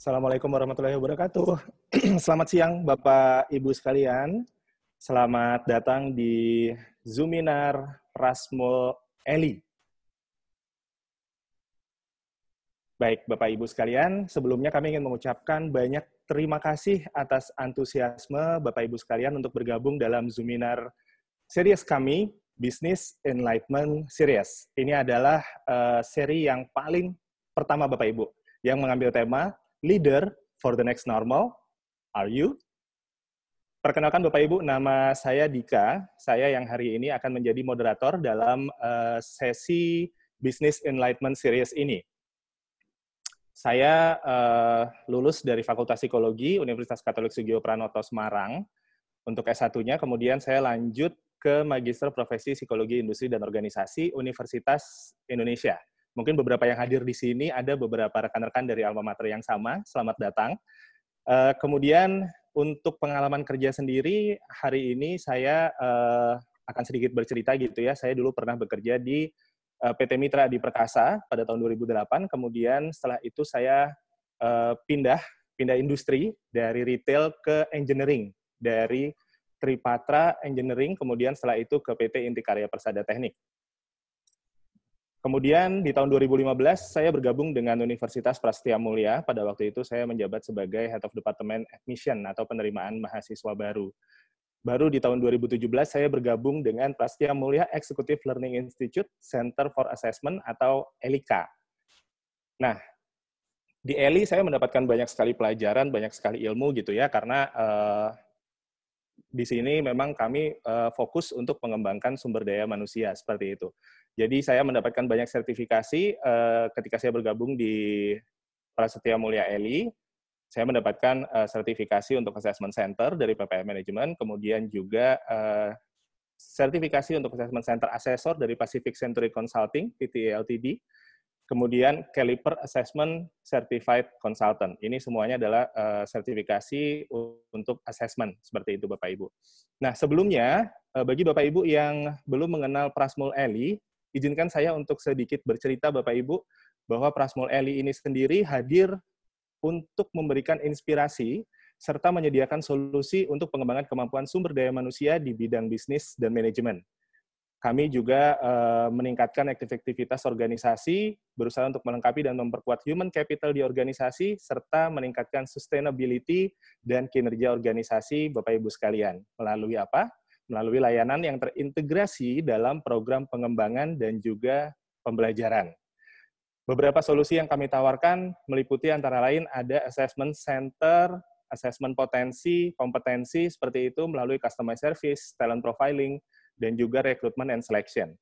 Assalamualaikum warahmatullahi wabarakatuh. Selamat siang Bapak Ibu sekalian. Selamat datang di Zoominar Prasmul Eli. Baik Bapak Ibu sekalian, sebelumnya kami ingin mengucapkan banyak terima kasih atas antusiasme Bapak Ibu sekalian untuk bergabung dalam Zoominar series kami, Business Enlightenment Series. Ini adalah seri yang paling pertama Bapak Ibu, yang mengambil tema Leader for the Next Normal. Are you? Perkenalkan Bapak Ibu, nama saya Dika. Saya yang hari ini akan menjadi moderator dalam sesi Business Enlightenment Series ini. Saya lulus dari Fakultas Psikologi Universitas Katolik Sugio Pranoto Semarang untuk S1-nya, kemudian saya lanjut ke Magister Profesi Psikologi Industri dan Organisasi Universitas Indonesia. Mungkin beberapa yang hadir di sini ada beberapa rekan-rekan dari alma mater yang sama. Selamat datang. Kemudian untuk pengalaman kerja sendiri, hari ini saya akan sedikit bercerita gitu ya. Saya dulu pernah bekerja di PT Mitra Adi Perkasa pada tahun 2008. Kemudian setelah itu saya pindah industri dari retail ke engineering, dari Tripatra Engineering, kemudian setelah itu ke PT Intikarya Persada Teknik. Kemudian di tahun 2015 saya bergabung dengan Universitas Prasetya Mulia. Pada waktu itu saya menjabat sebagai Head of Department Admission atau penerimaan mahasiswa baru. Baru di tahun 2017 saya bergabung dengan Prasetya Mulia Executive Learning Institute Center for Assessment atau ELICA. Nah, di ELI saya mendapatkan banyak sekali pelajaran, banyak sekali ilmu gitu ya, karena di sini memang kami fokus untuk mengembangkan sumber daya manusia, seperti itu. Jadi saya mendapatkan banyak sertifikasi ketika saya bergabung di Prasetya Mulia ELI. Saya mendapatkan sertifikasi untuk Assessment Center dari PPM Management, kemudian juga sertifikasi untuk Assessment Center Assessor dari Pacific Century Consulting, PTE Ltd, kemudian Caliper Assessment Certified Consultant. Ini semuanya adalah sertifikasi untuk assessment, seperti itu Bapak Ibu. Nah, sebelumnya, bagi Bapak Ibu yang belum mengenal Prasmul Eli, izinkan saya untuk sedikit bercerita Bapak Ibu, bahwa Prasmul Eli ini sendiri hadir untuk memberikan inspirasi serta menyediakan solusi untuk pengembangan kemampuan sumber daya manusia di bidang bisnis dan manajemen. Kami juga meningkatkan aktivitas organisasi, berusaha untuk melengkapi dan memperkuat human capital di organisasi, serta meningkatkan sustainability dan kinerja organisasi Bapak Ibu sekalian. Melalui apa? Melalui layanan yang terintegrasi dalam program pengembangan dan juga pembelajaran. Beberapa solusi yang kami tawarkan meliputi antara lain ada assessment center, assessment potensi, kompetensi, seperti itu melalui customized service, talent profiling, dan juga recruitment and selection.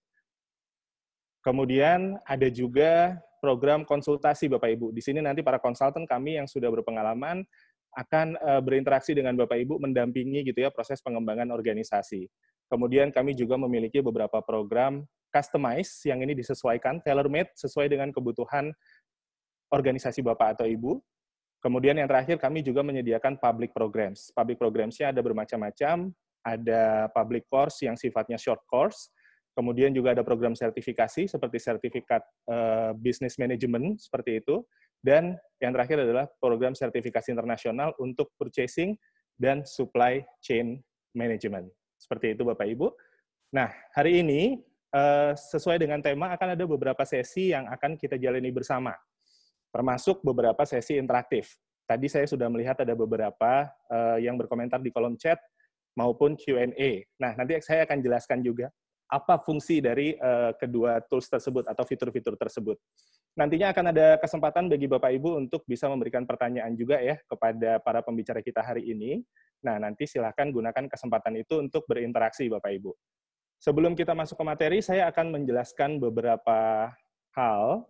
Kemudian ada juga program konsultasi Bapak Ibu. Di sini nanti para konsultan kami yang sudah berpengalaman akan berinteraksi dengan Bapak Ibu, mendampingi gitu ya proses pengembangan organisasi. Kemudian kami juga memiliki beberapa program customize yang ini disesuaikan, tailor-made, sesuai dengan kebutuhan organisasi Bapak atau Ibu. Kemudian yang terakhir, kami juga menyediakan public programs. Public programs-nya ada bermacam-macam, ada public course yang sifatnya short course, kemudian juga ada program sertifikasi seperti sertifikat business management, seperti itu, dan yang terakhir adalah program sertifikasi internasional untuk purchasing dan supply chain management. Seperti itu Bapak Ibu. Nah, hari ini sesuai dengan tema akan ada beberapa sesi yang akan kita jalani bersama, termasuk beberapa sesi interaktif. Tadi saya sudah melihat ada beberapa yang berkomentar di kolom chat maupun Q&A. Nah, nanti saya akan jelaskan juga apa fungsi dari kedua tools tersebut atau fitur-fitur tersebut. Nantinya akan ada kesempatan bagi Bapak Ibu untuk bisa memberikan pertanyaan juga ya kepada para pembicara kita hari ini. Nah, nanti silahkan gunakan kesempatan itu untuk berinteraksi Bapak Ibu. Sebelum kita masuk ke materi, saya akan menjelaskan beberapa hal.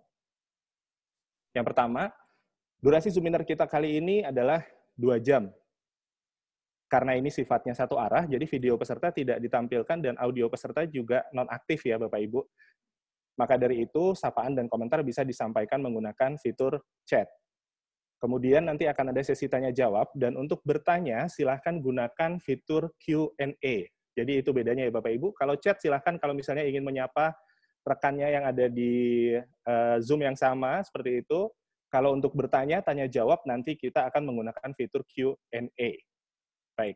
Yang pertama, durasi Zoominar kita kali ini adalah 2 jam. Karena ini sifatnya satu arah, jadi video peserta tidak ditampilkan dan audio peserta juga non-aktif ya Bapak Ibu. Maka dari itu, sapaan dan komentar bisa disampaikan menggunakan fitur chat. Kemudian nanti akan ada sesi tanya-jawab, dan untuk bertanya, silahkan gunakan fitur Q&A. Jadi itu bedanya ya Bapak Ibu. Kalau chat silahkan kalau misalnya ingin menyapa rekannya yang ada di Zoom yang sama, seperti itu, Kalau untuk bertanya, tanya jawab, nanti kita akan menggunakan fitur Q&A. Baik.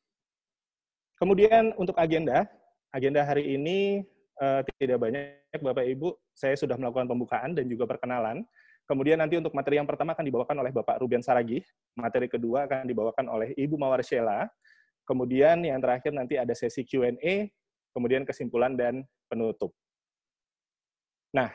Kemudian untuk agenda hari ini tidak banyak Bapak Ibu, saya sudah melakukan pembukaan dan juga perkenalan. Kemudian nanti untuk materi yang pertama akan dibawakan oleh Bapak Ruben Saragih, materi kedua akan dibawakan oleh Ibu Mawar Sheila, kemudian yang terakhir nanti ada sesi Q&A, kemudian kesimpulan dan penutup. Nah,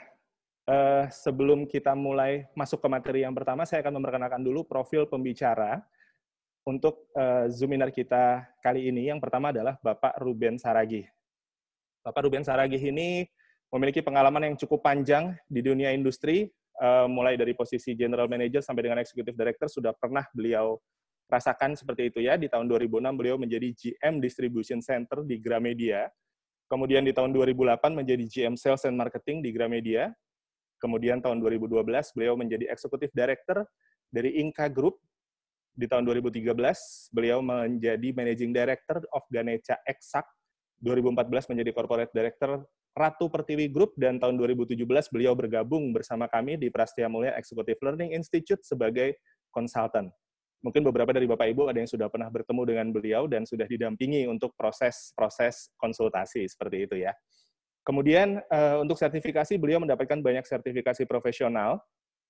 sebelum kita mulai masuk ke materi yang pertama, saya akan memperkenalkan dulu profil pembicara untuk Zoominar kita kali ini. Yang pertama adalah Bapak Ruben Saragih. Bapak Ruben Saragih ini memiliki pengalaman yang cukup panjang di dunia industri, mulai dari posisi General Manager sampai dengan Executive Director sudah pernah beliau rasakan seperti itu ya. Di tahun 2006 beliau menjadi GM Distribution Center di Gramedia. Kemudian di tahun 2008 menjadi GM Sales and Marketing di Gramedia. Kemudian tahun 2012 beliau menjadi Executive Director dari Inka Group. Di tahun 2013 beliau menjadi Managing Director of Ganeca Exact. 2014 menjadi Corporate Director Ratu Pertiwi Group, dan tahun 2017 beliau bergabung bersama kami di Prastia Mulia Executive Learning Institute sebagai konsultan. Mungkin beberapa dari Bapak Ibu ada yang sudah pernah bertemu dengan beliau dan sudah didampingi untuk proses konsultasi seperti itu ya. Kemudian untuk sertifikasi beliau mendapatkan banyak sertifikasi profesional,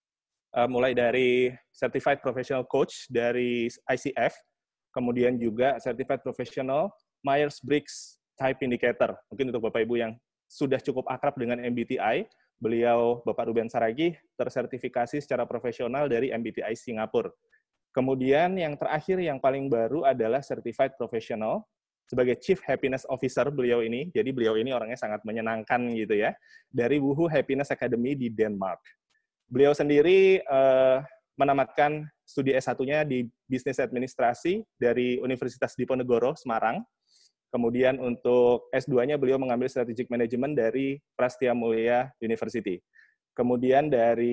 mulai dari Certified Professional Coach dari ICF, kemudian juga Certified Professional Myers-Briggs Type Indicator. Mungkin untuk Bapak Ibu yang sudah cukup akrab dengan MBTI, beliau, Bapak Ruben Saragih, tersertifikasi secara profesional dari MBTI Singapura. Kemudian yang terakhir, yang paling baru adalah Certified Professional sebagai Chief Happiness Officer beliau ini. Jadi beliau ini orangnya sangat menyenangkan gitu ya, dari Woohoo Happiness Academy di Denmark. Beliau sendiri menamatkan studi S1-nya di Bisnis Administrasi dari Universitas Diponegoro, Semarang. Kemudian untuk S2-nya beliau mengambil Strategic Management dari Prastia Mulia University. Kemudian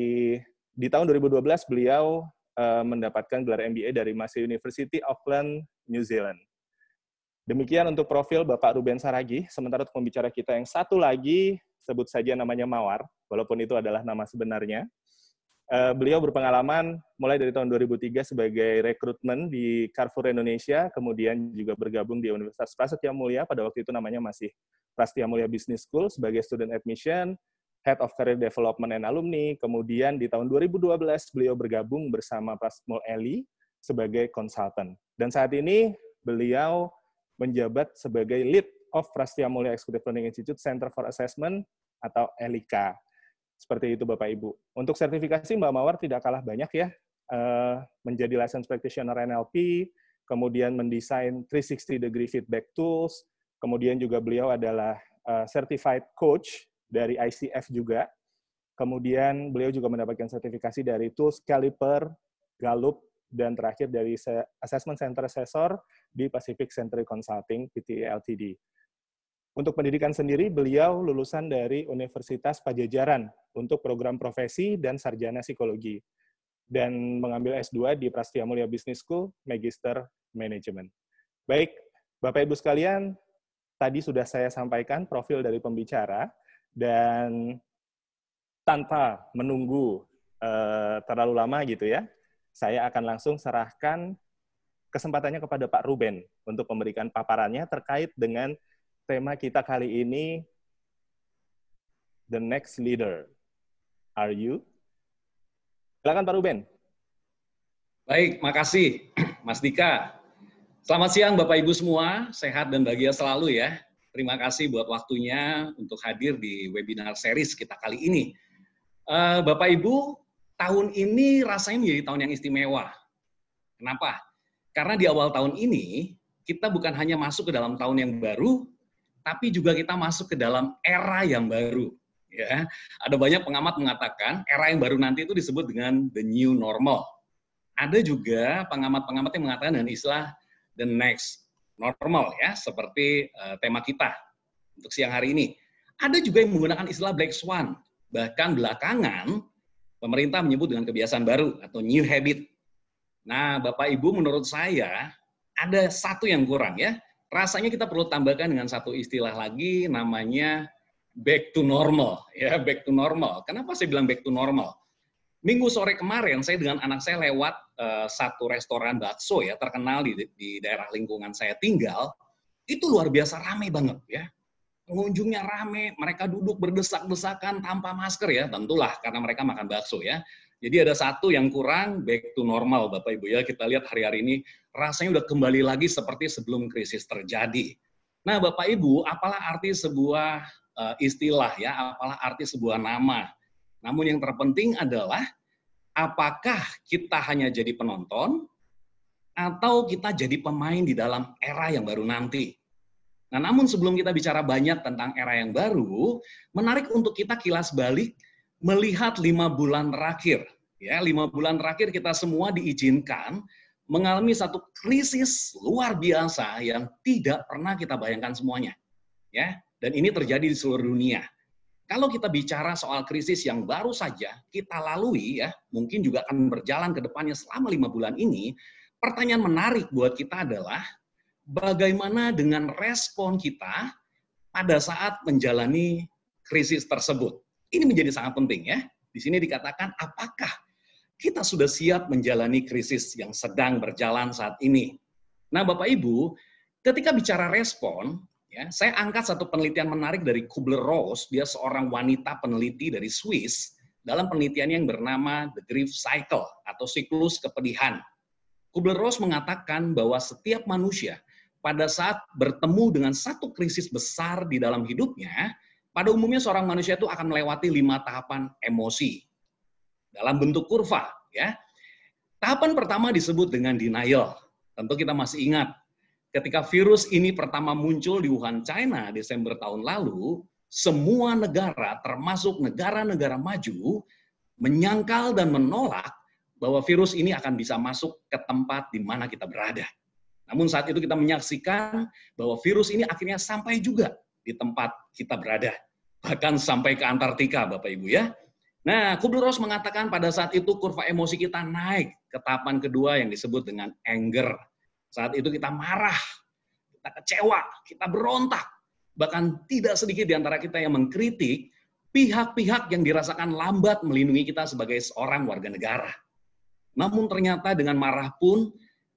di tahun 2012 beliau mendapatkan gelar MBA dari Massey University, Auckland, New Zealand. Demikian untuk profil Bapak Ruben Saragih. Sementara untuk pembicara kita yang satu lagi, sebut saja namanya Mawar, walaupun itu adalah nama sebenarnya. Beliau berpengalaman mulai dari tahun 2003 sebagai rekrutmen di Carrefour Indonesia, kemudian juga bergabung di Universitas Prasetya Mulia, pada waktu itu namanya masih Prasetya Mulia Business School sebagai Student Admission, Head of Career Development and Alumni, kemudian di tahun 2012 beliau bergabung bersama Prasmul Eli sebagai konsultan. Dan saat ini beliau menjabat sebagai Lead of Prastia Mulia Executive Learning Institute Center for Assessment atau ELICA. Seperti itu Bapak Ibu. Untuk sertifikasi Mbak Mawar tidak kalah banyak ya, menjadi Licensed Practitioner NLP, kemudian mendesain 360-degree feedback tools, kemudian juga beliau adalah Certified Coach dari ICF juga, kemudian beliau juga mendapatkan sertifikasi dari Tools Caliper, Gallup, dan terakhir dari Assessment Center Assessor di Pacific Century Consulting, PTE Ltd. Untuk pendidikan sendiri, beliau lulusan dari Universitas Pajajaran untuk program profesi dan sarjana psikologi, dan mengambil S2 di Prastia Mulia Business School, Magister Management. Baik, Bapak Ibu sekalian, tadi sudah saya sampaikan profil dari pembicara, dan tanpa menunggu terlalu lama gitu ya, saya akan langsung serahkan kesempatannya kepada Pak Ruben untuk memberikan paparannya terkait dengan tema kita kali ini, The Next Leader. Are you? Silakan Pak Ruben. Baik, makasih Mas Dika. Selamat siang Bapak Ibu semua, sehat dan bahagia selalu ya. Terima kasih buat waktunya untuk hadir di webinar series kita kali ini. Bapak Ibu, tahun ini rasanya menjadi tahun yang istimewa. Kenapa? Karena di awal tahun ini, kita bukan hanya masuk ke dalam tahun yang baru, tapi juga kita masuk ke dalam era yang baru. Ya, ada banyak pengamat mengatakan era yang baru nanti itu disebut dengan the new normal. Ada juga pengamat-pengamat yang mengatakan dengan istilah the next normal, ya, seperti tema kita untuk siang hari ini. Ada juga yang menggunakan istilah black swan. Bahkan belakangan pemerintah menyebut dengan kebiasaan baru atau new habit. Nah, Bapak Ibu, menurut saya ada satu yang kurang ya. Rasanya kita perlu tambahkan dengan satu istilah lagi, namanya back to normal. Ya, back to normal. Kenapa saya bilang back to normal? Minggu sore kemarin saya dengan anak saya lewat satu restoran bakso ya terkenal di daerah lingkungan saya tinggal, itu luar biasa ramai banget ya. Pengunjungnya rame, mereka duduk berdesak-desakan tanpa masker ya, tentulah karena mereka makan bakso ya. Jadi ada satu yang kurang, back to normal Bapak Ibu ya. Kita lihat hari-hari ini rasanya udah kembali lagi seperti sebelum krisis terjadi. Nah Bapak Ibu, apalah arti sebuah istilah ya, apalah arti sebuah nama. Namun yang terpenting adalah apakah kita hanya jadi penonton atau kita jadi pemain di dalam era yang baru nanti. Nah, namun sebelum kita bicara banyak tentang era yang baru, menarik untuk kita kilas balik melihat 5 bulan terakhir. Ya, 5 bulan terakhir kita semua diizinkan mengalami satu krisis luar biasa yang tidak pernah kita bayangkan semuanya. Ya, dan ini terjadi di seluruh dunia. Kalau kita bicara soal krisis yang baru saja kita lalui ya, mungkin juga akan berjalan ke depannya selama 5 bulan ini, pertanyaan menarik buat kita adalah bagaimana dengan respon kita pada saat menjalani krisis tersebut. Ini menjadi sangat penting ya. Di sini dikatakan apakah kita sudah siap menjalani krisis yang sedang berjalan saat ini. Nah Bapak Ibu, ketika bicara respon, ya, saya angkat satu penelitian menarik dari Kubler-Ross, dia seorang wanita peneliti dari Swiss, dalam penelitian yang bernama The Grief Cycle atau siklus kepedihan. Kubler-Ross mengatakan bahwa setiap manusia pada saat bertemu dengan satu krisis besar di dalam hidupnya, pada umumnya seorang manusia itu akan melewati 5 tahapan emosi dalam bentuk kurva. Ya. Tahapan pertama disebut dengan denial. Tentu kita masih ingat, ketika virus ini pertama muncul di Wuhan, China, Desember tahun lalu, semua negara, termasuk negara-negara maju, menyangkal dan menolak bahwa virus ini akan bisa masuk ke tempat di mana kita berada. Namun saat itu kita menyaksikan bahwa virus ini akhirnya sampai juga di tempat kita berada. Bahkan sampai ke Antartika, Bapak Ibu ya. Nah, Kubler-Ross mengatakan pada saat itu kurva emosi kita naik ke tahapan kedua yang disebut dengan anger. Saat itu kita marah, kita kecewa, kita berontak. Bahkan tidak sedikit di antara kita yang mengkritik pihak-pihak yang dirasakan lambat melindungi kita sebagai seorang warga negara. Namun ternyata dengan marah pun,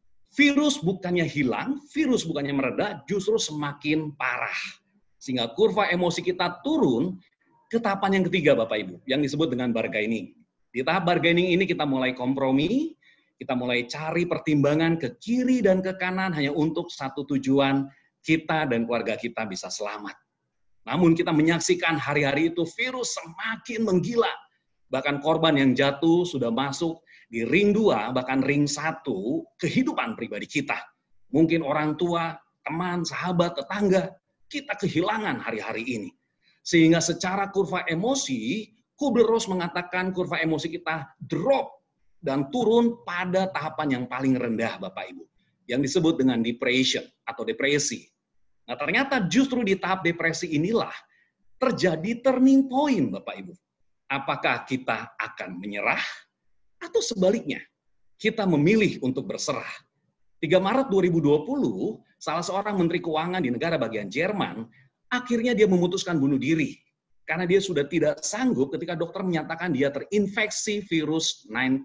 virus bukannya hilang, virus bukannya mereda, justru semakin parah. Sehingga kurva emosi kita turun ke tahapan yang ketiga, Bapak Ibu, yang disebut dengan bargaining. Di tahap bargaining ini kita mulai kompromi, kita mulai cari pertimbangan ke kiri dan ke kanan hanya untuk satu tujuan, kita dan keluarga kita bisa selamat. Namun kita menyaksikan hari-hari itu virus semakin menggila. Bahkan korban yang jatuh sudah masuk di ring 2, bahkan ring 1, kehidupan pribadi kita. Mungkin orang tua, teman, sahabat, tetangga, kita kehilangan hari-hari ini. Sehingga secara kurva emosi, Kubler-Ross mengatakan kurva emosi kita drop dan turun pada tahapan yang paling rendah, Bapak Ibu. Yang disebut dengan depression atau depresi. Nah ternyata justru di tahap depresi inilah terjadi turning point, Bapak Ibu. Apakah kita akan menyerah? Atau sebaliknya, kita memilih untuk berserah. 3 Maret 2020, salah seorang menteri keuangan di negara bagian Jerman, akhirnya dia memutuskan bunuh diri. Karena dia sudah tidak sanggup ketika dokter menyatakan dia terinfeksi virus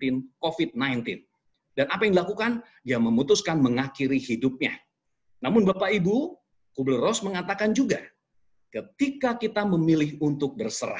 COVID-19. Dan apa yang dilakukan? Dia memutuskan mengakhiri hidupnya. Namun Bapak Ibu, Kubler-Ross mengatakan juga, ketika kita memilih untuk berserah,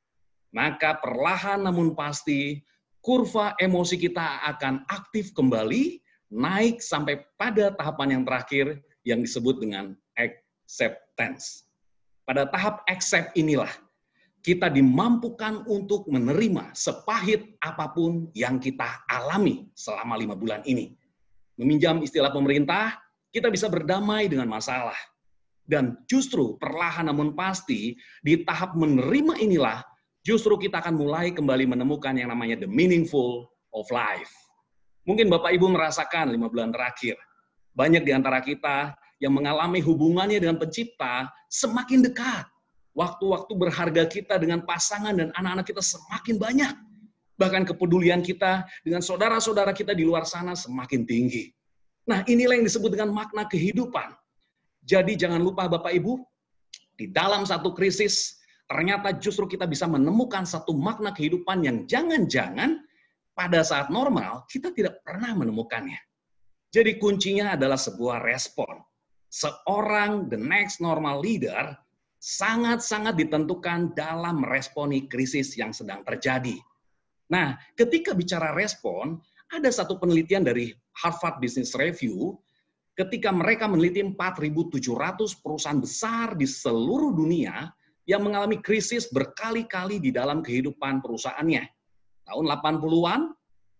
maka perlahan namun pasti, kurva emosi kita akan aktif kembali, naik sampai pada tahapan yang terakhir yang disebut dengan acceptance. Pada tahap accept inilah, kita dimampukan untuk menerima sepahit apapun yang kita alami selama 5 bulan ini. Meminjam istilah pemerintah, kita bisa berdamai dengan masalah. Dan justru perlahan namun pasti, di tahap menerima inilah, justru kita akan mulai kembali menemukan yang namanya the meaningful of life. Mungkin Bapak Ibu merasakan 5 bulan terakhir, banyak di antara kita yang mengalami hubungannya dengan pencipta semakin dekat. Waktu-waktu berharga kita dengan pasangan dan anak-anak kita semakin banyak. Bahkan kepedulian kita dengan saudara-saudara kita di luar sana semakin tinggi. Nah inilah yang disebut dengan makna kehidupan. Jadi jangan lupa Bapak Ibu, di dalam satu krisis, ternyata justru kita bisa menemukan satu makna kehidupan yang jangan-jangan pada saat normal kita tidak pernah menemukannya. Jadi kuncinya adalah sebuah respon. Seorang the next normal leader sangat-sangat ditentukan dalam meresponi krisis yang sedang terjadi. Nah, ketika bicara respon, ada satu penelitian dari Harvard Business Review ketika mereka meneliti 4.700 perusahaan besar di seluruh dunia yang mengalami krisis berkali-kali di dalam kehidupan perusahaannya. Tahun 80-an,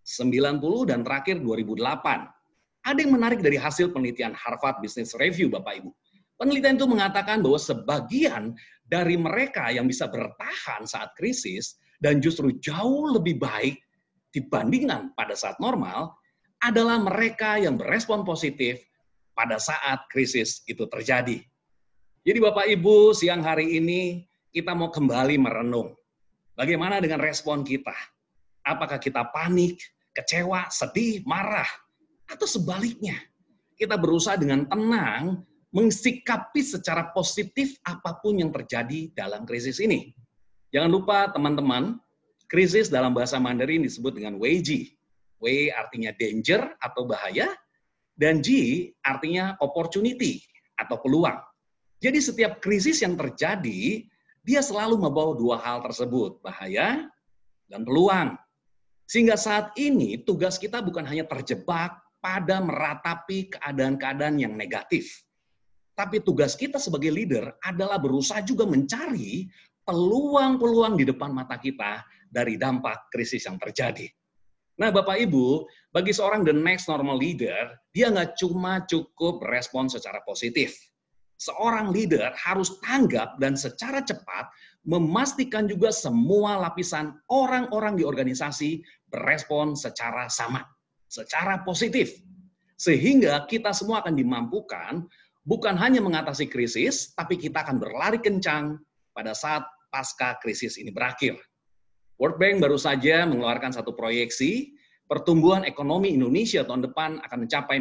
90, dan terakhir 2008. Ada yang menarik dari hasil penelitian Harvard Business Review, Bapak Ibu. Penelitian itu mengatakan bahwa sebagian dari mereka yang bisa bertahan saat krisis dan justru jauh lebih baik dibandingkan pada saat normal adalah mereka yang berespon positif pada saat krisis itu terjadi. Jadi Bapak Ibu, siang hari ini kita mau kembali merenung. Bagaimana dengan respon kita? Apakah kita panik, kecewa, sedih, marah? Atau sebaliknya, kita berusaha dengan tenang mensikapi secara positif apapun yang terjadi dalam krisis ini. Jangan lupa teman-teman, krisis dalam bahasa Mandarin disebut dengan Weiji. W artinya danger atau bahaya, dan G artinya opportunity atau peluang. Jadi setiap krisis yang terjadi, dia selalu membawa dua hal tersebut, bahaya dan peluang. Sehingga saat ini tugas kita bukan hanya terjebak pada meratapi keadaan-keadaan yang negatif. Tapi tugas kita sebagai leader adalah berusaha juga mencari peluang-peluang di depan mata kita dari dampak krisis yang terjadi. Nah, Bapak Ibu, bagi seorang the next normal leader, dia nggak cuma cukup respon secara positif. Seorang leader harus tanggap dan secara cepat memastikan juga semua lapisan orang-orang di organisasi berespon secara sama, secara positif. Sehingga kita semua akan dimampukan bukan hanya mengatasi krisis, tapi kita akan berlari kencang pada saat pasca krisis ini berakhir. World Bank baru saja mengeluarkan satu proyeksi, pertumbuhan ekonomi Indonesia tahun depan akan mencapai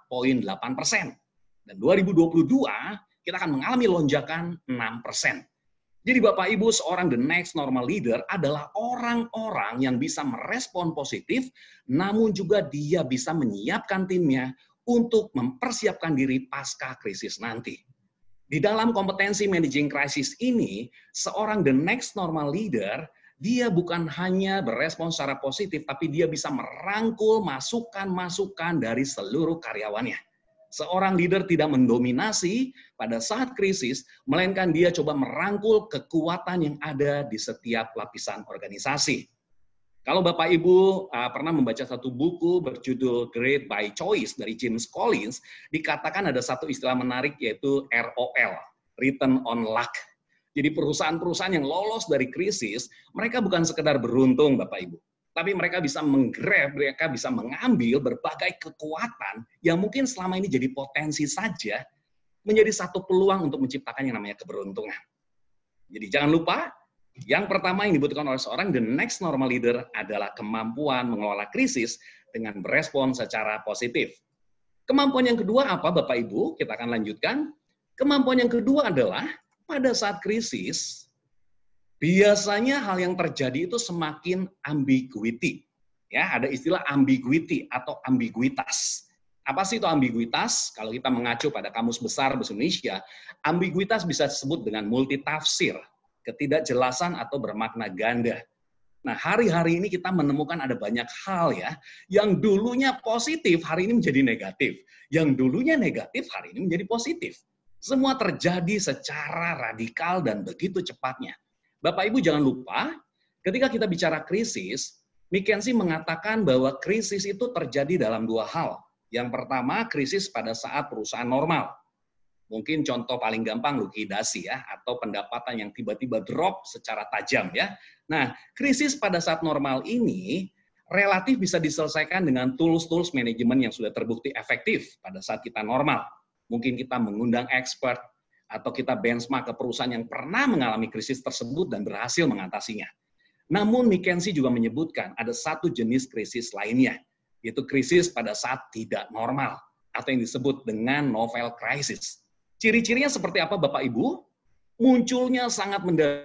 4,8%. Dan 2022 kita akan mengalami lonjakan 6%. Jadi Bapak Ibu, seorang the next normal leader adalah orang-orang yang bisa merespon positif, namun juga dia bisa menyiapkan timnya untuk mempersiapkan diri pasca krisis nanti. Di dalam kompetensi managing crisis ini, seorang the next normal leader, dia bukan hanya berespon secara positif, tapi dia bisa merangkul masukan-masukan dari seluruh karyawannya. Seorang leader tidak mendominasi pada saat krisis, melainkan dia coba merangkul kekuatan yang ada di setiap lapisan organisasi. Kalau Bapak Ibu pernah membaca satu buku berjudul Great by Choice dari James Collins, dikatakan ada satu istilah menarik yaitu ROL, Return on Luck. Jadi perusahaan-perusahaan yang lolos dari krisis, mereka bukan sekedar beruntung Bapak Ibu, tapi mereka bisa menggrab, mereka bisa mengambil berbagai kekuatan yang mungkin selama ini jadi potensi saja, menjadi satu peluang untuk menciptakan yang namanya keberuntungan. Jadi jangan lupa, yang pertama yang dibutuhkan oleh seorang the next normal leader adalah kemampuan mengelola krisis dengan berespon secara positif. Kemampuan yang kedua apa Bapak Ibu? Kita akan lanjutkan. Kemampuan yang kedua adalah pada saat krisis, biasanya hal yang terjadi itu semakin ambiguity. Ya, ada istilah ambiguity atau ambiguitas. Apa sih itu ambiguitas? Kalau kita mengacu pada Kamus Besar Bahasa Indonesia, ambiguitas bisa disebut dengan multitafsir, ketidakjelasan atau bermakna ganda. Nah, hari-hari ini kita menemukan ada banyak hal ya, yang dulunya positif, hari ini menjadi negatif. Yang dulunya negatif, hari ini menjadi positif. Semua terjadi secara radikal dan begitu cepatnya. Bapak Ibu jangan lupa, ketika kita bicara krisis, McKinsey mengatakan bahwa krisis itu terjadi dalam dua hal. Yang pertama, krisis pada saat perusahaan normal. Mungkin contoh paling gampang likuidasi ya, atau pendapatan yang tiba-tiba drop secara tajam ya. Nah, krisis pada saat normal ini relatif bisa diselesaikan dengan tools-tools manajemen yang sudah terbukti efektif pada saat kita normal. Mungkin kita mengundang expert, atau kita benchmark ke perusahaan yang pernah mengalami krisis tersebut dan berhasil mengatasinya. Namun McKinsey juga menyebutkan ada satu jenis krisis lainnya, yaitu krisis pada saat tidak normal, atau yang disebut dengan novel crisis. Ciri-cirinya seperti apa Bapak Ibu? Munculnya sangat mendadak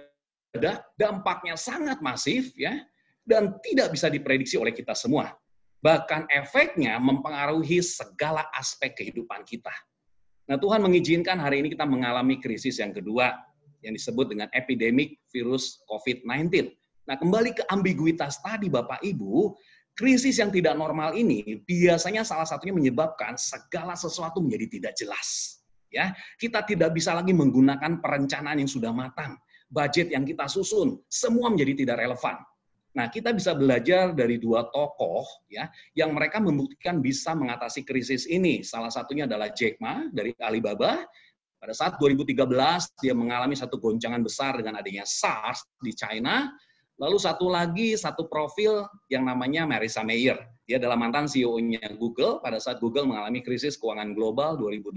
mendadak, dampaknya sangat masif ya, dan tidak bisa diprediksi oleh kita semua. Bahkan efeknya mempengaruhi segala aspek kehidupan kita. Nah, Tuhan mengizinkan hari ini kita mengalami krisis yang kedua, yang disebut dengan epidemik virus COVID-19. Nah, kembali ke ambiguitas tadi Bapak Ibu, krisis yang tidak normal ini biasanya salah satunya menyebabkan segala sesuatu menjadi tidak jelas. Ya, kita tidak bisa lagi menggunakan perencanaan yang sudah matang, budget yang kita susun, semua menjadi tidak relevan. Nah, kita bisa belajar dari dua tokoh ya yang mereka membuktikan bisa mengatasi krisis ini. Salah satunya adalah Jack Ma dari Alibaba. Pada saat 2013 dia mengalami satu goncangan besar dengan adanya SARS di China. Lalu satu profil yang namanya Marissa Mayer. Dia adalah mantan CEO-nya Google pada saat Google mengalami krisis keuangan global 2008.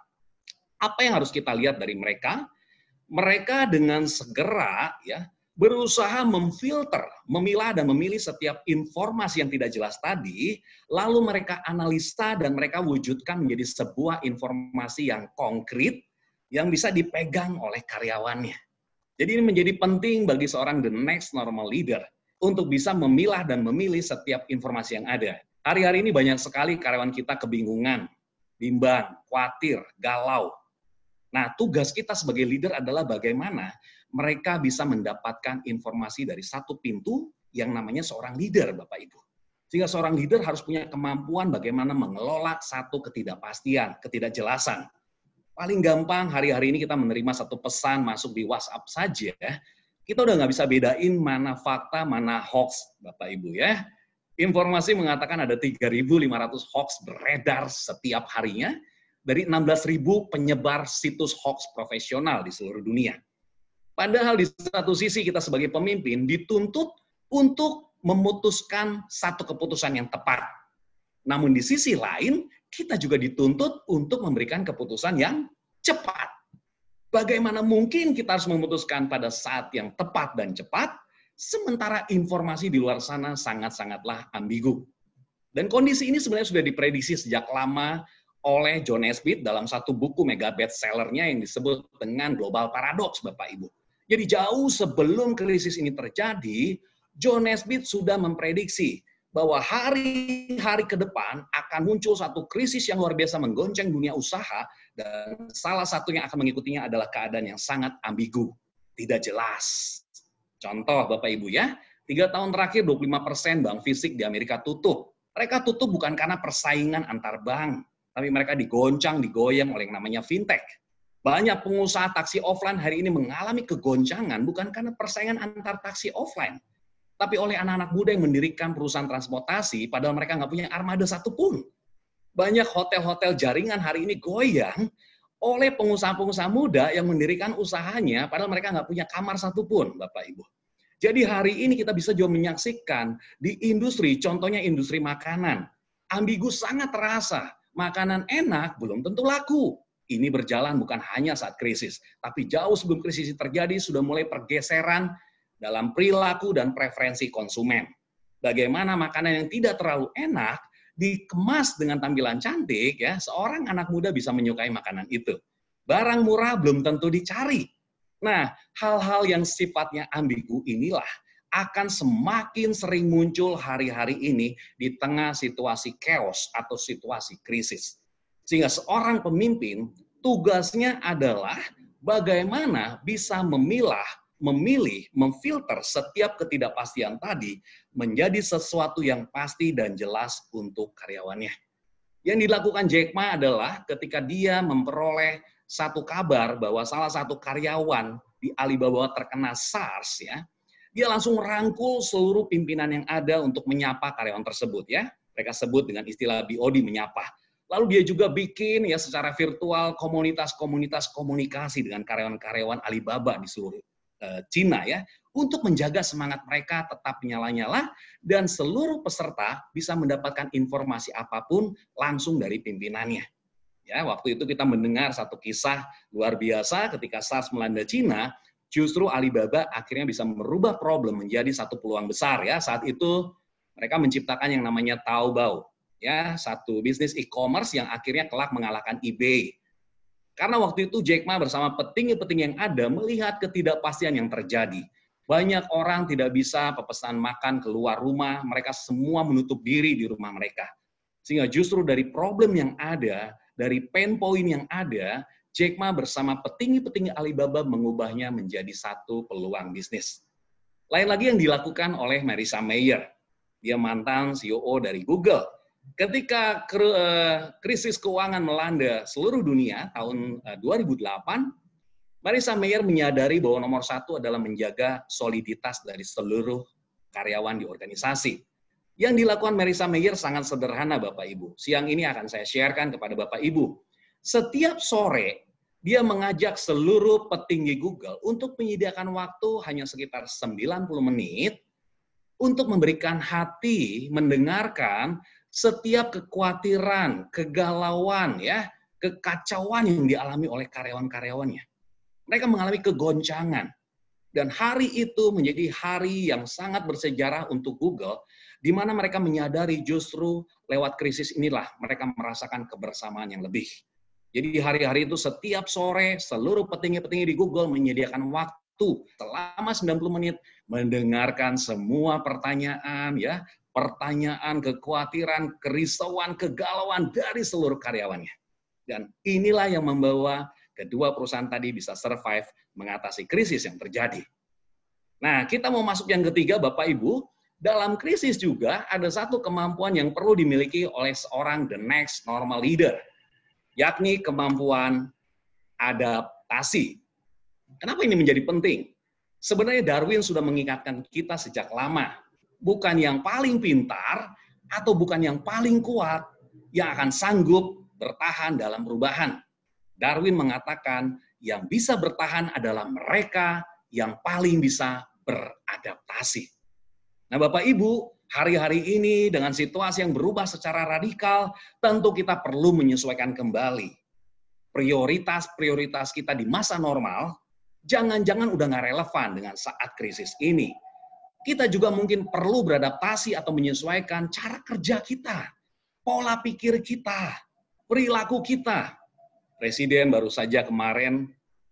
Apa yang harus kita lihat dari mereka? Mereka dengan segera ya berusaha memfilter, memilah dan memilih setiap informasi yang tidak jelas tadi, lalu mereka analisa dan mereka wujudkan menjadi sebuah informasi yang konkret yang bisa dipegang oleh karyawannya. Jadi ini menjadi penting bagi seorang the next normal leader untuk bisa memilah dan memilih setiap informasi yang ada. Hari-hari ini banyak sekali karyawan kita kebingungan, bimbang, khawatir, galau. Nah, tugas kita sebagai leader adalah bagaimana mereka bisa mendapatkan informasi dari satu pintu yang namanya seorang leader, Bapak Ibu. Sehingga seorang leader harus punya kemampuan bagaimana mengelola satu ketidakpastian, ketidakjelasan. Paling gampang hari-hari ini kita menerima satu pesan masuk di WhatsApp saja, kita udah nggak bisa bedain mana fakta, mana hoax, Bapak Ibu ya. Informasi mengatakan ada 3.500 hoax beredar setiap harinya, dari 16.000 penyebar situs hoax profesional di seluruh dunia. Padahal di satu sisi kita sebagai pemimpin dituntut untuk memutuskan satu keputusan yang tepat. Namun di sisi lain, kita juga dituntut untuk memberikan keputusan yang cepat. Bagaimana mungkin kita harus memutuskan pada saat yang tepat dan cepat, sementara informasi di luar sana sangat-sangatlah ambigu. Dan kondisi ini sebenarnya sudah diprediksi sejak lama oleh John Naisbitt dalam satu buku mega bestsellernya yang disebut dengan Global Paradox, Bapak Ibu. Jadi jauh sebelum krisis ini terjadi, John Naisbitt sudah memprediksi bahwa hari-hari ke depan akan muncul satu krisis yang luar biasa menggoncang dunia usaha, dan salah satu yang akan mengikutinya adalah keadaan yang sangat ambigu, tidak jelas. Contoh Bapak Ibu ya, 3 tahun terakhir 25% bank fisik di Amerika tutup. Mereka tutup bukan karena persaingan antar bank, tapi mereka digoncang, digoyang oleh yang namanya fintech. Banyak pengusaha taksi offline hari ini mengalami kegoncangan bukan karena persaingan antar taksi offline, tapi oleh anak-anak muda yang mendirikan perusahaan transportasi, padahal mereka nggak punya armada satupun. Banyak hotel-hotel jaringan hari ini goyang oleh pengusaha-pengusaha muda yang mendirikan usahanya, padahal mereka nggak punya kamar satupun, Bapak Ibu. Jadi hari ini kita bisa juga menyaksikan di industri, contohnya industri makanan, ambigu sangat terasa. Makanan enak belum tentu laku. Ini berjalan bukan hanya saat krisis, tapi jauh sebelum krisis terjadi sudah mulai pergeseran dalam perilaku dan preferensi konsumen. Bagaimana makanan yang tidak terlalu enak dikemas dengan tampilan cantik, ya, seorang anak muda bisa menyukai makanan itu. Barang murah belum tentu dicari. Nah, hal-hal yang sifatnya ambigu inilah akan semakin sering muncul hari-hari ini di tengah situasi chaos atau situasi krisis. Sehingga seorang pemimpin tugasnya adalah bagaimana bisa memilah, memilih, memfilter setiap ketidakpastian tadi menjadi sesuatu yang pasti dan jelas untuk karyawannya. Yang dilakukan Jack Ma adalah ketika dia memperoleh satu kabar bahwa salah satu karyawan di Alibaba terkena SARS, ya, dia langsung merangkul seluruh pimpinan yang ada untuk menyapa karyawan tersebut, ya. Mereka sebut dengan istilah BOD, menyapa. Lalu dia juga bikin ya secara virtual komunitas-komunitas komunikasi dengan karyawan-karyawan Alibaba di seluruh Cina, ya, untuk menjaga semangat mereka tetap menyala-nyala dan seluruh peserta bisa mendapatkan informasi apapun langsung dari pimpinannya. Ya, waktu itu kita mendengar satu kisah luar biasa ketika SARS melanda Cina, justru Alibaba akhirnya bisa merubah problem menjadi satu peluang besar, ya. Saat itu mereka menciptakan yang namanya Taobao, ya, satu bisnis e-commerce yang akhirnya kelak mengalahkan eBay. Karena waktu itu Jack Ma bersama petinggi-petinggi yang ada melihat ketidakpastian yang terjadi. Banyak orang tidak bisa pesan makan keluar rumah, mereka semua menutup diri di rumah mereka. Sehingga justru dari problem yang ada, dari pain point yang ada, Jack Ma bersama petinggi-petinggi Alibaba mengubahnya menjadi satu peluang bisnis. Lain lagi yang dilakukan oleh Marissa Mayer. Dia mantan CEO dari Google. Ketika krisis keuangan melanda seluruh dunia tahun 2008, Marissa Mayer menyadari bahwa nomor satu adalah menjaga soliditas dari seluruh karyawan di organisasi. Yang dilakukan Marissa Mayer sangat sederhana, Bapak Ibu. Siang ini akan saya sharekan kepada Bapak Ibu. Setiap sore, dia mengajak seluruh petinggi Google untuk menyediakan waktu hanya sekitar 90 menit untuk memberikan hati, mendengarkan setiap kekhawatiran, kegalauan, ya, kekacauan yang dialami oleh karyawan-karyawannya. Mereka mengalami kegoncangan. Dan hari itu menjadi hari yang sangat bersejarah untuk Google, di mana mereka menyadari justru lewat krisis inilah mereka merasakan kebersamaan yang lebih. Jadi hari-hari itu setiap sore, seluruh petinggi-petinggi di Google menyediakan waktu selama 90 menit mendengarkan semua pertanyaan, ya, pertanyaan, kekhawatiran, kerisauan, kegalauan dari seluruh karyawannya. Dan inilah yang membawa kedua perusahaan tadi bisa survive mengatasi krisis yang terjadi. Nah, kita mau masuk yang ketiga, Bapak Ibu. Dalam krisis juga ada satu kemampuan yang perlu dimiliki oleh seorang the next normal leader, yakni kemampuan adaptasi. Kenapa ini menjadi penting? Sebenarnya Darwin sudah mengingatkan kita sejak lama, bukan yang paling pintar atau bukan yang paling kuat yang akan sanggup bertahan dalam perubahan. Darwin mengatakan yang bisa bertahan adalah mereka yang paling bisa beradaptasi. Nah, Bapak Ibu, hari-hari ini dengan situasi yang berubah secara radikal, tentu kita perlu menyesuaikan kembali. Prioritas-prioritas kita di masa normal, jangan-jangan udah nggak relevan dengan saat krisis ini. Kita juga mungkin perlu beradaptasi atau menyesuaikan cara kerja kita, pola pikir kita, perilaku kita. Presiden baru saja kemarin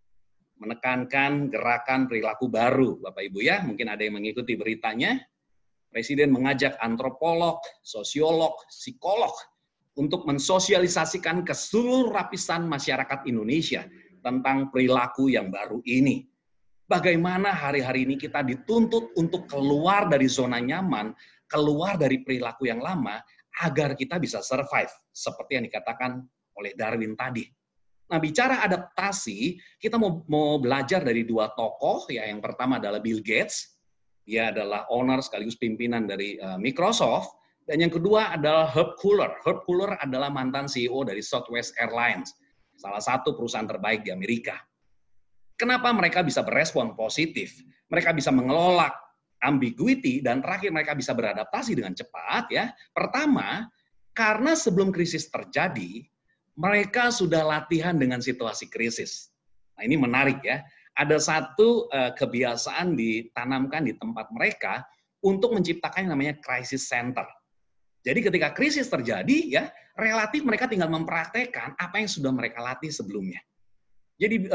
menekankan gerakan perilaku baru, Bapak Ibu ya, mungkin ada yang mengikuti beritanya. Presiden mengajak antropolog, sosiolog, psikolog untuk mensosialisasikan ke seluruh lapisan masyarakat Indonesia tentang perilaku yang baru ini. Bagaimana hari-hari ini kita dituntut untuk keluar dari zona nyaman, keluar dari perilaku yang lama, agar kita bisa survive, seperti yang dikatakan oleh Darwin tadi. Nah, bicara adaptasi, kita mau belajar dari dua tokoh, ya. Yang pertama adalah Bill Gates, dia adalah owner sekaligus pimpinan dari Microsoft, dan yang kedua adalah Herb Fuller. Herb Fuller adalah mantan CEO dari Southwest Airlines, salah satu perusahaan terbaik di Amerika. Kenapa mereka bisa berespon positif? Mereka bisa mengelola ambiguity, dan terakhir mereka bisa beradaptasi dengan cepat, ya. Pertama, karena sebelum krisis terjadi, mereka sudah latihan dengan situasi krisis. Nah, ini menarik ya. Ada satu kebiasaan ditanamkan di tempat mereka untuk menciptakan yang namanya crisis center. Jadi ketika krisis terjadi, ya relatif mereka tinggal mempraktekkan apa yang sudah mereka latih sebelumnya. Jadi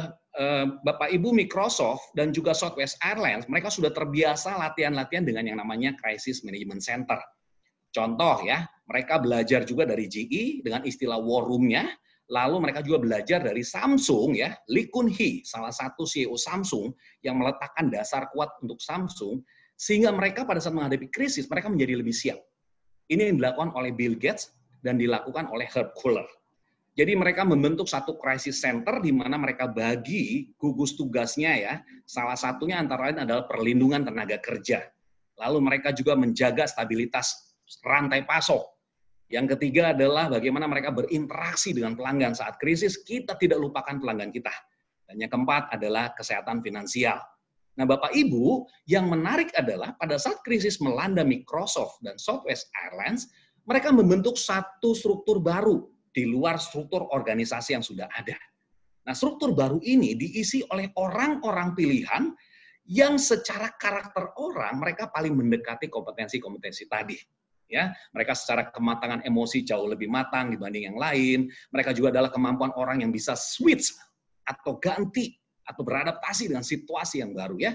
Bapak Ibu Microsoft dan juga Southwest Airlines, mereka sudah terbiasa latihan-latihan dengan yang namanya crisis management center. Contoh ya, mereka belajar juga dari GE dengan istilah war room-nya, lalu mereka juga belajar dari Samsung ya, Lee Kun-hee, salah satu CEO Samsung yang meletakkan dasar kuat untuk Samsung, sehingga mereka pada saat menghadapi krisis, mereka menjadi lebih siap. Ini yang dilakukan oleh Bill Gates dan dilakukan oleh Herb Fuller. Jadi mereka membentuk satu crisis center di mana mereka bagi gugus tugasnya ya, salah satunya antara lain adalah perlindungan tenaga kerja. Lalu mereka juga menjaga stabilitas rantai pasok. Yang ketiga adalah bagaimana mereka berinteraksi dengan pelanggan saat krisis, kita tidak lupakan pelanggan kita. Dan yang keempat adalah kesehatan finansial. Nah, Bapak Ibu, yang menarik adalah pada saat krisis melanda Microsoft dan Southwest Airlines, mereka membentuk satu struktur baru di luar struktur organisasi yang sudah ada. Nah, struktur baru ini diisi oleh orang-orang pilihan yang secara karakter orang mereka paling mendekati kompetensi-kompetensi tadi. Ya, mereka secara kematangan emosi jauh lebih matang dibanding yang lain. Mereka juga adalah kemampuan orang yang bisa switch atau ganti atau beradaptasi dengan situasi yang baru ya.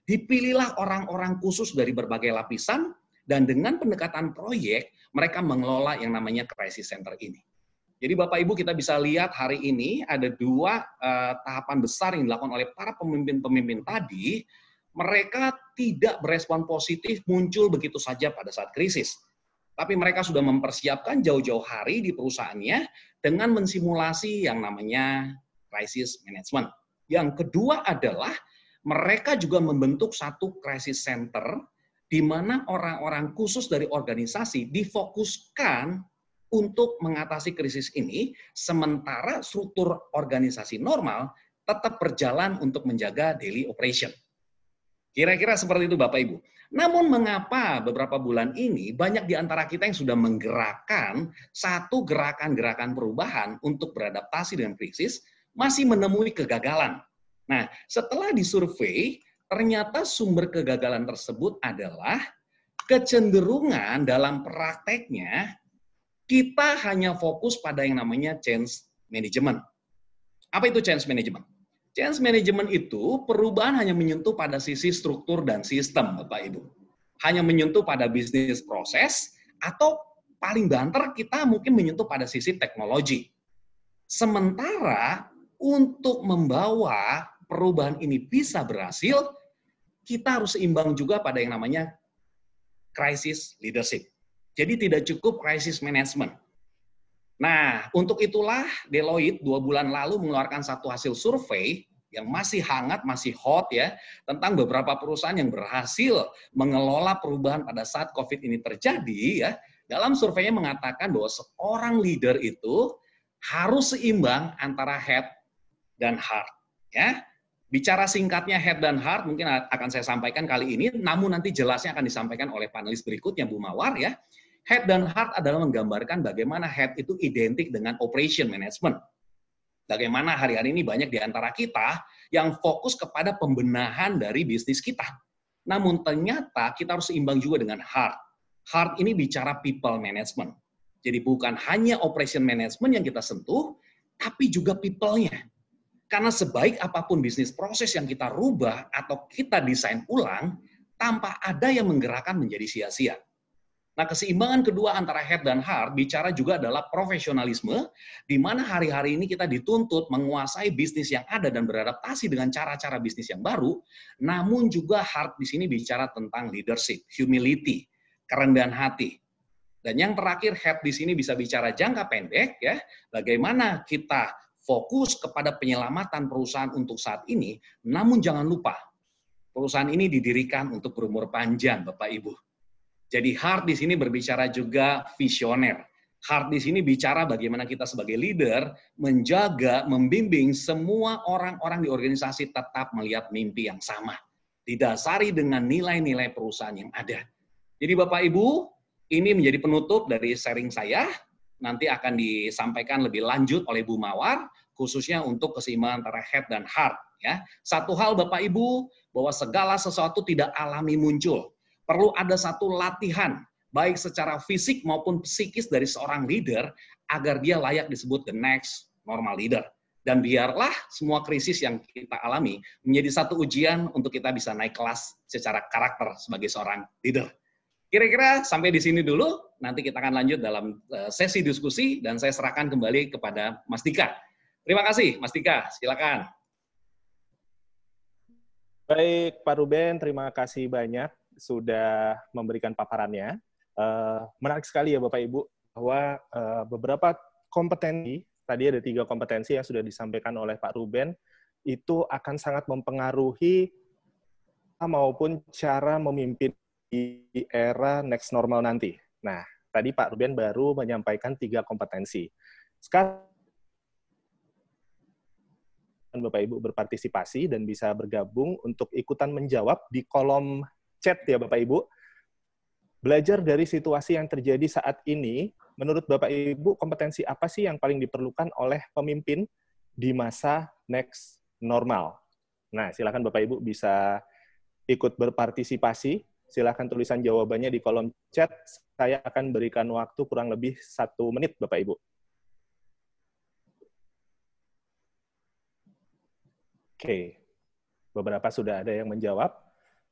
Dipilihlah orang-orang khusus dari berbagai lapisan, dan dengan pendekatan proyek, mereka mengelola yang namanya crisis center ini. Jadi Bapak Ibu kita bisa lihat hari ini ada dua tahapan besar yang dilakukan oleh para pemimpin-pemimpin tadi. Mereka tidak berespon positif muncul begitu saja pada saat krisis. Tapi mereka sudah mempersiapkan jauh-jauh hari di perusahaannya dengan mensimulasi yang namanya crisis management. Yang kedua adalah mereka juga membentuk satu crisis center di mana orang-orang khusus dari organisasi difokuskan untuk mengatasi krisis ini, sementara struktur organisasi normal tetap berjalan untuk menjaga daily operation. Kira-kira seperti itu Bapak Ibu. Namun mengapa beberapa bulan ini banyak di antara kita yang sudah menggerakkan satu gerakan-gerakan perubahan untuk beradaptasi dengan krisis, masih menemui kegagalan. Nah, setelah disurvei, ternyata sumber kegagalan tersebut adalah kecenderungan dalam prakteknya kita hanya fokus pada yang namanya change management. Apa itu change management? Change management itu perubahan hanya menyentuh pada sisi struktur dan sistem, Bapak Ibu. Hanya menyentuh pada bisnis proses, atau paling banter kita mungkin menyentuh pada sisi teknologi. Sementara untuk membawa perubahan ini bisa berhasil, kita harus seimbang juga pada yang namanya crisis leadership. Jadi tidak cukup crisis management. Nah, untuk itulah Deloitte 2 bulan lalu mengeluarkan satu hasil survei yang masih hangat, masih hot ya, tentang beberapa perusahaan yang berhasil mengelola perubahan pada saat COVID ini terjadi ya. Dalam surveinya mengatakan bahwa seorang leader itu harus seimbang antara head dan heart ya. Bicara singkatnya head dan heart mungkin akan saya sampaikan kali ini, namun nanti jelasnya akan disampaikan oleh panelis berikutnya Bu Mawar ya. Head dan heart adalah menggambarkan bagaimana head itu identik dengan operation management. Bagaimana hari-hari ini banyak di antara kita yang fokus kepada pembenahan dari bisnis kita. Namun ternyata kita harus seimbang juga dengan heart. Heart ini bicara people management. Jadi bukan hanya operation management yang kita sentuh, tapi juga people-nya. Karena sebaik apapun bisnis proses yang kita rubah atau kita desain ulang, tanpa ada yang menggerakkan menjadi sia-sia. Nah, keseimbangan kedua antara head dan heart bicara juga adalah profesionalisme, di mana hari-hari ini kita dituntut menguasai bisnis yang ada dan beradaptasi dengan cara-cara bisnis yang baru, namun juga heart di sini bicara tentang leadership, humility, kerendahan hati. Dan yang terakhir, head di sini bisa bicara jangka pendek, ya, bagaimana kita fokus kepada penyelamatan perusahaan untuk saat ini, namun jangan lupa, perusahaan ini didirikan untuk berumur panjang, Bapak Ibu. Jadi heart di sini berbicara juga visioner. Heart di sini bicara bagaimana kita sebagai leader menjaga, membimbing semua orang-orang di organisasi tetap melihat mimpi yang sama. Didasari dengan nilai-nilai perusahaan yang ada. Jadi Bapak Ibu, ini menjadi penutup dari sharing saya. Nanti akan disampaikan lebih lanjut oleh Bu Mawar, khususnya untuk keseimbangan antara head dan heart. Ya. Satu hal Bapak Ibu, bahwa segala sesuatu tidak alami muncul. Perlu ada satu latihan, baik secara fisik maupun psikis dari seorang leader, agar dia layak disebut the next normal leader. Dan biarlah semua krisis yang kita alami menjadi satu ujian untuk kita bisa naik kelas secara karakter sebagai seorang leader. Kira-kira sampai di sini dulu, nanti kita akan lanjut dalam sesi diskusi, dan saya serahkan kembali kepada Mas Dika. Terima kasih, Mas Dika, silakan. Baik, Pak Ruben, terima kasih banyak sudah memberikan paparannya. Menarik sekali ya Bapak Ibu, bahwa beberapa kompetensi, tadi ada 3 kompetensi yang sudah disampaikan oleh Pak Ruben, itu akan sangat mempengaruhi maupun cara memimpin di era next normal nanti. Nah, tadi Pak Ruben baru menyampaikan 3 kompetensi. Sekarang Bapak Ibu berpartisipasi dan bisa bergabung untuk ikutan menjawab di kolom chat ya Bapak Ibu. Belajar dari situasi yang terjadi saat ini, menurut Bapak Ibu kompetensi apa sih yang paling diperlukan oleh pemimpin di masa next normal? Nah, silakan Bapak Ibu bisa ikut berpartisipasi. Silakan tulisan jawabannya di kolom chat. Saya akan berikan waktu kurang lebih 1 menit Bapak Ibu. Oke, beberapa sudah ada yang menjawab.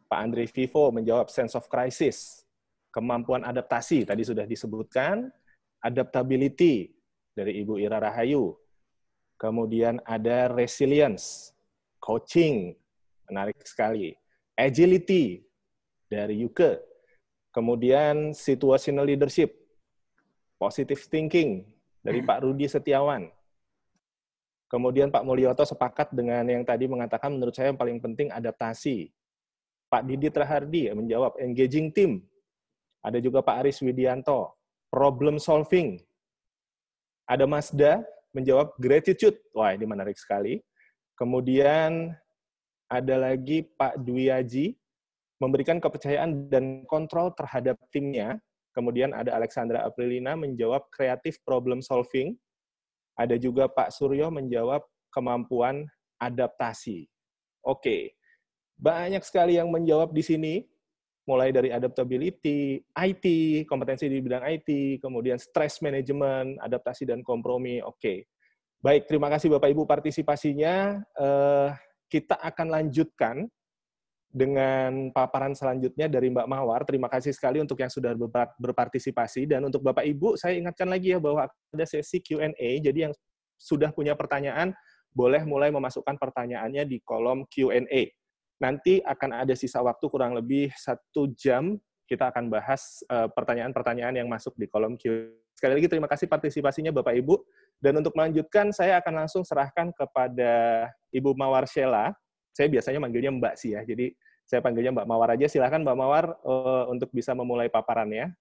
Pak Andre Vivo menjawab sense of crisis. Kemampuan adaptasi, tadi sudah disebutkan. Adaptability, dari Ibu Ira Rahayu. Kemudian ada resilience, coaching, menarik sekali. Agility, dari Yuke. Kemudian situational leadership, positive thinking, dari Pak Rudi Setiawan. Kemudian Pak Mulyoto sepakat dengan yang tadi mengatakan menurut saya yang paling penting adaptasi. Pak Didit Rahardi menjawab engaging team. Ada juga Pak Aris Widianto, problem solving. Ada Masda menjawab gratitude. Wah, ini menarik sekali. Kemudian ada lagi Pak Dwi Aji, memberikan kepercayaan dan kontrol terhadap timnya. Kemudian ada Alexandra Aprilina menjawab creative problem solving. Ada juga Pak Suryo menjawab kemampuan adaptasi. Oke, banyak sekali yang menjawab di sini. Mulai dari adaptability, IT, kompetensi di bidang IT, kemudian stress management, adaptasi dan kompromi. Oke. Baik, terima kasih Bapak Ibu partisipasinya. Kita akan lanjutkan dengan paparan selanjutnya dari Mbak Mawar. Terima kasih sekali untuk yang sudah berpartisipasi. Dan untuk Bapak Ibu, saya ingatkan lagi ya bahwa ada sesi Q&A. Jadi yang sudah punya pertanyaan, boleh mulai memasukkan pertanyaannya di kolom Q&A. Nanti akan ada sisa waktu kurang lebih 1 jam, kita akan bahas pertanyaan-pertanyaan yang masuk di kolom Q&A. Sekali lagi terima kasih partisipasinya Bapak Ibu. Dan untuk melanjutkan, saya akan langsung serahkan kepada Ibu Mawar Sheila. Saya biasanya manggilnya Mbak sih ya, jadi saya panggilnya Mbak Mawar aja. Silakan Mbak Mawar untuk bisa memulai paparannya.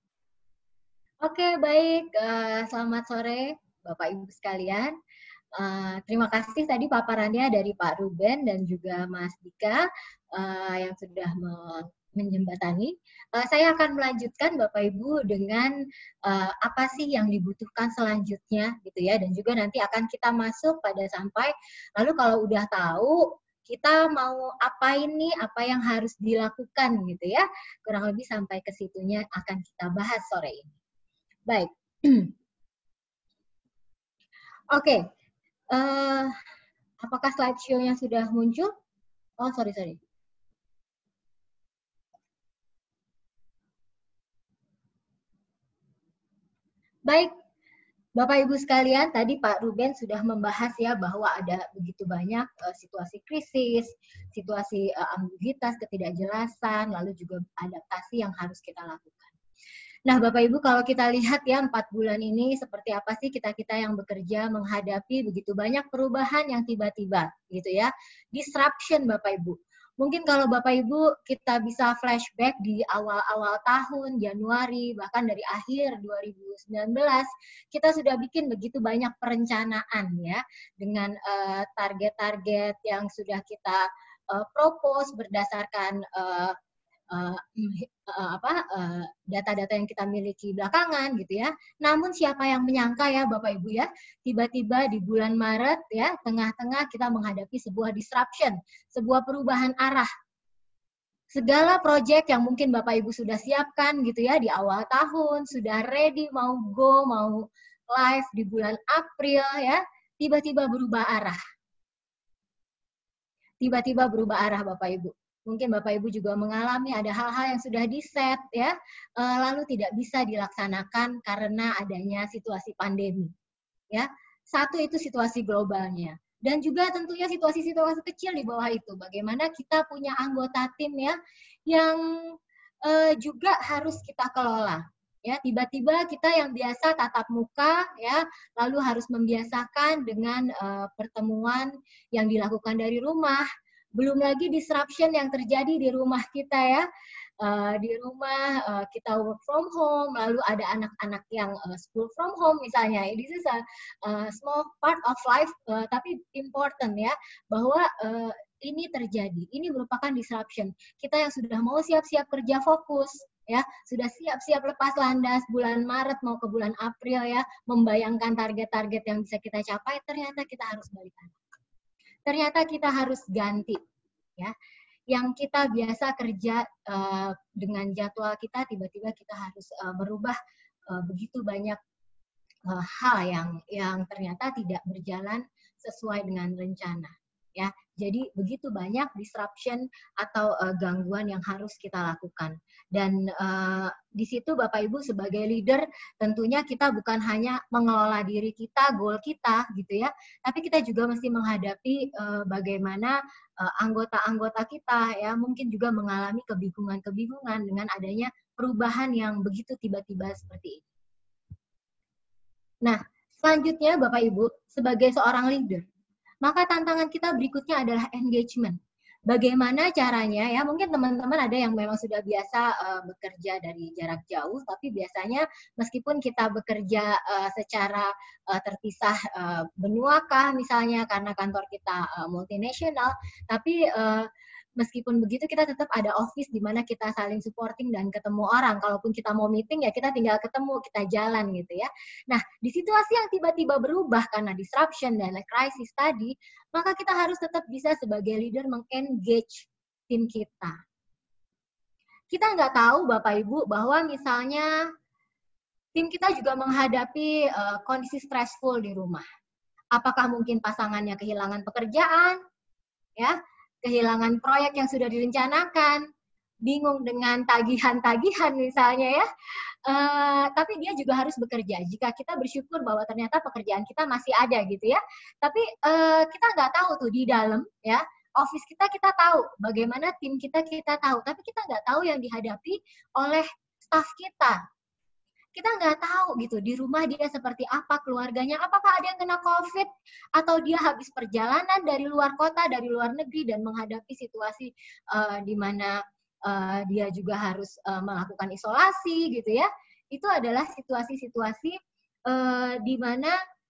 Oke, baik. Selamat sore Bapak Ibu sekalian. Terima kasih tadi paparannya dari Pak Ruben dan juga Mas Dika yang sudah menjembatani. Saya akan melanjutkan Bapak Ibu dengan apa sih yang dibutuhkan selanjutnya gitu ya, dan juga nanti akan kita masuk pada sampai lalu kalau udah tahu kita mau apa ini, apa yang harus dilakukan gitu ya, kurang lebih sampai ke situnya akan kita bahas sore ini. Baik. Oke. Apakah slideshow-nya sudah muncul? Oh, sorry. Baik, Bapak Ibu sekalian, tadi Pak Ruben sudah membahas ya bahwa ada begitu banyak situasi krisis, situasi ambiguitas, ketidakjelasan, lalu juga adaptasi yang harus kita lakukan. Nah, Bapak Ibu, kalau kita lihat ya 4 bulan ini seperti apa sih kita-kita yang bekerja menghadapi begitu banyak perubahan yang tiba-tiba gitu ya. Disruption Bapak Ibu. Mungkin kalau Bapak Ibu kita bisa flashback di awal-awal tahun, Januari, bahkan dari akhir 2019, kita sudah bikin begitu banyak perencanaan ya, dengan target-target yang sudah kita propose berdasarkan data-data yang kita miliki belakangan gitu ya. Namun siapa yang menyangka ya Bapak Ibu ya, tiba-tiba di bulan Maret ya, tengah-tengah kita menghadapi sebuah disruption, sebuah perubahan arah. Segala proyek yang mungkin Bapak Ibu sudah siapkan gitu ya di awal tahun, sudah ready mau go, mau live di bulan April ya, tiba-tiba berubah arah. Tiba-tiba berubah arah Bapak Ibu. Mungkin Bapak Ibu juga mengalami ada hal-hal yang sudah di-set ya, lalu tidak bisa dilaksanakan karena adanya situasi pandemi. Ya, satu itu situasi globalnya. Dan juga tentunya situasi-situasi kecil di bawah itu. Bagaimana kita punya anggota tim ya yang juga harus kita kelola. Ya, tiba-tiba kita yang biasa tatap muka ya, lalu harus membiasakan dengan pertemuan yang dilakukan dari rumah. Belum lagi disruption yang terjadi di rumah kita ya. Di rumah kita work from home, lalu ada anak-anak yang school from home misalnya. This is a small part of life, tapi important ya, bahwa ini terjadi. Ini merupakan disruption. Kita yang sudah mau siap-siap kerja fokus, ya sudah siap-siap lepas landas bulan Maret mau ke bulan April ya, membayangkan target-target yang bisa kita capai, ternyata kita harus balik arah. Ternyata kita harus ganti, ya. Yang kita biasa kerja dengan jadwal kita, tiba-tiba kita harus merubah begitu banyak hal yang ternyata tidak berjalan sesuai dengan rencana. Ya, Jadi begitu banyak disruption atau gangguan yang harus kita lakukan. Dan di situ Bapak Ibu sebagai leader tentunya kita bukan hanya mengelola diri kita, goal kita gitu ya, tapi kita juga mesti menghadapi bagaimana anggota-anggota kita ya mungkin juga mengalami kebingungan-kebingungan dengan adanya perubahan yang begitu tiba-tiba seperti ini. Nah, selanjutnya Bapak Ibu sebagai seorang leader, maka tantangan kita berikutnya adalah engagement. Bagaimana caranya ya, mungkin teman-teman ada yang memang sudah biasa bekerja dari jarak jauh, tapi biasanya meskipun kita bekerja secara terpisah benua kah misalnya karena kantor kita multinasional, tapi meskipun begitu kita tetap ada office di mana kita saling supporting dan ketemu orang. Kalaupun kita mau meeting ya kita tinggal ketemu, kita jalan gitu ya. Nah, di situasi yang tiba-tiba berubah karena disruption dan crisis tadi, maka kita harus tetap bisa sebagai leader meng-engage tim kita. Kita nggak tahu Bapak Ibu bahwa misalnya tim kita juga menghadapi kondisi stressful di rumah. Apakah mungkin pasangannya kehilangan pekerjaan, ya, kehilangan proyek yang sudah direncanakan, bingung dengan tagihan-tagihan misalnya ya, tapi dia juga harus bekerja. Jika kita bersyukur bahwa ternyata pekerjaan kita masih ada gitu ya, tapi kita nggak tahu tuh di dalam ya, office kita tahu, bagaimana tim kita tahu, tapi kita nggak tahu yang dihadapi oleh staff kita. Kita nggak tahu gitu, di rumah dia seperti apa, keluarganya, apakah ada yang kena COVID, atau dia habis perjalanan dari luar kota, dari luar negeri, dan menghadapi situasi di mana dia juga harus melakukan isolasi gitu ya. Itu adalah situasi-situasi di mana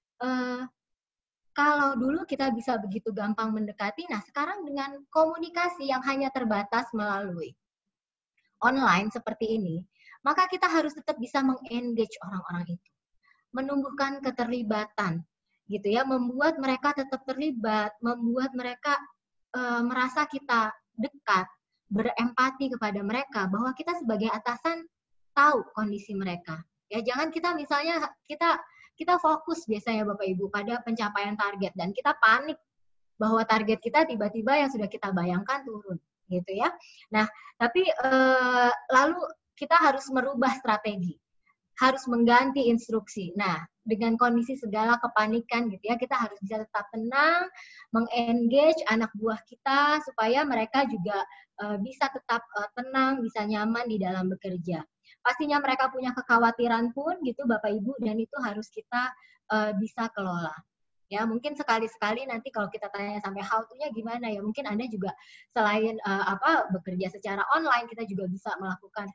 kalau dulu kita bisa begitu gampang mendekati, nah sekarang dengan komunikasi yang hanya terbatas melalui online seperti ini, maka kita harus tetap bisa meng-engage orang-orang itu. Menumbuhkan keterlibatan, gitu ya, membuat mereka tetap terlibat, membuat mereka merasa kita dekat, berempati kepada mereka, bahwa kita sebagai atasan tahu kondisi mereka. Ya, jangan kita misalnya, kita fokus biasanya Bapak Ibu pada pencapaian target, dan kita panik bahwa target kita tiba-tiba yang sudah kita bayangkan turun, gitu ya. Nah, tapi lalu kita harus merubah strategi, harus mengganti instruksi. Nah, dengan kondisi segala kepanikan gitu ya, kita harus bisa tetap tenang, meng-engage anak buah kita supaya mereka juga bisa tetap tenang, bisa nyaman di dalam bekerja. Pastinya mereka punya kekhawatiran pun gitu Bapak Ibu, dan itu harus kita bisa kelola. Ya, mungkin sekali-sekali nanti kalau kita tanya sampai how to-nya gimana ya, mungkin Anda juga selain bekerja secara online, kita juga bisa melakukan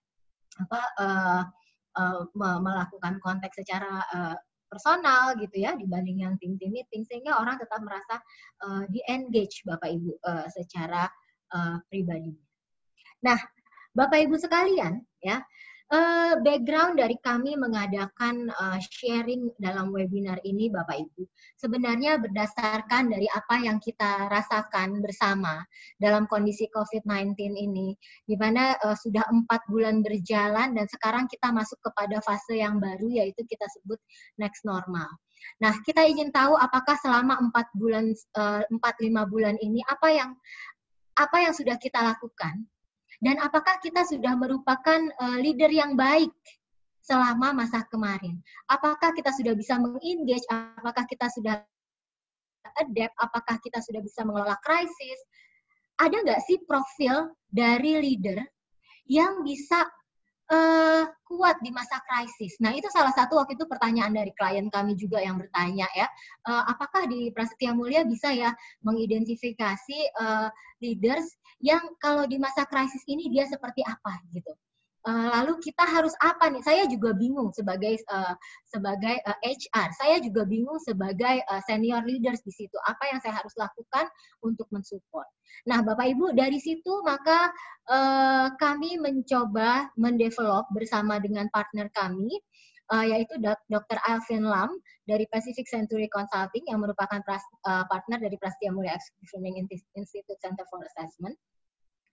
melakukan kontak secara personal gitu ya, dibanding yang tim-tim meeting, sehingga orang tetap merasa di-engage Bapak Ibu secara pribadi. Nah, Bapak Ibu sekalian ya, background dari kami mengadakan sharing dalam webinar ini Bapak Ibu, sebenarnya berdasarkan dari apa yang kita rasakan bersama dalam kondisi COVID-19 ini, di mana sudah 4 bulan berjalan dan sekarang kita masuk kepada fase yang baru, yaitu kita sebut next normal. Nah, kita ingin tahu apakah selama 4-5 bulan ini apa yang sudah kita lakukan, dan apakah kita sudah merupakan leader yang baik selama masa kemarin? Apakah kita sudah bisa meng-engage? Apakah kita sudah adapt? Apakah kita sudah bisa mengelola krisis? Ada nggak sih profil dari leader yang bisa kuat di masa krisis? Nah, itu salah satu waktu itu pertanyaan dari klien kami juga yang bertanya ya, apakah di Prasetya Mulia bisa ya mengidentifikasi leaders yang kalau di masa krisis ini dia seperti apa gitu. Lalu kita harus apa nih? Saya juga bingung sebagai HR. Saya juga bingung sebagai senior leaders di situ. Apa yang saya harus lakukan untuk mensupport? Nah, Bapak Ibu, dari situ maka kami mencoba mendevelop bersama dengan partner kami, yaitu Dr. Alvin Lam dari Pacific Century Consulting yang merupakan partner dari Prasetya Mulia Executive Learning Institute Center for Assessment.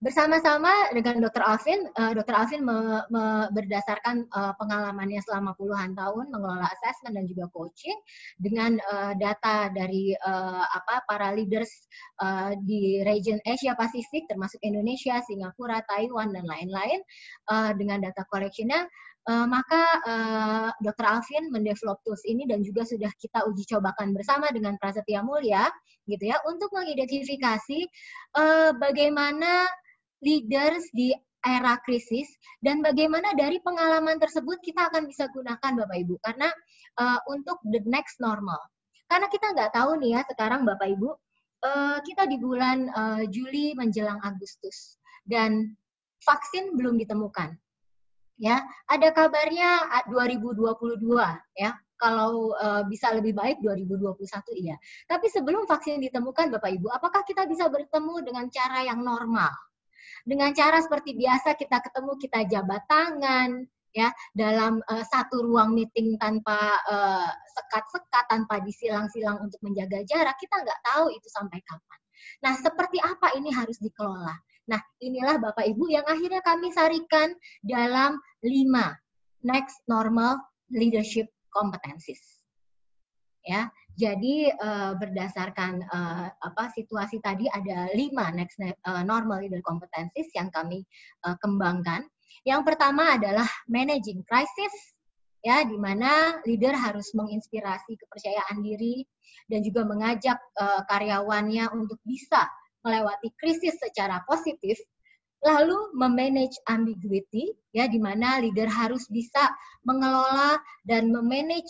Bersama-sama dengan Dr. Alvin berdasarkan pengalamannya selama puluhan tahun mengelola assessment dan juga coaching dengan data dari para leaders di region Asia Pasifik termasuk Indonesia, Singapura, Taiwan dan lain-lain dengan data collection-nya. Maka Dr. Alvin mendevelop tools ini dan juga sudah kita uji cobakan bersama dengan Prasetya Mulia, gitu ya, untuk mengidentifikasi bagaimana leaders di era krisis dan bagaimana dari pengalaman tersebut kita akan bisa gunakan Bapak Ibu karena untuk the next normal. Karena kita nggak tahu nih ya sekarang Bapak Ibu, kita di bulan Juli menjelang Agustus dan vaksin belum ditemukan. Ya, ada kabarnya 2022 ya. Kalau bisa lebih baik 2021 iya. Tapi sebelum vaksin ditemukan Bapak Ibu, apakah kita bisa bertemu dengan cara yang normal? Dengan cara seperti biasa kita ketemu, kita jabat tangan, ya dalam satu ruang meeting tanpa sekat-sekat, tanpa disilang-silang untuk menjaga jarak, kita nggak tahu itu sampai kapan. Nah, seperti apa ini harus dikelola? Nah, inilah Bapak Ibu yang akhirnya kami sarikan dalam 5 Next Normal Leadership Competencies. Ya, jadi berdasarkan situasi tadi ada 5 next normal leader competencies yang kami kembangkan. Yang pertama adalah managing crisis, ya, di mana leader harus menginspirasi kepercayaan diri dan juga mengajak karyawannya untuk bisa melewati krisis secara positif. Lalu memanage ambiguity, ya, di mana leader harus bisa mengelola dan memanage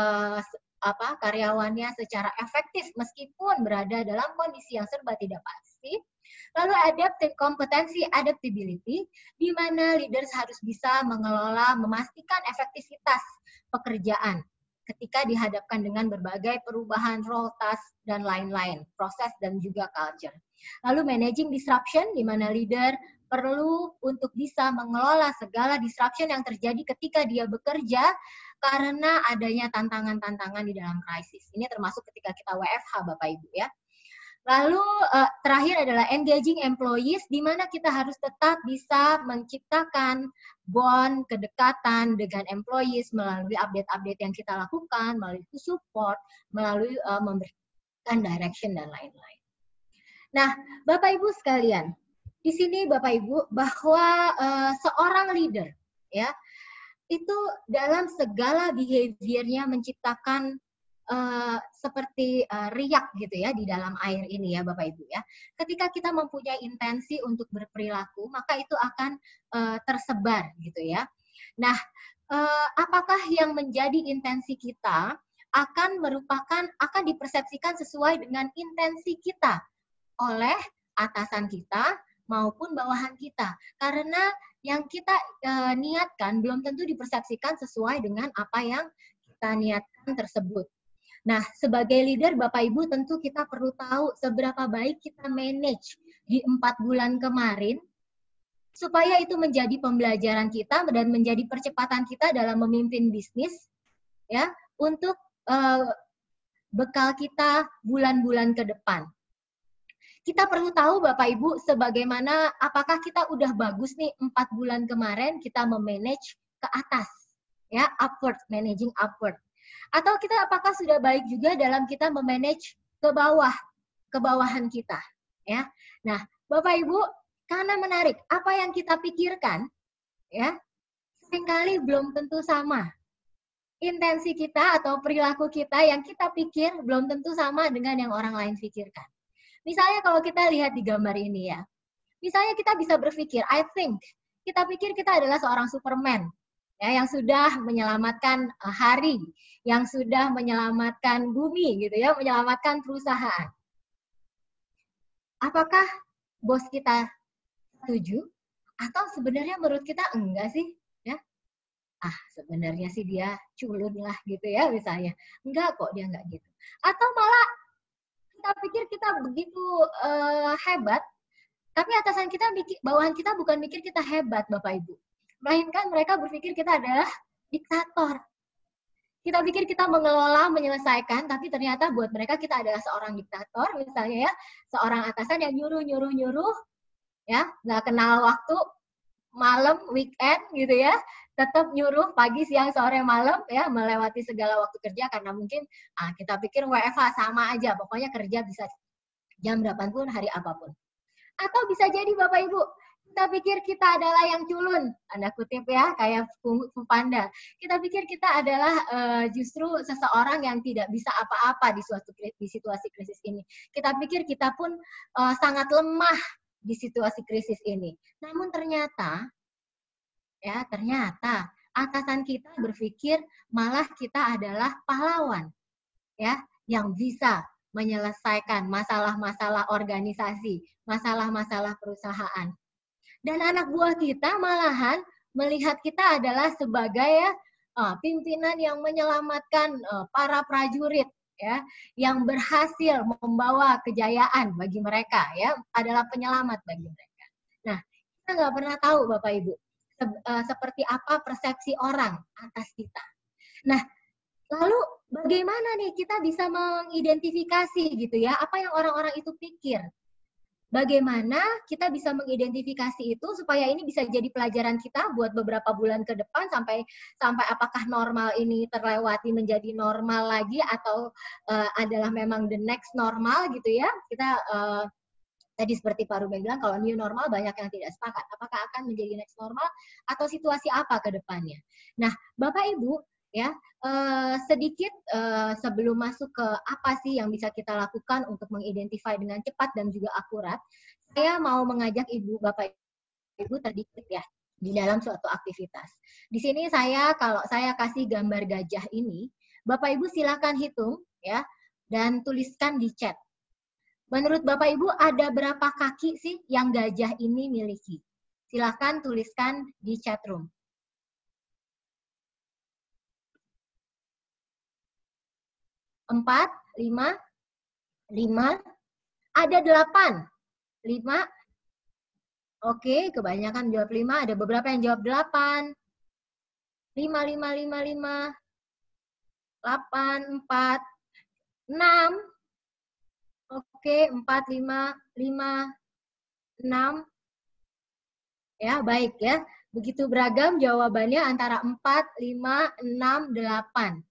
karyawannya secara efektif meskipun berada dalam kondisi yang serba tidak pasti. Lalu kompetensi adaptability, di mana leaders harus bisa mengelola, memastikan efektivitas pekerjaan ketika dihadapkan dengan berbagai perubahan role, task, dan lain-lain, proses dan juga culture. Lalu managing disruption, di mana leader perlu untuk bisa mengelola segala disruption yang terjadi ketika dia bekerja karena adanya tantangan-tantangan di dalam krisis. Ini termasuk ketika kita WFH, Bapak Ibu, ya. Lalu terakhir adalah engaging employees, di mana kita harus tetap bisa menciptakan bond, kedekatan dengan employees melalui update-update yang kita lakukan, melalui support, melalui memberikan direction dan lain-lain. Nah, Bapak Ibu sekalian, di sini Bapak Ibu bahwa seorang leader, ya, itu dalam segala behavior-nya menciptakan seperti riak gitu ya di dalam air ini ya Bapak Ibu ya. Ketika kita mempunyai intensi untuk berperilaku, maka itu akan tersebar gitu ya. Nah, apakah yang menjadi intensi kita akan dipersepsikan sesuai dengan intensi kita oleh atasan kita maupun bawahan kita. Karena yang kita niatkan belum tentu dipersepsikan sesuai dengan apa yang kita niatkan tersebut. Nah, sebagai leader Bapak Ibu tentu kita perlu tahu seberapa baik kita manage di 4 bulan kemarin supaya itu menjadi pembelajaran kita dan menjadi percepatan kita dalam memimpin bisnis ya untuk bekal kita bulan-bulan ke depan. Kita perlu tahu Bapak Ibu sebagaimana apakah kita udah bagus nih 4 bulan kemarin kita memanage ke atas ya, upward, managing upward. Atau kita apakah sudah baik juga dalam kita memanage ke bawah, ke bawahan kita ya. Nah, Bapak Ibu, karena menarik, apa yang kita pikirkan ya seringkali belum tentu sama. Intensi kita atau perilaku kita yang kita pikir belum tentu sama dengan yang orang lain pikirkan. Misalnya kalau kita lihat di gambar ini ya, misalnya kita bisa berpikir, I think, kita pikir kita adalah seorang Superman, ya, yang sudah menyelamatkan hari, yang sudah menyelamatkan bumi, gitu ya, menyelamatkan perusahaan. Apakah bos kita setuju? Atau sebenarnya menurut kita enggak sih? Ya, sebenarnya sih dia culun lah gitu ya misalnya. Enggak kok, dia enggak gitu. Atau malah kita pikir kita begitu hebat, tapi atasan kita, bawahan kita bukan mikir kita hebat, Bapak Ibu. Melainkan mereka berpikir kita adalah diktator. Kita pikir kita mengelola, menyelesaikan, tapi ternyata buat mereka kita adalah seorang diktator, misalnya ya, seorang atasan yang nyuruh, ya, nggak kenal waktu, malam, weekend gitu ya, tetap nyuruh pagi, siang, sore, malam ya, melewati segala waktu kerja karena mungkin kita pikir WFH sama aja, pokoknya kerja bisa jam berapapun, hari apapun. Atau bisa jadi Bapak Ibu, kita pikir kita adalah yang culun, tanda kutip ya, kayak Panda. Kita pikir kita adalah justru seseorang yang tidak bisa apa-apa di situasi krisis ini. Kita pikir kita pun sangat lemah di situasi krisis ini. Namun ternyata atasan kita berpikir malah kita adalah pahlawan, ya, yang bisa menyelesaikan masalah-masalah organisasi, masalah-masalah perusahaan. Dan anak buah kita malahan melihat kita adalah sebagai pimpinan yang menyelamatkan para prajurit, ya, yang berhasil membawa kejayaan bagi mereka, ya, adalah penyelamat bagi mereka. Nah, kita nggak pernah tahu Bapak Ibu seperti apa persepsi orang atas kita. Nah, lalu bagaimana nih kita bisa mengidentifikasi gitu ya, apa yang orang-orang itu pikir? Bagaimana kita bisa mengidentifikasi itu supaya ini bisa jadi pelajaran kita buat beberapa bulan ke depan sampai apakah normal ini terlewati menjadi normal lagi atau adalah memang the next normal gitu ya. Kita tadi seperti Pak Ruben bilang kalau new normal banyak yang tidak sepakat. Apakah akan menjadi next normal atau situasi apa ke depannya? Nah, Bapak Ibu ya, sedikit sebelum masuk ke apa sih yang bisa kita lakukan untuk mengidentify dengan cepat dan juga akurat, saya mau mengajak Bapak Ibu terdidik ya di dalam suatu aktivitas. Di sini kalau saya kasih gambar gajah ini, Bapak Ibu silakan hitung ya dan tuliskan di chat. Menurut Bapak Ibu ada berapa kaki sih yang gajah ini miliki? Silakan tuliskan di chat room. 4, 5, 5, ada 8. 5, oke, kebanyakan jawab 5, ada beberapa yang jawab 8. 5, 5, 5, 5, 8, 4, 6. Oke, 4, 5, 5, 6. Ya, baik ya. Begitu beragam jawabannya antara 4, 5, 6, 8.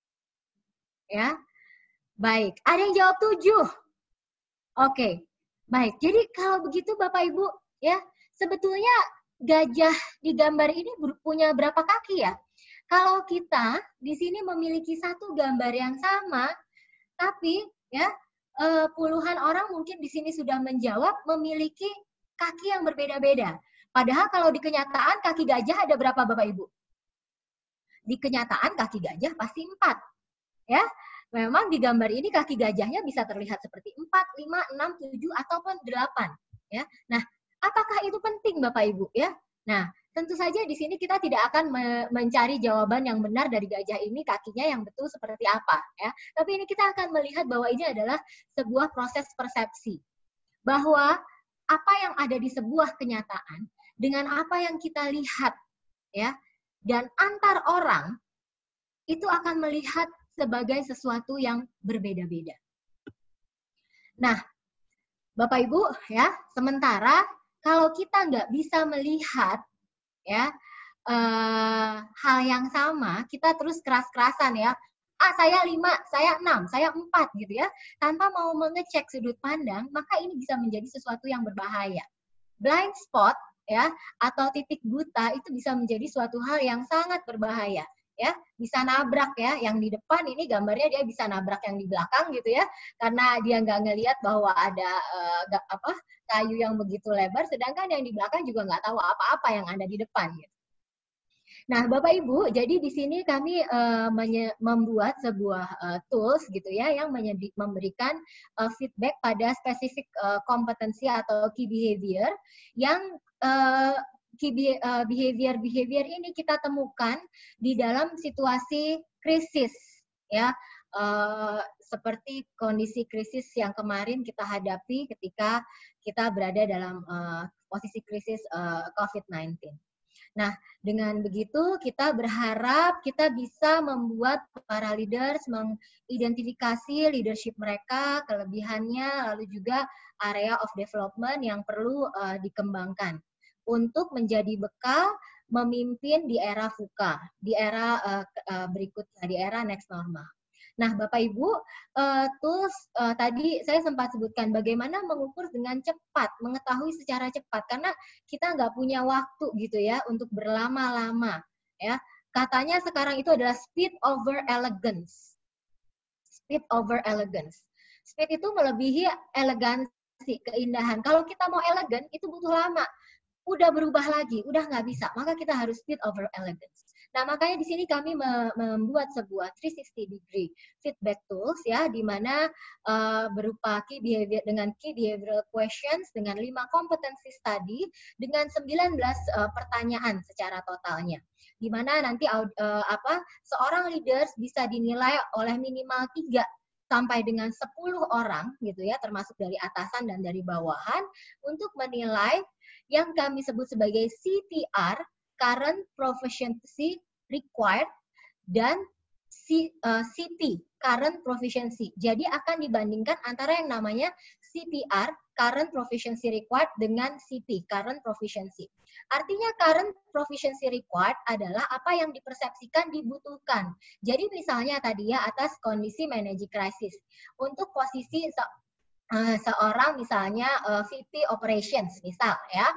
Ya, baik. Ada yang jawab 7. Oke, baik. Jadi kalau begitu Bapak Ibu, ya, sebetulnya gajah di gambar ini punya berapa kaki ya? Kalau kita di sini memiliki satu gambar yang sama, tapi ya puluhan orang mungkin di sini sudah menjawab memiliki kaki yang berbeda-beda. Padahal kalau di kenyataan kaki gajah ada berapa Bapak Ibu? Di kenyataan kaki gajah pasti 4. Ya, memang di gambar ini kaki gajahnya bisa terlihat seperti 4, 5, 6, 7, ataupun 8. Ya. Nah, apakah itu penting Bapak Ibu? Ya. Nah, tentu saja di sini kita tidak akan mencari jawaban yang benar dari gajah ini kakinya yang betul seperti apa. Ya. Tapi ini kita akan melihat bahwa ini adalah sebuah proses persepsi. Bahwa apa yang ada di sebuah kenyataan dengan apa yang kita lihat, ya, dan antar orang itu akan melihat sebagai sesuatu yang berbeda-beda. Nah, Bapak Ibu, ya, sementara kalau kita nggak bisa melihat, ya, hal yang sama, kita terus keras-kerasan ya, saya 5, saya 6, saya 4 gitu ya, tanpa mau mengecek sudut pandang, maka ini bisa menjadi sesuatu yang berbahaya. Blind spot, ya, atau titik buta itu bisa menjadi suatu hal yang sangat berbahaya. Ya, bisa nabrak ya, yang di depan ini gambarnya dia bisa nabrak yang di belakang gitu ya, karena dia nggak ngelihat bahwa ada kayu yang begitu lebar, sedangkan yang di belakang juga nggak tahu apa-apa yang ada di depan. Gitu. Nah, Bapak Ibu, jadi di sini kami membuat sebuah tools gitu ya, yang memberikan feedback pada spesifik kompetensi atau key behavior yang behavior ini kita temukan di dalam situasi krisis ya, seperti kondisi krisis yang kemarin kita hadapi ketika kita berada dalam posisi krisis COVID-19. Nah, dengan begitu kita berharap kita bisa membuat para leaders mengidentifikasi leadership mereka, kelebihannya, lalu juga area of development yang perlu dikembangkan untuk menjadi bekal memimpin di era VUCA, di era berikutnya, di era next normal. Nah, Bapak Ibu, tools tadi saya sempat sebutkan bagaimana mengukur dengan cepat, mengetahui secara cepat, karena kita nggak punya waktu gitu ya untuk berlama-lama. Ya, katanya sekarang itu adalah speed over elegance. Speed over elegance. Speed itu melebihi elegansi, keindahan. Kalau kita mau elegan itu butuh lama. Udah berubah lagi, udah nggak bisa. Maka kita harus speed over elegance. Nah, makanya di sini kami membuat sebuah 360 degree feedback tools ya, di mana berupa key behavior dengan key behavioral questions dengan 5 competency study dengan 19 pertanyaan secara totalnya. Di mana nanti seorang leaders bisa dinilai oleh minimal 3 sampai dengan 10 orang gitu ya, termasuk dari atasan dan dari bawahan untuk menilai yang kami sebut sebagai CPR, current proficiency required, dan CP, current proficiency. Jadi akan dibandingkan antara yang namanya CPR, current proficiency required, dengan CP, current proficiency. Artinya current proficiency required adalah apa yang dipersepsikan dibutuhkan. Jadi misalnya tadi ya, atas kondisi managing crisis, untuk posisi seorang misalnya VP operations misal ya,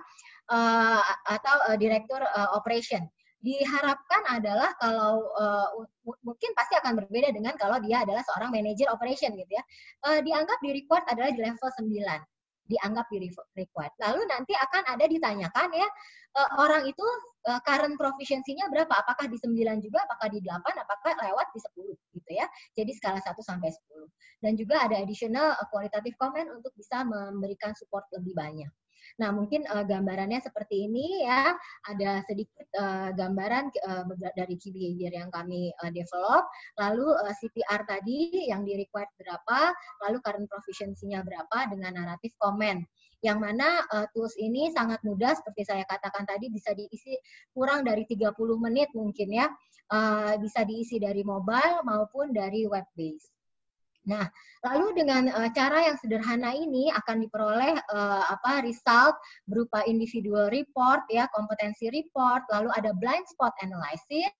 atau direktur operation, diharapkan adalah kalau mungkin pasti akan berbeda dengan kalau dia adalah seorang manager operation gitu ya, dianggap di required adalah di level 9, dianggap di required. Lalu nanti akan ada ditanyakan ya, orang itu current proficiency-nya berapa? Apakah di 9 juga, apakah di 8, apakah lewat di 10 gitu ya. Jadi skala 1 sampai 10. Dan juga ada additional qualitative comment untuk bisa memberikan support lebih banyak. Nah, mungkin gambarannya seperti ini ya, ada sedikit gambaran dari key behavior yang kami develop, lalu CPR tadi yang di required berapa, lalu current proficiency-nya berapa dengan naratif komen. Yang mana tools ini sangat mudah, seperti saya katakan tadi, bisa diisi kurang dari 30 menit mungkin ya, bisa diisi dari mobile maupun dari web based. Nah, lalu dengan cara yang sederhana ini akan diperoleh result berupa individual report ya, kompetensi report, lalu ada blind spot analysis,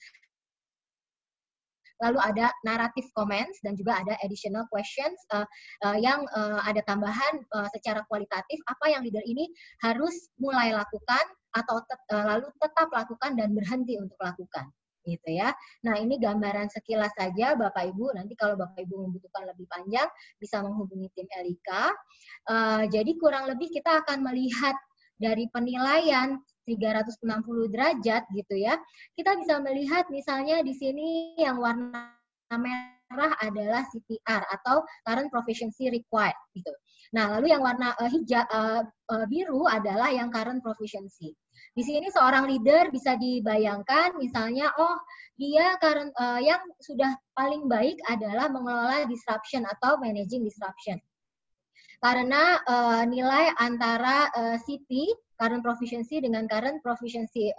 lalu ada narrative comments, dan juga ada additional questions yang ada tambahan secara kualitatif apa yang leader ini harus mulai lakukan atau lalu tetap lakukan dan berhenti untuk lakukan. Gitu ya. Nah, ini gambaran sekilas saja Bapak Ibu. Nanti kalau Bapak Ibu membutuhkan lebih panjang bisa menghubungi tim Elika. Jadi kurang lebih kita akan melihat dari penilaian 360 derajat gitu ya. Kita bisa melihat misalnya di sini yang warna merah adalah CPR atau current proficiency required gitu. Nah, lalu yang warna biru adalah yang current proficiency. Di sini seorang leader bisa dibayangkan misalnya, oh dia yang sudah paling baik adalah mengelola disruption atau managing disruption. Karena nilai antara CP, current proficiency, dengan current proficiency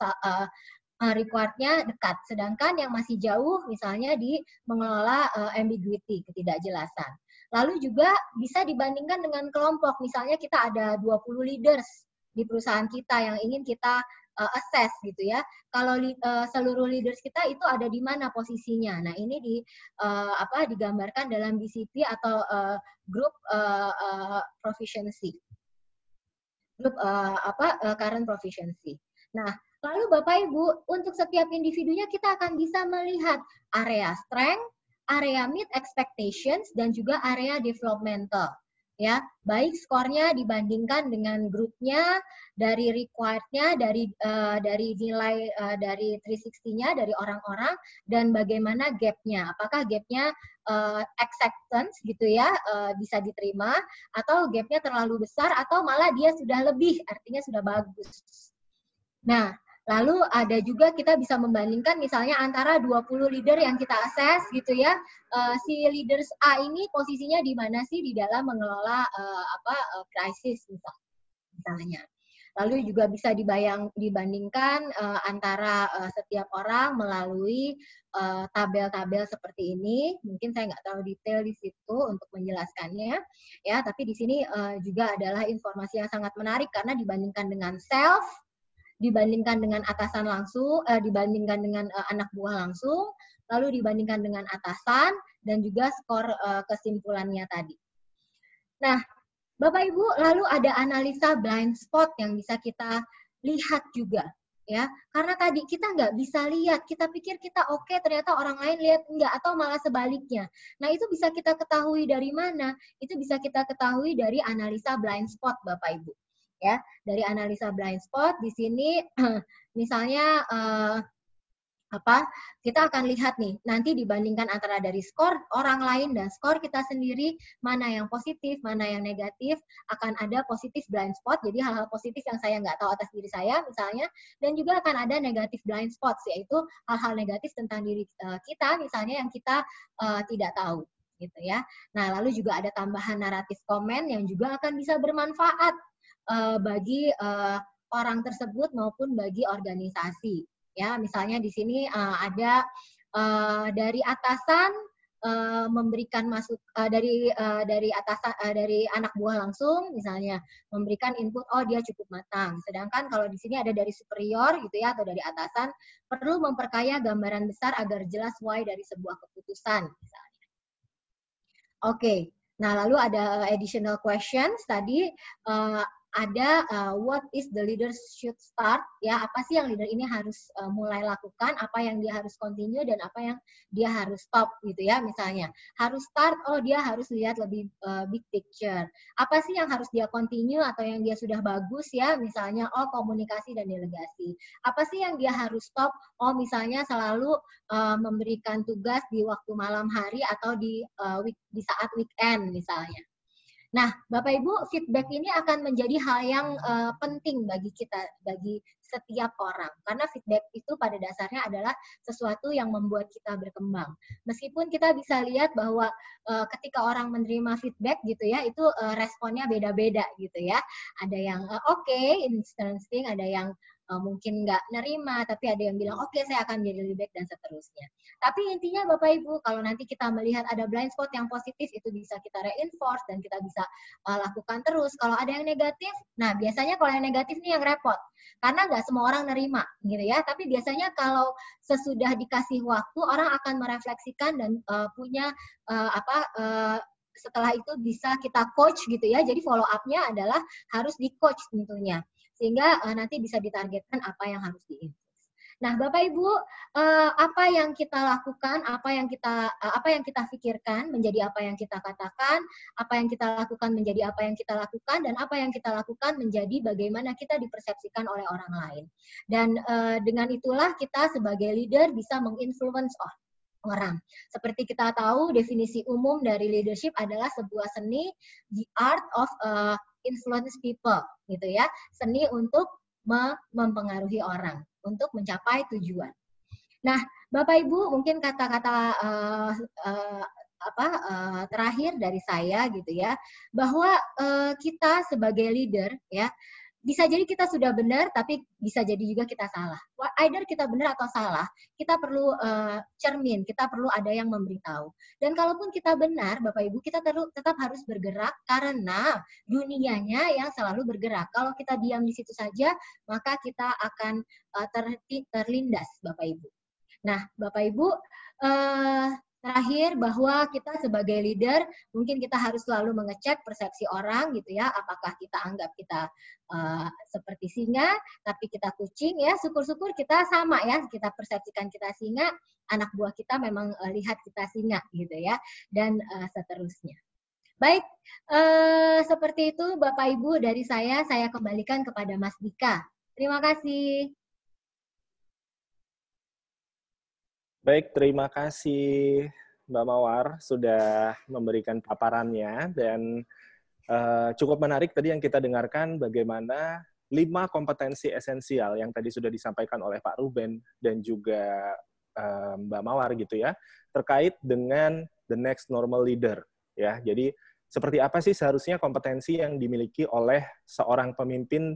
required-nya dekat. Sedangkan yang masih jauh misalnya di mengelola ambiguity, ketidakjelasan. Lalu juga bisa dibandingkan dengan kelompok. Misalnya kita ada 20 leaders di perusahaan kita yang ingin kita assess gitu ya. Kalau seluruh leaders kita itu ada di mana posisinya. Nah, ini digambarkan dalam BCP atau group proficiency. Group current proficiency. Nah, lalu Bapak Ibu, untuk setiap individunya kita akan bisa melihat area strength, area meet expectations, dan juga area developmental. Ya, baik skornya dibandingkan dengan grupnya, dari required-nya, dari nilai dari 360-nya, dari orang-orang, dan bagaimana gap-nya. Apakah gap-nya acceptance gitu ya, bisa diterima, atau gap-nya terlalu besar, atau malah dia sudah lebih, artinya sudah bagus. Nah, lalu ada juga kita bisa membandingkan misalnya antara 20 leader yang kita assess gitu ya, si leaders A ini posisinya di mana sih di dalam mengelola krisis misalnya. Lalu juga bisa dibandingkan antara setiap orang melalui tabel-tabel seperti ini. Mungkin saya nggak terlalu detail di situ untuk menjelaskannya, ya. Tapi di sini juga adalah informasi yang sangat menarik karena dibandingkan dengan self, dibandingkan dengan atasan langsung, dibandingkan dengan anak buah langsung, lalu dibandingkan dengan atasan, dan juga skor kesimpulannya tadi. Nah, Bapak Ibu, lalu ada analisa blind spot yang bisa kita lihat juga, ya. Karena tadi kita nggak bisa lihat, kita pikir kita oke, ternyata orang lain lihat enggak, atau malah sebaliknya. Nah, itu bisa kita ketahui dari mana? Itu bisa kita ketahui dari analisa blind spot, Bapak Ibu. Ya, dari analisa blind spot di sini misalnya kita akan lihat nih nanti dibandingkan antara dari skor orang lain dan skor kita sendiri, mana yang positif, mana yang negatif, akan ada positif blind spot, jadi hal-hal positif yang saya nggak tahu atas diri saya misalnya, dan juga akan ada negatif blind spots, yaitu hal-hal negatif tentang diri kita misalnya yang kita tidak tahu gitu ya. Nah, lalu juga ada tambahan naratif komen yang juga akan bisa bermanfaat bagi orang tersebut maupun bagi organisasi. Ya, misalnya di sini ada dari atasan memberikan dari atasan dari anak buah langsung, misalnya memberikan input, oh dia cukup matang. Sedangkan kalau di sini ada dari superior gitu ya, atau dari atasan, perlu memperkaya gambaran besar agar jelas why dari sebuah keputusan misalnya. Oke. Nah, lalu ada additional questions tadi. Ada what is the leader should start, ya, apa sih yang leader ini harus mulai lakukan, apa yang dia harus continue dan apa yang dia harus stop gitu ya. Misalnya harus start, oh dia harus lihat lebih big picture. Apa sih yang harus dia continue atau yang dia sudah bagus ya, misalnya oh komunikasi dan delegasi. Apa sih yang dia harus stop, oh misalnya selalu memberikan tugas di waktu malam hari atau di saat weekend misalnya. Nah, Bapak Ibu, feedback ini akan menjadi hal yang penting bagi kita, bagi setiap orang. Karena feedback itu pada dasarnya adalah sesuatu yang membuat kita berkembang. Meskipun kita bisa lihat bahwa ketika orang menerima feedback gitu ya, itu responnya beda-beda gitu ya. Ada yang oke, instant, ada yang mungkin nggak nerima, tapi ada yang bilang, oke, saya akan jadi lebih baik, dan seterusnya. Tapi intinya Bapak Ibu, kalau nanti kita melihat ada blind spot yang positif, itu bisa kita reinforce dan kita bisa lakukan terus. Kalau ada yang negatif, nah biasanya kalau yang negatif nih yang repot. Karena nggak semua orang nerima, gitu ya. Tapi biasanya kalau sesudah dikasih waktu, orang akan merefleksikan dan punya setelah itu bisa kita coach gitu ya. Jadi follow up-nya adalah harus di-coach tentunya. Sehingga nanti bisa ditargetkan apa yang harus di-influence. Nah, Bapak Ibu, apa yang kita lakukan, apa yang kita pikirkan menjadi apa yang kita katakan, apa yang kita lakukan menjadi apa yang kita lakukan, dan apa yang kita lakukan menjadi bagaimana kita dipersepsikan oleh orang lain. Dan dengan itulah kita sebagai leader bisa menginfluence orang. Seperti kita tahu, definisi umum dari leadership adalah sebuah seni, the art of influence people, gitu ya. Seni untuk mempengaruhi orang untuk mencapai tujuan. Nah, Bapak Ibu, mungkin kata-kata terakhir dari saya gitu ya, bahwa kita sebagai leader ya, bisa jadi kita sudah benar, tapi bisa jadi juga kita salah. Either kita benar atau salah, kita perlu cermin, kita perlu ada yang memberitahu. Dan kalaupun kita benar, Bapak Ibu, kita tetap harus bergerak karena dunianya yang selalu bergerak. Kalau kita diam di situ saja, maka kita akan terlindas, Bapak Ibu. Nah, Bapak Ibu, terakhir bahwa kita sebagai leader mungkin kita harus selalu mengecek persepsi orang gitu ya, apakah kita anggap kita seperti singa tapi kita kucing ya, syukur-syukur kita sama ya, kita persepsikan kita singa, anak buah kita memang lihat kita singa gitu ya, dan seterusnya. Baik, seperti itu Bapak Ibu dari saya kembalikan kepada Mas Dika. Terima kasih. Baik, terima kasih Mbak Mawar sudah memberikan paparannya, dan cukup menarik tadi yang kita dengarkan bagaimana 5 kompetensi esensial yang tadi sudah disampaikan oleh Pak Ruben dan juga Mbak Mawar gitu ya, terkait dengan the next normal leader ya. Jadi seperti apa sih seharusnya kompetensi yang dimiliki oleh seorang pemimpin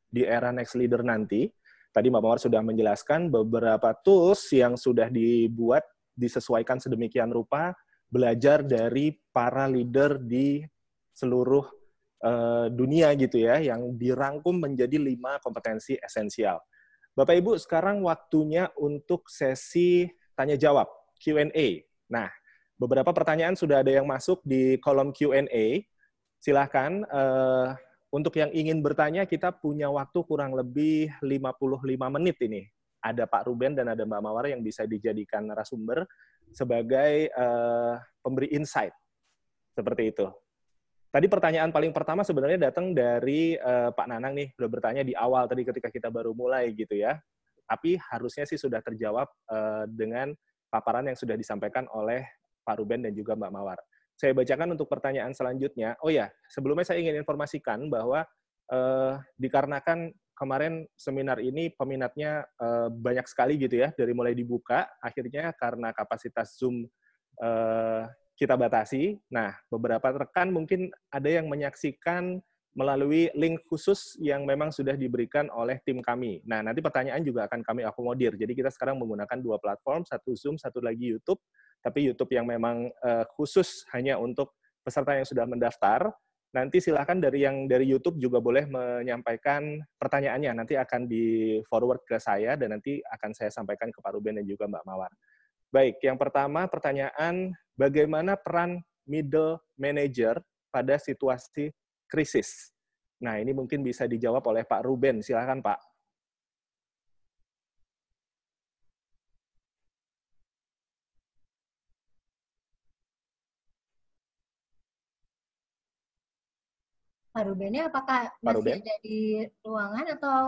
di era next leader nanti. Tadi Mbak Mawar sudah menjelaskan beberapa tools yang sudah dibuat, disesuaikan sedemikian rupa, belajar dari para leader di seluruh dunia gitu ya, yang dirangkum menjadi 5 kompetensi esensial. Bapak Ibu, sekarang waktunya untuk sesi tanya-jawab, Q&A. Nah, beberapa pertanyaan sudah ada yang masuk di kolom Q&A. Silahkan, untuk yang ingin bertanya, kita punya waktu kurang lebih 55 menit ini. Ada Pak Ruben dan ada Mbak Mawar yang bisa dijadikan narasumber sebagai pemberi insight. Seperti itu. Tadi pertanyaan paling pertama sebenarnya datang dari Pak Nanang nih, udah bertanya di awal tadi ketika kita baru mulai gitu ya. Tapi harusnya sih sudah terjawab dengan paparan yang sudah disampaikan oleh Pak Ruben dan juga Mbak Mawar. Saya bacakan untuk pertanyaan selanjutnya. Oh ya, sebelumnya saya ingin informasikan bahwa dikarenakan kemarin seminar ini peminatnya banyak sekali gitu ya, dari mulai dibuka, akhirnya karena kapasitas Zoom kita batasi. Nah, beberapa rekan mungkin ada yang menyaksikan melalui link khusus yang memang sudah diberikan oleh tim kami. Nah, nanti pertanyaan juga akan kami akomodir. Jadi kita sekarang menggunakan 2 platform, satu Zoom, satu lagi YouTube. Tapi YouTube yang memang khusus hanya untuk peserta yang sudah mendaftar. Nanti silakan dari YouTube juga boleh menyampaikan pertanyaannya. Nanti akan di-forward ke saya dan nanti akan saya sampaikan ke Pak Ruben dan juga Mbak Mawar. Baik, yang pertama pertanyaan, bagaimana peran middle manager pada situasi krisis? Nah, ini mungkin bisa dijawab oleh Pak Ruben. Silakan, Pak. Pak Rubennya apakah masih ada di ruangan atau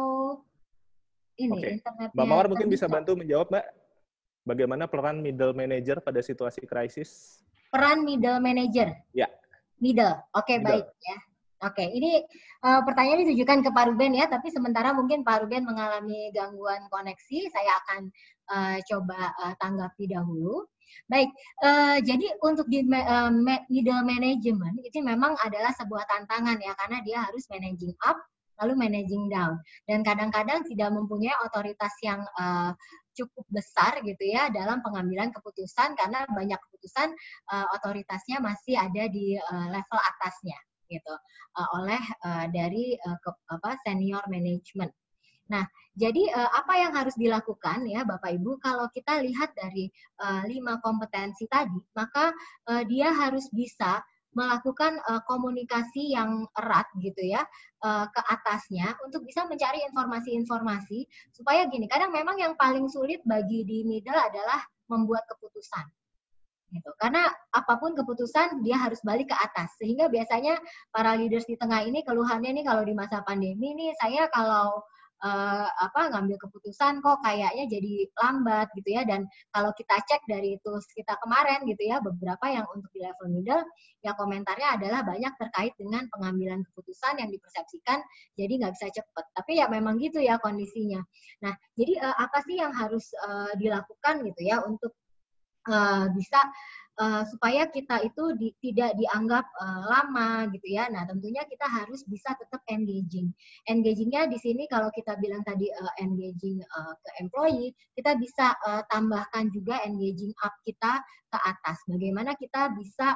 ini internetnya? Mbak Mawar mungkin bisa bantu menjawab, Mbak. Bagaimana peran middle manager pada situasi krisis? Peran middle manager? Ya. Middle, oke, baik ya. Oke, ini pertanyaan ditujukan ke Pak Ruben ya, tapi sementara mungkin Pak Ruben mengalami gangguan koneksi, saya akan coba tanggapi dahulu. Baik, jadi untuk di middle management itu memang adalah sebuah tantangan ya, karena dia harus managing up, lalu managing down. Dan kadang-kadang tidak mempunyai otoritas yang cukup besar gitu ya dalam pengambilan keputusan, karena banyak keputusan otoritasnya masih ada di level atasnya gitu oleh dari senior management. Nah, jadi apa yang harus dilakukan ya Bapak Ibu kalau kita lihat dari 5 kompetensi tadi, maka dia harus bisa melakukan komunikasi yang erat gitu ya ke atasnya untuk bisa mencari informasi-informasi supaya gini, kadang memang yang paling sulit bagi di middle adalah membuat keputusan. Gitu. Karena apapun keputusan dia harus balik ke atas. Sehingga biasanya para leaders di tengah ini keluhannya nih kalau di masa pandemi nih saya kalau ngambil keputusan kok kayaknya jadi lambat gitu ya. Dan kalau kita cek dari tools kita kemarin gitu ya, beberapa yang untuk di level middle ya komentarnya adalah banyak terkait dengan pengambilan keputusan yang dipersepsikan jadi nggak bisa cepat. Tapi ya memang gitu ya kondisinya. Nah, jadi apa sih yang harus dilakukan gitu ya untuk bisa supaya kita itu tidak dianggap lama gitu ya. Nah, tentunya kita harus bisa tetap engaging. Engagingnya di sini kalau kita bilang tadi engaging ke employee, kita bisa tambahkan juga engaging up kita ke atas. Bagaimana kita bisa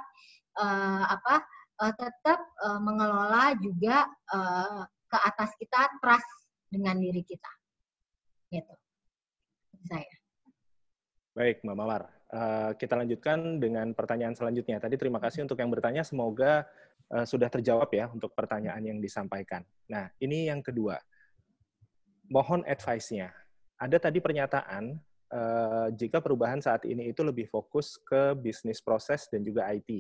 tetap mengelola juga ke atas kita trust dengan diri kita. Gitu. Saya. Baik, Mbak Mawar. Kita lanjutkan dengan pertanyaan selanjutnya. Tadi terima kasih untuk yang bertanya, semoga sudah terjawab ya untuk pertanyaan yang disampaikan. Nah, ini yang kedua. Mohon advice-nya. Ada tadi pernyataan, jika perubahan saat ini itu lebih fokus ke bisnis proses dan juga IT.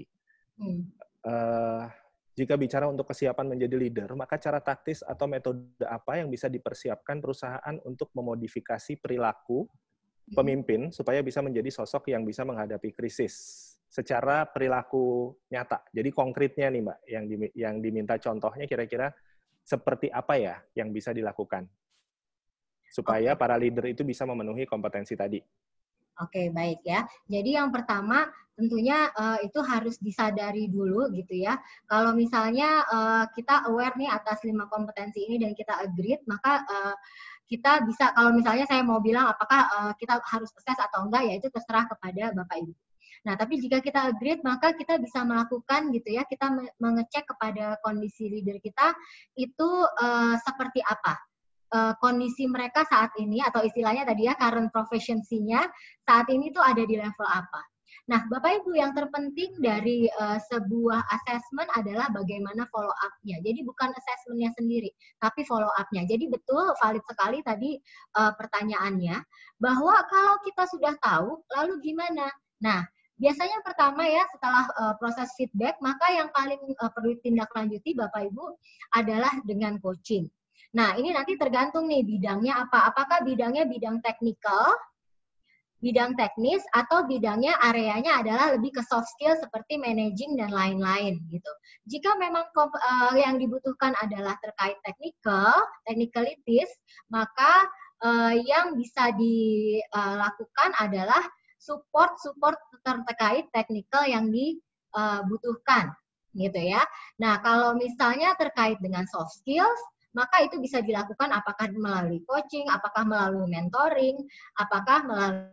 Jika bicara untuk kesiapan menjadi leader, maka cara taktis atau metode apa yang bisa dipersiapkan perusahaan untuk memodifikasi perilaku pemimpin supaya bisa menjadi sosok yang bisa menghadapi krisis secara perilaku nyata. Jadi konkretnya nih Mbak, yang diminta contohnya kira-kira seperti apa ya yang bisa dilakukan supaya para leader itu bisa memenuhi kompetensi tadi. Oke, baik ya. Jadi yang pertama tentunya itu harus disadari dulu gitu ya. Kalau misalnya kita aware nih atas 5 kompetensi ini dan kita agreed, maka kita bisa, kalau misalnya saya mau bilang apakah kita harus assess atau enggak, ya itu terserah kepada Bapak Ibu. Nah, tapi jika kita agreed, maka kita bisa melakukan gitu ya, kita mengecek kepada kondisi leader kita itu seperti apa. Kondisi mereka saat ini, atau istilahnya tadi ya current proficiency-nya saat ini tuh ada di level apa. Nah, Bapak Ibu, yang terpenting dari sebuah assessment adalah bagaimana follow up-nya. Jadi bukan assessment-nya sendiri, tapi follow up-nya. Jadi betul, valid sekali tadi pertanyaannya, bahwa kalau kita sudah tahu, lalu gimana? Nah, biasanya pertama ya, setelah proses feedback, maka yang paling perlu ditindaklanjuti Bapak Ibu adalah dengan coaching. Nah, ini nanti tergantung nih bidangnya apa. Apakah bidangnya bidang teknikal, bidang teknis, atau bidangnya areanya adalah lebih ke soft skill seperti managing dan lain-lain gitu. Jika memang yang dibutuhkan adalah terkait technicalities, maka yang bisa dilakukan adalah support terkait teknikal yang dibutuhkan gitu ya. Nah, kalau misalnya terkait dengan soft skills, maka itu bisa dilakukan apakah melalui coaching, apakah melalui mentoring, apakah melalui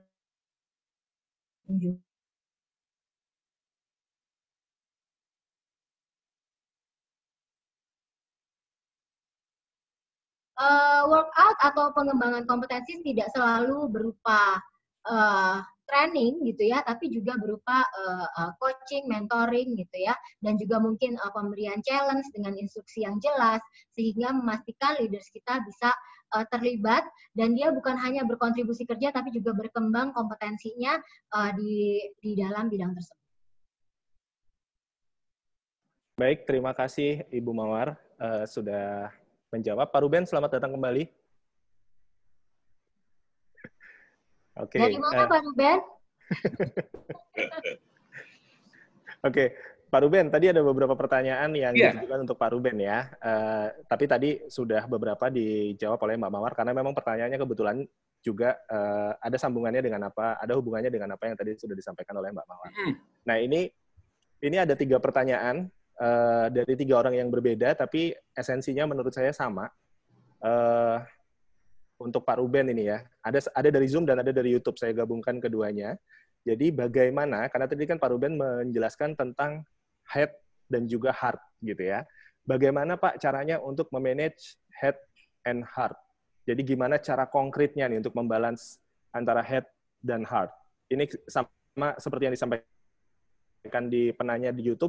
workout atau pengembangan kompetensi tidak selalu berupa training gitu ya, tapi juga berupa coaching, mentoring gitu ya, dan juga mungkin pemberian challenge dengan instruksi yang jelas, sehingga memastikan leaders kita bisa terlibat, dan dia bukan hanya berkontribusi kerja, tapi juga berkembang kompetensinya di dalam bidang tersebut. Baik, terima kasih Ibu Mawar sudah menjawab. Pak Ruben, selamat datang kembali. Oke. Dari mana Pak Ruben? Oke, Pak Ruben, tadi ada beberapa pertanyaan yang ditujukan untuk Pak Ruben ya. Tapi tadi sudah beberapa dijawab oleh Mbak Mawar, karena memang pertanyaannya kebetulan juga ada sambungannya dengan apa, ada hubungannya dengan apa yang tadi sudah disampaikan oleh Mbak Mawar. Nah, ini ada 3 pertanyaan dari 3 orang yang berbeda, tapi esensinya menurut saya sama. Untuk Pak Ruben ini ya, ada dari Zoom dan ada dari YouTube, saya gabungkan keduanya. Jadi bagaimana, karena tadi kan Pak Ruben menjelaskan tentang head dan juga heart gitu ya. Bagaimana Pak caranya untuk memanage head and heart? Jadi gimana cara konkretnya nih untuk membalance antara head dan heart? Ini sama seperti yang disampaikan di penanya di YouTube.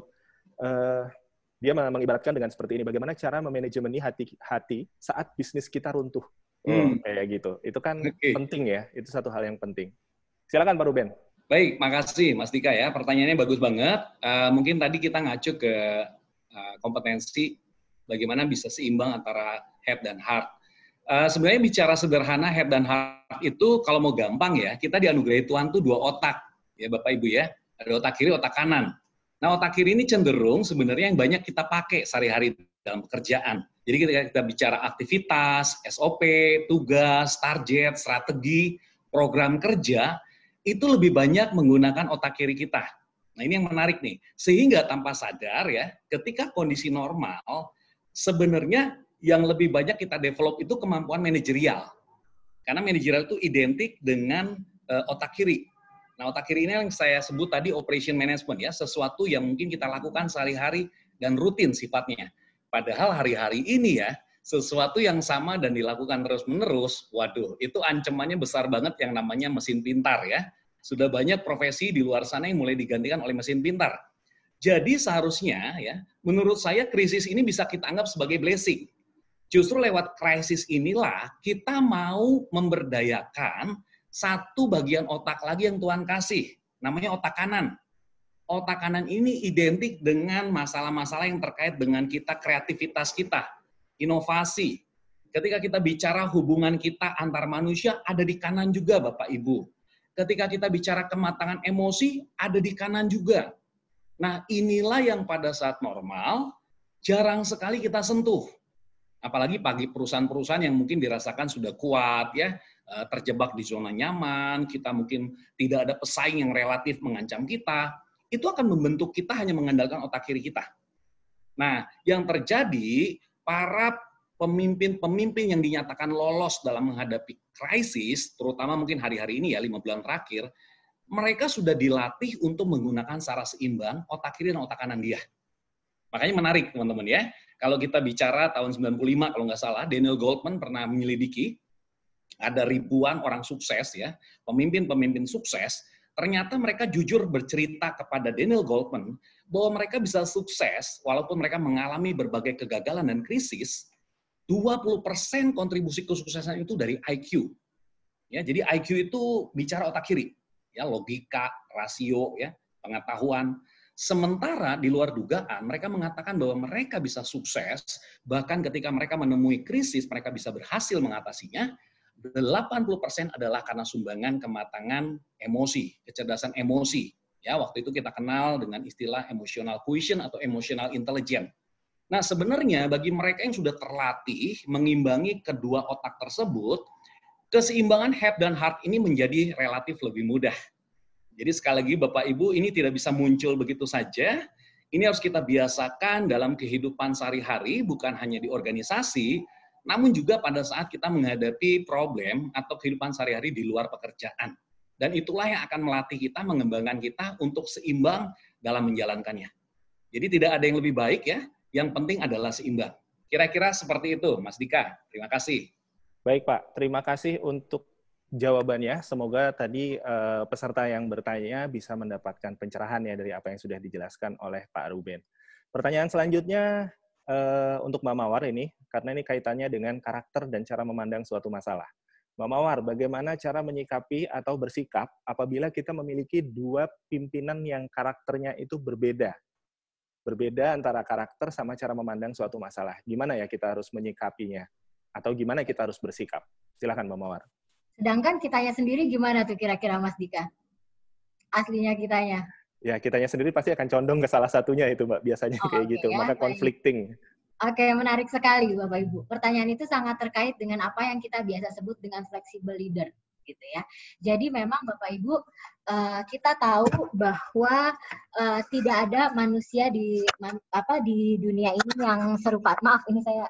Dia mengibaratkan dengan seperti ini, bagaimana cara memanajemeni hati saat bisnis kita runtuh. Kayak gitu. Itu kan penting ya, itu satu hal yang penting. Silakan Pak Ruben. Baik, makasih Mas Dika ya. Pertanyaannya bagus banget. Mungkin tadi kita ngacu ke kompetensi bagaimana bisa seimbang antara head dan heart. Sebenarnya bicara sederhana head dan heart itu kalau mau gampang ya, kita dianugerahi Tuhan tuh 2 otak ya Bapak Ibu ya. Ada otak kiri, otak kanan. Nah, otak kiri ini cenderung sebenarnya yang banyak kita pakai sehari-hari dalam pekerjaan. Jadi ketika kita bicara aktivitas, SOP, tugas, target, strategi, program kerja, itu lebih banyak menggunakan otak kiri kita. Nah, ini yang menarik nih. Sehingga tanpa sadar ya, ketika kondisi normal, sebenarnya yang lebih banyak kita develop itu kemampuan manajerial. Karena manajerial itu identik dengan otak kiri. Nah, otak kiri ini yang saya sebut tadi operation management ya, sesuatu yang mungkin kita lakukan sehari-hari dan rutin sifatnya. Padahal hari-hari ini ya, sesuatu yang sama dan dilakukan terus-menerus, waduh, itu ancamannya besar banget yang namanya mesin pintar ya. Sudah banyak profesi di luar sana yang mulai digantikan oleh mesin pintar. Jadi seharusnya ya, menurut saya krisis ini bisa kita anggap sebagai blessing. Justru lewat krisis inilah kita mau memberdayakan satu bagian otak lagi yang Tuhan kasih, namanya otak kanan. Otak kanan ini identik dengan masalah-masalah yang terkait dengan kita, kreativitas kita, inovasi. Ketika kita bicara hubungan kita antar manusia, ada di kanan juga Bapak Ibu. Ketika kita bicara kematangan emosi, ada di kanan juga. Nah, inilah yang pada saat normal, jarang sekali kita sentuh. Apalagi bagi perusahaan-perusahaan yang mungkin dirasakan sudah kuat ya, terjebak di zona nyaman, kita mungkin tidak ada pesaing yang relatif mengancam kita, itu akan membentuk kita hanya mengandalkan otak kiri kita. Nah, yang terjadi, para pemimpin-pemimpin yang dinyatakan lolos dalam menghadapi krisis, terutama mungkin hari-hari ini ya, 5 bulan terakhir, mereka sudah dilatih untuk menggunakan secara seimbang otak kiri dan otak kanan dia. Makanya menarik teman-teman ya, kalau kita bicara tahun 95 kalau nggak salah, Daniel Goleman pernah menyelidiki, ada ribuan orang sukses ya, pemimpin-pemimpin sukses, ternyata mereka jujur bercerita kepada Daniel Goleman bahwa mereka bisa sukses walaupun mereka mengalami berbagai kegagalan dan krisis. 20% kontribusi kesuksesan itu dari IQ. Ya, jadi IQ itu bicara otak kiri, ya, logika, rasio, ya, pengetahuan. Sementara di luar dugaan, mereka mengatakan bahwa mereka bisa sukses, bahkan ketika mereka menemui krisis, mereka bisa berhasil mengatasinya. 80% adalah karena sumbangan kematangan emosi, kecerdasan emosi. Ya, waktu itu kita kenal dengan istilah emotional quotient atau emotional intelligence. Nah, sebenarnya bagi mereka yang sudah terlatih mengimbangi kedua otak tersebut, keseimbangan head dan heart ini menjadi relatif lebih mudah. Jadi sekali lagi Bapak Ibu, ini tidak bisa muncul begitu saja. Ini harus kita biasakan dalam kehidupan sehari-hari, bukan hanya di organisasi, namun juga pada saat kita menghadapi problem atau kehidupan sehari-hari di luar pekerjaan. Dan itulah yang akan melatih kita, mengembangkan kita untuk seimbang dalam menjalankannya. Jadi tidak ada yang lebih baik ya, yang penting adalah seimbang. Kira-kira seperti itu, Mas Dika. Terima kasih. Baik Pak, terima kasih untuk jawabannya. Semoga tadi peserta yang bertanya bisa mendapatkan pencerahan ya dari apa yang sudah dijelaskan oleh Pak Ruben. Pertanyaan selanjutnya untuk Mbak Mawar ini, karena ini kaitannya dengan karakter dan cara memandang suatu masalah. Mbak Mawar, bagaimana cara menyikapi atau bersikap apabila kita memiliki dua pimpinan yang karakternya itu berbeda? Berbeda antara karakter sama cara memandang suatu masalah. Gimana ya kita harus menyikapinya? Atau gimana kita harus bersikap? Silakan Mbak Mawar. Sedangkan kitanya sendiri gimana tuh kira-kira Mas Dika? Aslinya kitanya. Ya, kitanya sendiri pasti akan condong ke salah satunya itu Mbak, biasanya kayak gitu. Ya, maka conflicting. Oke, menarik sekali Bapak Ibu. Pertanyaan itu sangat terkait dengan apa yang kita biasa sebut dengan flexible leader, gitu ya. Jadi memang Bapak Ibu, kita tahu bahwa tidak ada manusia di dunia ini yang serupa. Maaf, ini saya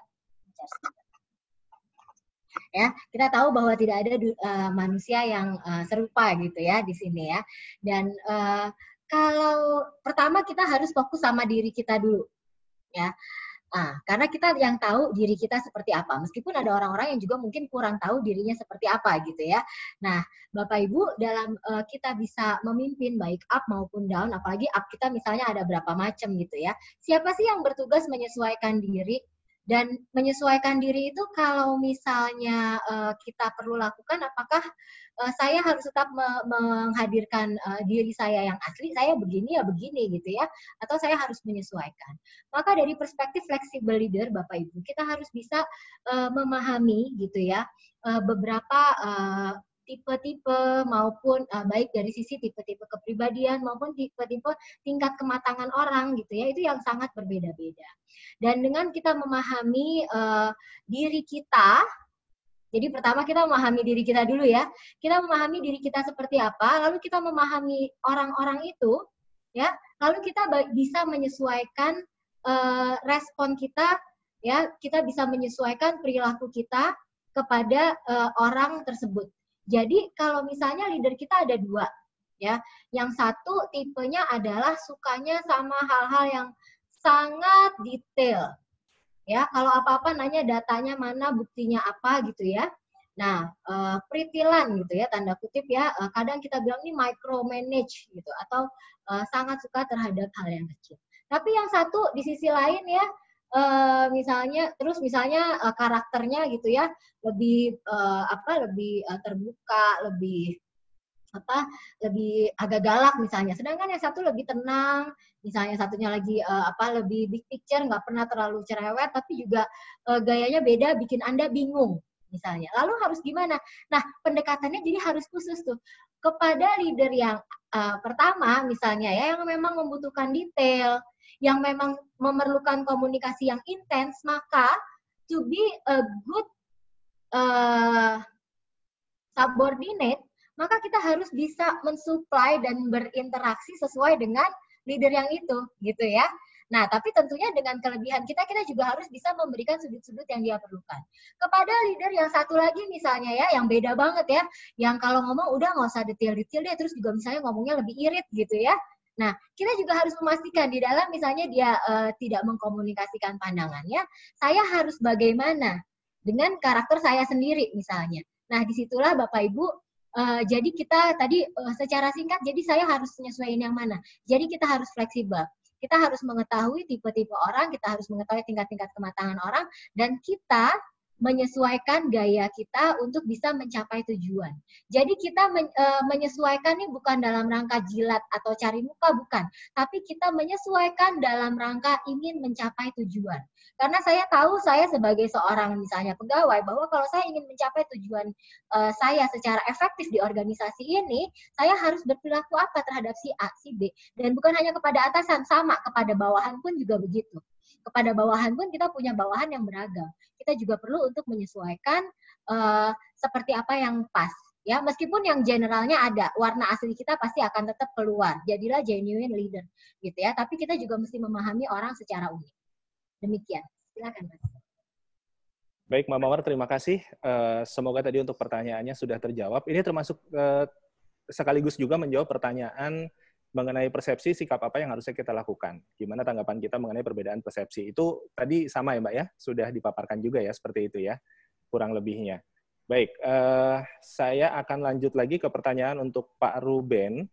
ya, kita tahu bahwa tidak ada manusia yang serupa gitu ya di sini ya. Dan kalau pertama kita harus fokus sama diri kita dulu ya. Nah, karena kita yang tahu diri kita seperti apa. Meskipun ada orang-orang yang juga mungkin kurang tahu dirinya seperti apa gitu ya. Nah, Bapak Ibu, dalam kita bisa memimpin baik up maupun down, apalagi up kita misalnya ada berapa macam gitu ya. Siapa sih yang bertugas menyesuaikan diri? Dan menyesuaikan diri itu kalau misalnya kita perlu lakukan, apakah saya harus tetap menghadirkan diri saya yang asli, saya begini ya begini gitu ya, atau saya harus menyesuaikan. Maka dari perspektif flexible leader, Bapak Ibu, kita harus bisa memahami gitu ya beberapa tipe-tipe maupun baik dari sisi tipe-tipe kepribadian maupun tipe-tipe tingkat kematangan orang gitu ya, itu yang sangat berbeda-beda. Dan dengan kita memahami diri kita, jadi pertama kita memahami diri kita dulu ya, kita memahami diri kita seperti apa, lalu kita memahami orang-orang itu, ya, lalu kita bisa menyesuaikan respon kita, ya, kita bisa menyesuaikan perilaku kita kepada orang tersebut. Jadi kalau misalnya leader kita ada dua, ya, yang satu tipenya adalah sukanya sama hal-hal yang sangat detail, ya. Kalau apa-apa nanya datanya mana, buktinya apa gitu ya. Nah, pritilan gitu ya, tanda kutip ya. Kadang kita bilang ini micromanage gitu, atau sangat suka terhadap hal yang kecil. Tapi yang satu di sisi lain ya, misalnya karakternya gitu ya, lebih lebih terbuka, lebih agak galak misalnya. Sedangkan yang satu lebih tenang, misalnya satunya lagi lebih big picture, nggak pernah terlalu cerewet, tapi juga gayanya beda, bikin Anda bingung misalnya. Lalu harus gimana? Nah, pendekatannya jadi harus khusus tuh kepada leader yang pertama misalnya ya, yang memang membutuhkan detail, yang memang memerlukan komunikasi yang intens, maka to be a good subordinate, maka kita harus bisa mensupply dan berinteraksi sesuai dengan leader yang itu, gitu ya. Nah, tapi tentunya dengan kelebihan kita juga harus bisa memberikan sudut-sudut yang dia perlukan. Kepada leader yang satu lagi misalnya ya, yang beda banget ya, yang kalau ngomong udah nggak usah detail-detail deh, terus juga misalnya ngomongnya lebih irit gitu ya. Nah, kita juga harus memastikan di dalam misalnya dia tidak mengkomunikasikan pandangannya, saya harus bagaimana dengan karakter saya sendiri misalnya. Nah, disitulah Bapak Ibu, jadi kita tadi secara singkat, jadi saya harus menyesuaikan yang mana. Jadi kita harus fleksibel. Kita harus mengetahui tipe-tipe orang, kita harus mengetahui tingkat-tingkat kematangan orang, dan kita menyesuaikan gaya kita untuk bisa mencapai tujuan. Jadi kita menyesuaikan ini bukan dalam rangka jilat atau cari muka, bukan. Tapi kita menyesuaikan dalam rangka ingin mencapai tujuan. Karena saya tahu saya sebagai seorang misalnya pegawai, bahwa kalau saya ingin mencapai tujuan saya secara efektif di organisasi ini, saya harus berperilaku apa terhadap si A, si B. Dan bukan hanya kepada atasan, sama kepada bawahan pun juga begitu. Kepada bawahan pun kita punya bawahan yang beragam. Kita juga perlu untuk menyesuaikan seperti apa yang pas. Ya, meskipun yang generalnya ada, warna asli kita pasti akan tetap keluar. Jadilah genuine leader, gitu ya. Tapi kita juga mesti memahami orang secara unik. Demikian. Silakan, Mas. Baik, Mbak Mawar, terima kasih. Semoga tadi untuk pertanyaannya sudah terjawab. Ini termasuk sekaligus juga menjawab pertanyaan mengenai persepsi sikap apa yang harusnya kita lakukan. Gimana tanggapan kita mengenai perbedaan persepsi. Itu tadi sama ya Mbak ya? Sudah dipaparkan juga ya, seperti itu ya, kurang lebihnya. Baik, saya akan lanjut lagi ke pertanyaan untuk Pak Ruben.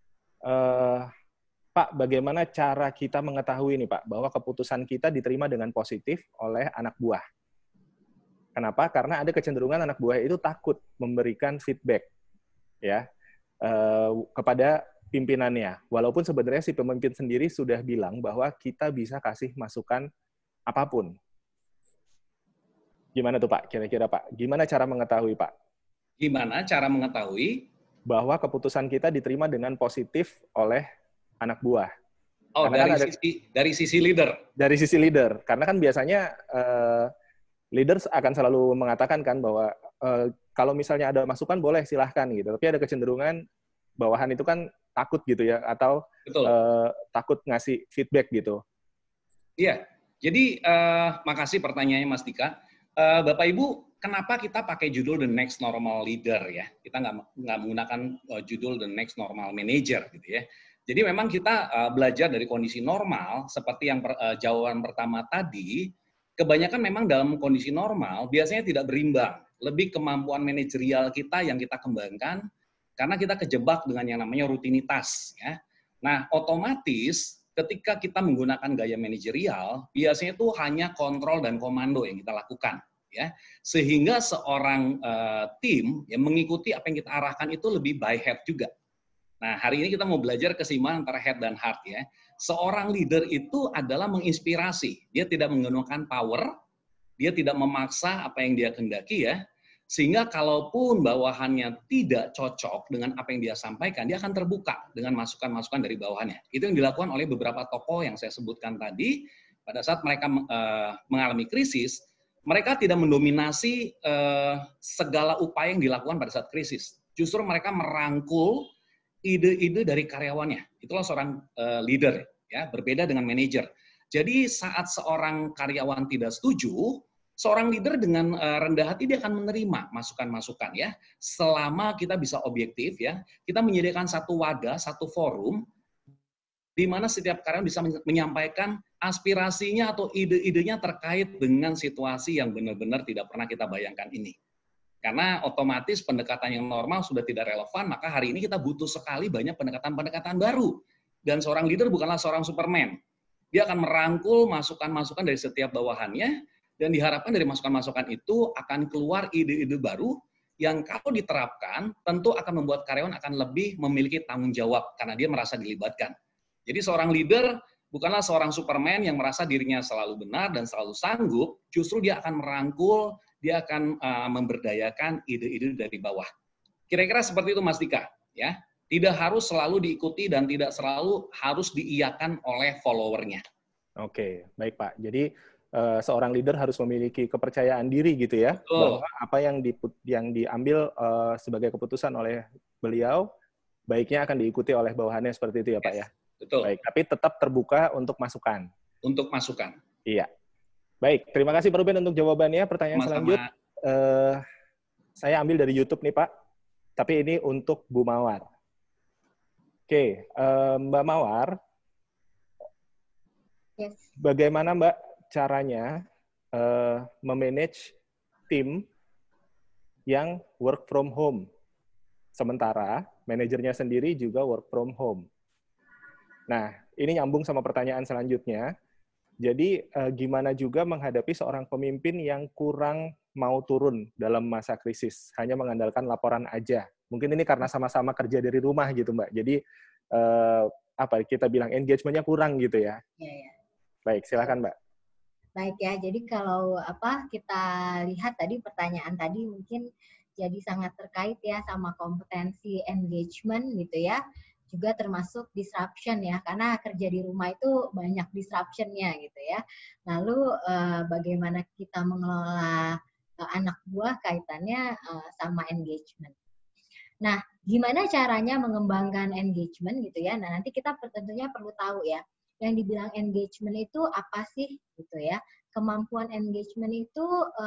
Pak, bagaimana cara kita mengetahui nih Pak, bahwa keputusan kita diterima dengan positif oleh anak buah? Kenapa? Karena ada kecenderungan anak buah itu takut memberikan feedback ya kepada pimpinannya. Walaupun sebenarnya si pemimpin sendiri sudah bilang bahwa kita bisa kasih masukan apapun. Gimana tuh Pak? Kira-kira Pak, gimana cara mengetahui Pak? Gimana cara mengetahui bahwa keputusan kita diterima dengan positif oleh anak buah? Oh, dari sisi leader. Dari sisi leader. Karena kan biasanya leaders akan selalu mengatakan kan bahwa kalau misalnya ada masukan boleh silahkan gitu. Tapi ada kecenderungan bawahan itu kan takut gitu ya, atau takut ngasih feedback gitu. Iya, jadi makasih pertanyaannya Mas Dika. Bapak Ibu, kenapa kita pakai judul The Next Normal Leader ya? Kita nggak menggunakan judul The Next Normal Manager gitu ya. Jadi memang kita belajar dari kondisi normal, seperti yang jawaban pertama tadi, kebanyakan memang dalam kondisi normal biasanya tidak berimbang. Lebih kemampuan manajerial kita yang kita kembangkan, karena kita kejebak dengan yang namanya rutinitas. Ya. Nah, otomatis ketika kita menggunakan gaya manajerial, biasanya itu hanya kontrol dan komando yang kita lakukan. Ya. Sehingga seorang tim yang mengikuti apa yang kita arahkan itu lebih by head juga. Nah, hari ini kita mau belajar keseimbangan antara head dan heart. Ya. Seorang leader itu adalah menginspirasi. Dia tidak menggunakan power, dia tidak memaksa apa yang dia kehendaki ya. Sehingga kalaupun bawahannya tidak cocok dengan apa yang dia sampaikan, dia akan terbuka dengan masukan-masukan dari bawahannya. Itu yang dilakukan oleh beberapa tokoh yang saya sebutkan tadi. Pada saat mereka mengalami krisis, mereka tidak mendominasi segala upaya yang dilakukan pada saat krisis. Justru mereka merangkul ide-ide dari karyawannya. Itulah seorang leader, ya, berbeda dengan manajer. Jadi saat seorang karyawan tidak setuju, seorang leader dengan rendah hati dia akan menerima masukan-masukan ya. Selama kita bisa objektif ya, kita menyediakan satu wadah, satu forum di mana setiap karyawan bisa menyampaikan aspirasinya atau ide-idenya terkait dengan situasi yang benar-benar tidak pernah kita bayangkan ini. Karena otomatis pendekatan yang normal sudah tidak relevan, maka hari ini kita butuh sekali banyak pendekatan-pendekatan baru. Dan seorang leader bukanlah seorang Superman. Dia akan merangkul masukan-masukan dari setiap bawahannya, dan diharapkan dari masukan-masukan itu akan keluar ide-ide baru yang kalau diterapkan tentu akan membuat karyawan akan lebih memiliki tanggung jawab karena dia merasa dilibatkan. Jadi seorang leader bukanlah seorang Superman yang merasa dirinya selalu benar dan selalu sanggup, justru dia akan merangkul, dia akan memberdayakan ide-ide dari bawah. Kira-kira seperti itu Mas Dika, ya. Tidak harus selalu diikuti dan tidak selalu harus diiyakan oleh followernya. Oke, baik Pak. Jadi seorang leader harus memiliki kepercayaan diri gitu ya, bahwa apa yang diambil sebagai keputusan oleh beliau baiknya akan diikuti oleh bawahannya seperti itu ya Pak ya. Betul. Baik, tapi tetap terbuka untuk masukan. Untuk masukan. Iya. Baik, terima kasih Pak Ruben untuk jawabannya. Pertanyaan selanjutnya saya ambil dari YouTube nih Pak, tapi ini untuk Bu Mawar. Oke, Mbak Mawar, bagaimana Mbak caranya memanage tim yang work from home, sementara manajernya sendiri juga work from home? Nah, ini nyambung sama pertanyaan selanjutnya. Jadi, gimana juga menghadapi seorang pemimpin yang kurang mau turun dalam masa krisis, hanya mengandalkan laporan aja. Mungkin ini karena sama-sama kerja dari rumah gitu, Mbak. Jadi, kita bilang engagement-nya kurang gitu ya. Iya. Baik, silakan Mbak. Baik ya, jadi kalau kita lihat tadi pertanyaan tadi mungkin jadi sangat terkait ya sama kompetensi engagement gitu ya, juga termasuk disruption ya, karena kerja di rumah itu banyak disruption-nya gitu ya. Lalu bagaimana kita mengelola anak buah kaitannya sama engagement. Nah, gimana caranya mengembangkan engagement gitu ya? Nah, nanti kita tentunya perlu tahu ya, yang dibilang engagement itu apa sih gitu ya? Kemampuan engagement itu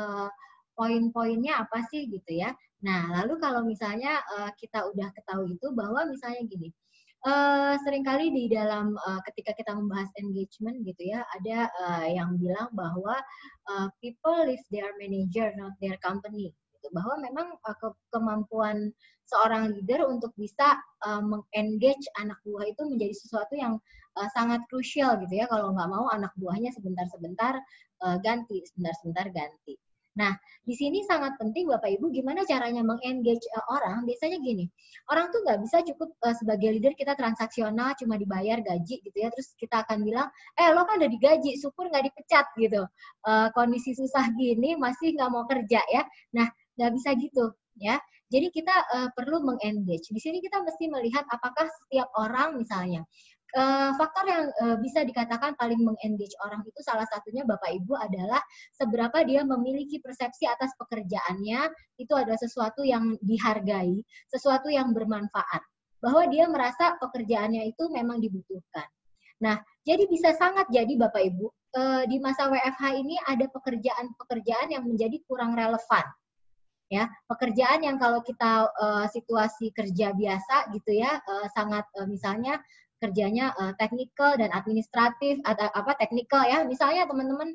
poin-poinnya apa sih gitu ya? Nah, lalu kalau misalnya kita udah ketahui itu bahwa misalnya gini, seringkali di dalam ketika kita membahas engagement gitu ya, ada yang bilang bahwa people is their manager, not their company. Bahwa memang kemampuan seorang leader untuk bisa meng-engage anak buah itu menjadi sesuatu yang sangat krusial gitu ya. Kalau nggak mau anak buahnya sebentar-sebentar ganti, sebentar-sebentar ganti. Nah, di sini sangat penting Bapak Ibu gimana caranya meng-engage orang. Biasanya gini, orang tuh nggak bisa cukup sebagai leader kita transaksional cuma dibayar gaji gitu ya, terus kita akan bilang, lo kan udah digaji, syukur nggak dipecat gitu. Kondisi susah gini masih nggak mau kerja ya. Nah, nggak bisa gitu ya. Jadi kita perlu meng-engage. Di sini kita mesti melihat apakah setiap orang misalnya faktor yang bisa dikatakan paling meng-engage orang itu salah satunya Bapak Ibu adalah seberapa dia memiliki persepsi atas pekerjaannya itu adalah sesuatu yang dihargai, sesuatu yang bermanfaat. Bahwa dia merasa pekerjaannya itu memang dibutuhkan. Nah, jadi bisa sangat jadi Bapak Ibu di masa WFH ini ada pekerjaan-pekerjaan yang menjadi kurang relevan. Ya, pekerjaan yang kalau kita situasi kerja biasa gitu ya sangat misalnya kerjanya teknikal dan administratif atau teknikal ya, misalnya teman-teman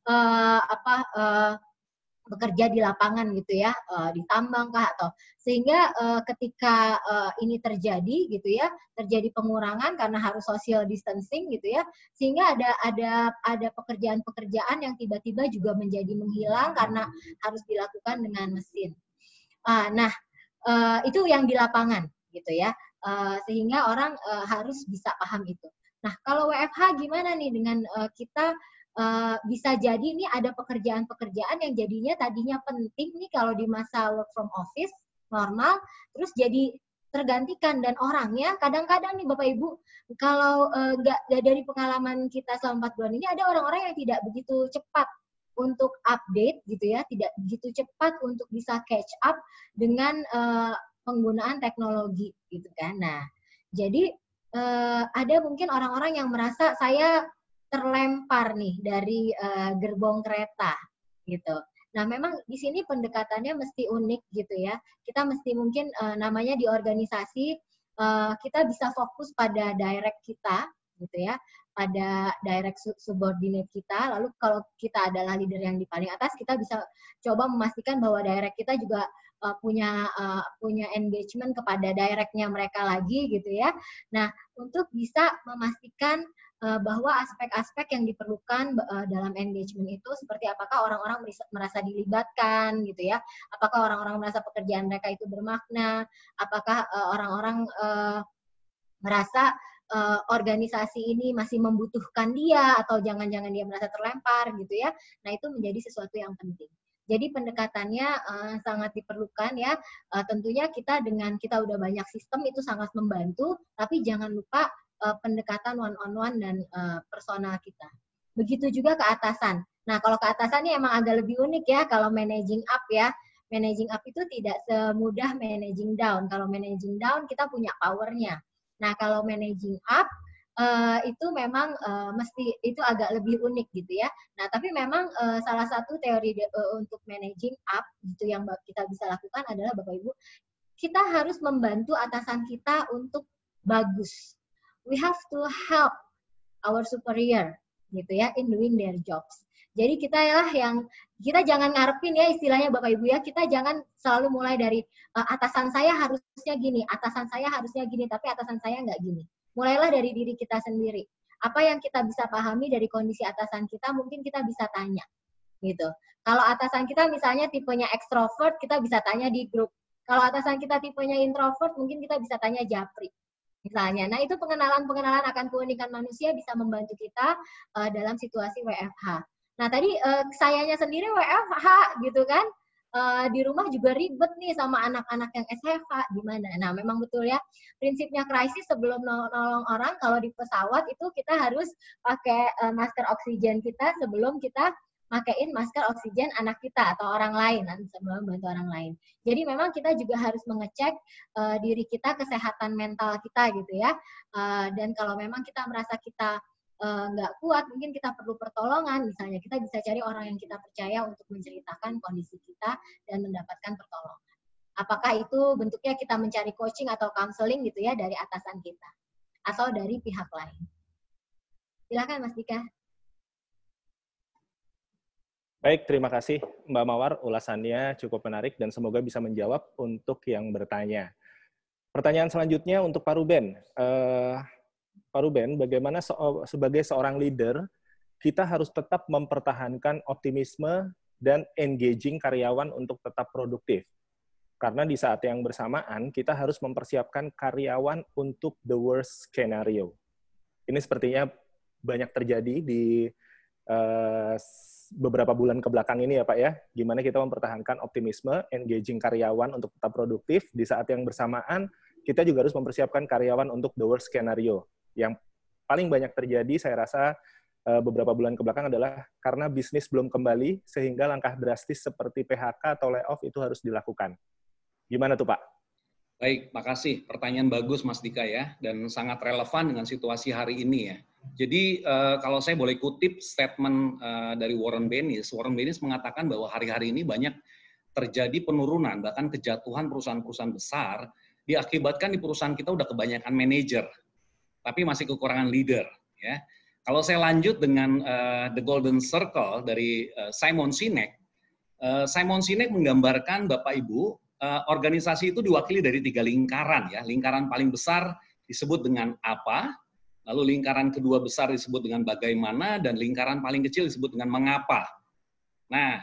bekerja di lapangan gitu ya, di tambang kah atau sehingga ketika ini terjadi gitu ya, terjadi pengurangan karena harus social distancing gitu ya, sehingga ada pekerjaan-pekerjaan yang tiba-tiba juga menjadi menghilang karena harus dilakukan dengan mesin. Nah, itu yang di lapangan gitu ya, sehingga orang harus bisa paham itu. Nah, kalau WFH gimana nih dengan kita bisa jadi ini ada pekerjaan-pekerjaan yang jadinya tadinya penting nih kalau di masa work from office normal, terus jadi tergantikan dan orangnya kadang-kadang nih Bapak Ibu, kalau dari pengalaman kita selama 4 bulan ini ada orang-orang yang tidak begitu cepat untuk update gitu ya, tidak begitu cepat untuk bisa catch up dengan penggunaan teknologi gitu kan. Nah, jadi ada mungkin orang-orang yang merasa saya terlempar nih dari gerbong kereta gitu. Nah, memang di sini pendekatannya mesti unik gitu ya. Kita mesti mungkin namanya di organisasi kita bisa fokus pada direct kita gitu ya, pada direct subordinate kita. Lalu kalau kita adalah leader yang di paling atas, kita bisa coba memastikan bahwa direct kita juga punya engagement kepada directnya mereka lagi gitu ya. Nah, untuk bisa memastikan bahwa aspek-aspek yang diperlukan dalam engagement itu seperti apakah orang-orang merasa dilibatkan gitu ya, apakah orang-orang merasa pekerjaan mereka itu bermakna, apakah orang-orang merasa organisasi ini masih membutuhkan dia atau jangan-jangan dia merasa terlempar gitu ya. Nah, itu menjadi sesuatu yang penting. Jadi pendekatannya sangat diperlukan ya. Tentunya kita udah banyak sistem itu sangat membantu, tapi jangan lupa pendekatan one on one dan personal kita. Begitu juga ke atasan. Nah, kalau ke atasan ini emang agak lebih unik ya kalau managing up ya. Managing up itu tidak semudah managing down. Kalau managing down kita punya powernya. Nah, kalau managing up itu memang mesti itu agak lebih unik gitu ya. Nah, tapi memang salah satu teori untuk managing up gitu yang kita bisa lakukan adalah Bapak Ibu, kita harus membantu atasan kita untuk bagus. We have to help our superior gitu ya in doing their jobs. Jadi kita jangan ngarepin ya istilahnya Bapak Ibu ya, kita jangan selalu mulai dari atasan saya harusnya gini, atasan saya harusnya gini, tapi atasan saya nggak gini. Mulailah dari diri kita sendiri. Apa yang kita bisa pahami dari kondisi atasan kita, mungkin kita bisa tanya gitu. Kalau atasan kita misalnya tipenya ekstrovert, kita bisa tanya di grup. Kalau atasan kita tipenya introvert, mungkin kita bisa tanya japri. Misalnya, nah itu pengenalan akan keunikan manusia bisa membantu kita dalam situasi WFH. Nah tadi sayanya sendiri WFH gitu kan, di rumah juga ribet nih sama anak-anak yang SFH gimana? Nah memang betul ya, prinsipnya krisis sebelum nolong orang, kalau di pesawat itu kita harus pakai masker oksigen kita sebelum kita pakein masker oksigen anak kita atau orang lain sebelum bantu orang lain. Jadi memang kita juga harus mengecek diri kita, kesehatan mental kita gitu ya. Dan kalau memang kita merasa kita nggak kuat, mungkin kita perlu pertolongan. Misalnya kita bisa cari orang yang kita percaya untuk menceritakan kondisi kita dan mendapatkan pertolongan. Apakah itu bentuknya kita mencari coaching atau counseling gitu ya dari atasan kita atau dari pihak lain. Silakan Mas Dika. Baik, terima kasih Mbak Mawar, ulasannya cukup menarik dan semoga bisa menjawab untuk yang bertanya. Pertanyaan selanjutnya untuk Pak Ruben. Pak Ruben, bagaimana sebagai seorang leader, kita harus tetap mempertahankan optimisme dan engaging karyawan untuk tetap produktif. Karena di saat yang bersamaan, kita harus mempersiapkan karyawan untuk the worst scenario. Ini sepertinya banyak terjadi di beberapa bulan ke belakang ini ya Pak ya, gimana kita mempertahankan optimisme, engaging karyawan untuk tetap produktif, di saat yang bersamaan kita juga harus mempersiapkan karyawan untuk the worst scenario. Yang paling banyak terjadi saya rasa beberapa bulan ke belakang adalah karena bisnis belum kembali, sehingga langkah drastis seperti PHK atau layoff itu harus dilakukan. Gimana tuh Pak? Baik, makasih. Pertanyaan bagus Mas Dika ya, dan sangat relevan dengan situasi hari ini ya. Jadi kalau saya boleh kutip statement dari Warren Bennis mengatakan bahwa hari-hari ini banyak terjadi penurunan, bahkan kejatuhan perusahaan-perusahaan besar, diakibatkan di perusahaan kita udah kebanyakan manajer, tapi masih kekurangan leader. Ya. Kalau saya lanjut dengan The Golden Circle dari Simon Sinek menggambarkan Bapak Ibu, organisasi itu diwakili dari 3 lingkaran. Ya. Lingkaran paling besar disebut dengan apa, lalu lingkaran kedua besar disebut dengan bagaimana, dan lingkaran paling kecil disebut dengan mengapa. Nah,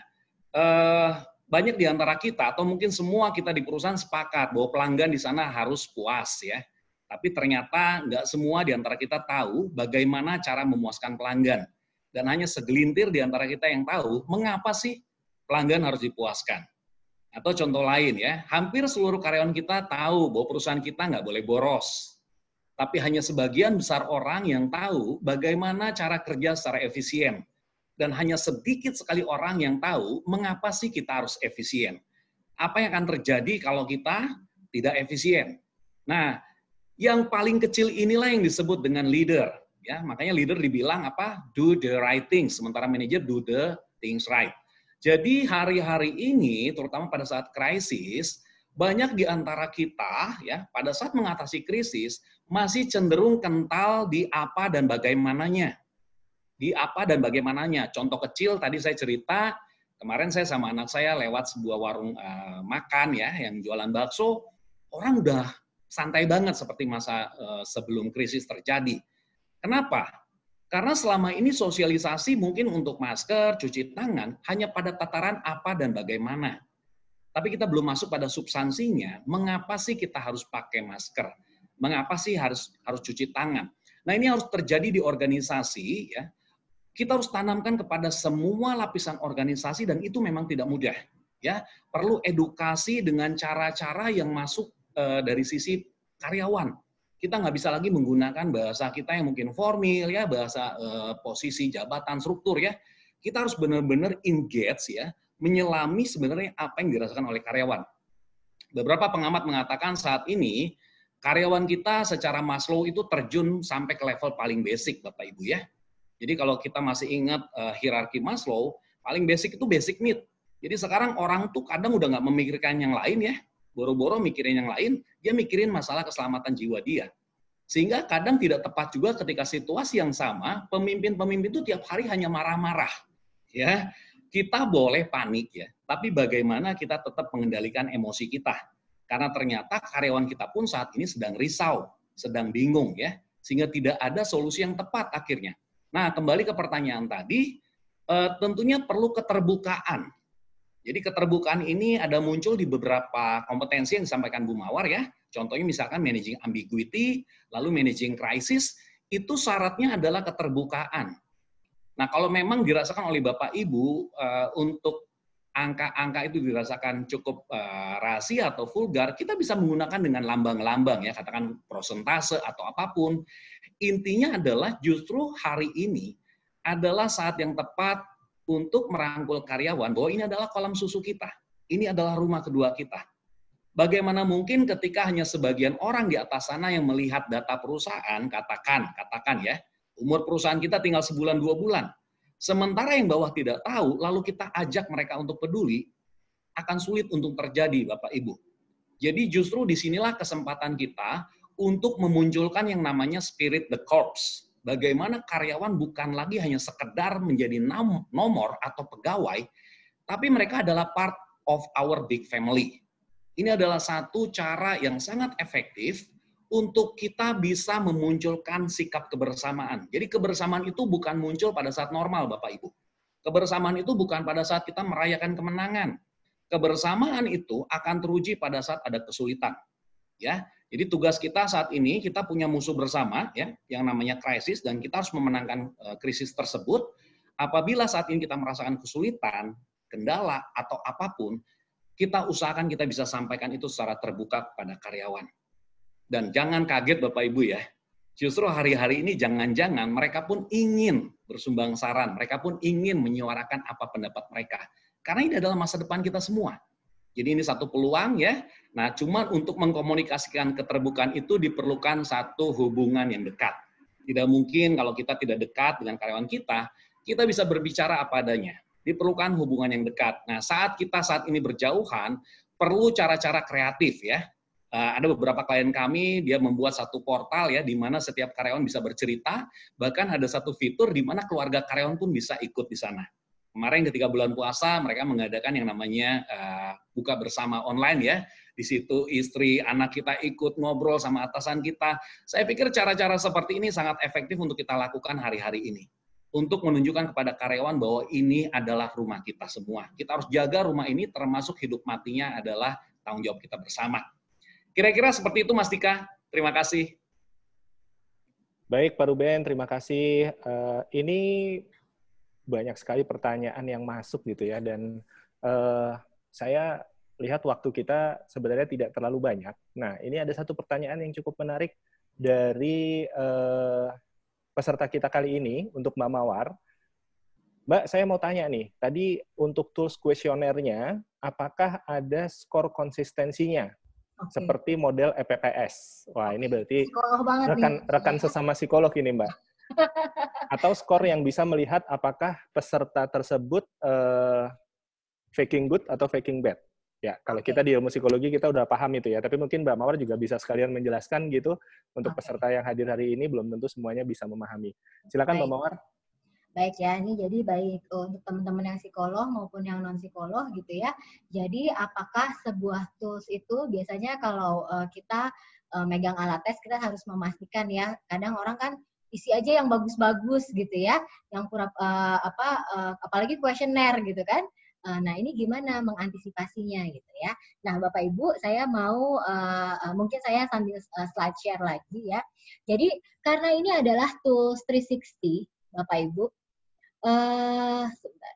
banyak di antara kita, atau mungkin semua kita di perusahaan sepakat bahwa pelanggan di sana harus puas ya. Tapi ternyata nggak semua di antara kita tahu bagaimana cara memuaskan pelanggan. Dan hanya segelintir di antara kita yang tahu mengapa sih pelanggan harus dipuaskan. Atau contoh lain ya, hampir seluruh karyawan kita tahu bahwa perusahaan kita nggak boleh boros. Tapi hanya sebagian besar orang yang tahu bagaimana cara kerja secara efisien. Dan hanya sedikit sekali orang yang tahu mengapa sih kita harus efisien. Apa yang akan terjadi kalau kita tidak efisien? Nah, yang paling kecil inilah yang disebut dengan leader. Ya, makanya leader dibilang apa? Do the right thing. Sementara manager do the things right. Jadi hari-hari ini, terutama pada saat krisis, banyak di antara kita ya pada saat mengatasi krisis masih cenderung kental di apa dan bagaimananya. Di apa dan bagaimananya. Contoh kecil tadi saya cerita, kemarin saya sama anak saya lewat sebuah warung makan ya yang jualan bakso, orang udah santai banget seperti masa sebelum krisis terjadi. Kenapa? Karena selama ini sosialisasi mungkin untuk masker, cuci tangan hanya pada tataran apa dan bagaimana. Tapi kita belum masuk pada substansinya, mengapa sih kita harus pakai masker? Mengapa sih harus cuci tangan? Nah, ini harus terjadi di organisasi ya. Kita harus tanamkan kepada semua lapisan organisasi dan itu memang tidak mudah ya. Perlu edukasi dengan cara-cara yang masuk dari sisi karyawan. Kita nggak bisa lagi menggunakan bahasa kita yang mungkin formal ya, bahasa posisi jabatan struktur ya. kita harus benar-benar engage ya, menyelami sebenarnya apa yang dirasakan oleh karyawan. Beberapa pengamat mengatakan saat ini karyawan kita secara Maslow itu terjun sampai ke level paling basic, Bapak Ibu ya. Jadi kalau kita masih ingat hierarki Maslow, paling basic itu basic need. Jadi sekarang orang tuh kadang udah nggak memikirkan yang lain ya, boro-boro mikirin yang lain, dia mikirin masalah keselamatan jiwa dia. Sehingga kadang tidak tepat juga ketika situasi yang sama, pemimpin-pemimpin itu tiap hari hanya marah-marah. Ya, kita boleh panik ya, tapi bagaimana kita tetap mengendalikan emosi kita? Karena ternyata karyawan kita pun saat ini sedang risau, sedang bingung ya, sehingga tidak ada solusi yang tepat akhirnya. Nah, kembali ke pertanyaan tadi, tentunya perlu keterbukaan. Jadi keterbukaan ini ada muncul di beberapa kompetensi yang disampaikan Bu Mawar ya. Contohnya misalkan managing ambiguity, lalu managing crisis, itu syaratnya adalah keterbukaan. Nah, kalau memang dirasakan oleh Bapak Ibu untuk angka-angka itu dirasakan cukup rahasia atau vulgar, kita bisa menggunakan dengan lambang-lambang ya, katakan prosentase atau apapun. Intinya adalah justru hari ini adalah saat yang tepat untuk merangkul karyawan bahwa ini adalah kolam susu kita. Ini adalah rumah kedua kita. Bagaimana mungkin ketika hanya sebagian orang di atas sana yang melihat data perusahaan, katakan ya, umur perusahaan kita tinggal sebulan 2 bulan. Sementara yang bawah tidak tahu, lalu kita ajak mereka untuk peduli, akan sulit untuk terjadi, Bapak Ibu. Jadi justru disinilah kesempatan kita untuk memunculkan yang namanya spirit the corps. Bagaimana karyawan bukan lagi hanya sekedar menjadi nomor atau pegawai, tapi mereka adalah part of our big family. Ini adalah satu cara yang sangat efektif untuk kita bisa memunculkan sikap kebersamaan. Jadi kebersamaan itu bukan muncul pada saat normal, Bapak Ibu. Kebersamaan itu bukan pada saat kita merayakan kemenangan. Kebersamaan itu akan teruji pada saat ada kesulitan. Ya, jadi tugas kita saat ini, kita punya musuh bersama ya, yang namanya krisis, dan kita harus memenangkan krisis tersebut. Apabila saat ini kita merasakan kesulitan, kendala atau apapun, kita usahakan kita bisa sampaikan itu secara terbuka kepada karyawan. Dan jangan kaget Bapak Ibu ya, justru hari-hari ini jangan-jangan mereka pun ingin bersumbang saran, mereka pun ingin menyuarakan apa pendapat mereka. Karena ini adalah masa depan kita semua. Jadi ini satu peluang ya. Nah, cuman untuk mengkomunikasikan keterbukaan itu diperlukan satu hubungan yang dekat. Tidak mungkin kalau kita tidak dekat dengan karyawan kita bisa berbicara apa adanya. Diperlukan hubungan yang dekat. Nah, saat ini berjauhan, perlu cara-cara kreatif ya. Ada beberapa klien kami, dia membuat satu portal ya, di mana setiap karyawan bisa bercerita, bahkan ada satu fitur di mana keluarga karyawan pun bisa ikut di sana. Kemarin ketika bulan puasa, mereka mengadakan yang namanya buka bersama online ya. Di situ istri, anak kita ikut ngobrol sama atasan kita. Saya pikir cara-cara seperti ini sangat efektif untuk kita lakukan hari-hari ini. Untuk menunjukkan kepada karyawan bahwa ini adalah rumah kita semua. Kita harus jaga rumah ini, termasuk hidup matinya adalah tanggung jawab kita bersama. Kira-kira seperti itu Mas Dika. Terima kasih. Baik Pak Ruben, terima kasih. Ini banyak sekali pertanyaan yang masuk gitu ya, dan saya lihat waktu kita sebenarnya tidak terlalu banyak. Nah, ini ada satu pertanyaan yang cukup menarik dari peserta kita kali ini untuk Mbak Mawar. Mbak, saya mau tanya nih, tadi untuk tools kuesionernya, apakah ada skor konsistensinya? Okay. Seperti model EPPS. Wah, ini berarti rekan sesama psikolog ini, Mbak. Atau skor yang bisa melihat apakah peserta tersebut faking good atau faking bad. Ya, kalau kita di ilmu psikologi kita udah paham itu ya, tapi mungkin Mbak Mawar juga bisa sekalian menjelaskan gitu untuk peserta yang hadir hari ini, belum tentu semuanya bisa memahami. Silakan Mbak Mawar. Baik ya, ini jadi baik untuk teman-teman yang psikolog maupun yang non-psikolog gitu ya. Jadi apakah sebuah tools itu biasanya kalau kita megang alat tes, kita harus memastikan ya, kadang orang kan isi aja yang bagus-bagus gitu ya, yang apalagi kuesioner gitu kan. Nah, ini gimana mengantisipasinya gitu ya. Nah, Bapak Ibu, saya mau mungkin saya sambil slide share lagi ya. Jadi karena ini adalah tools 360, Bapak Ibu. Sebentar.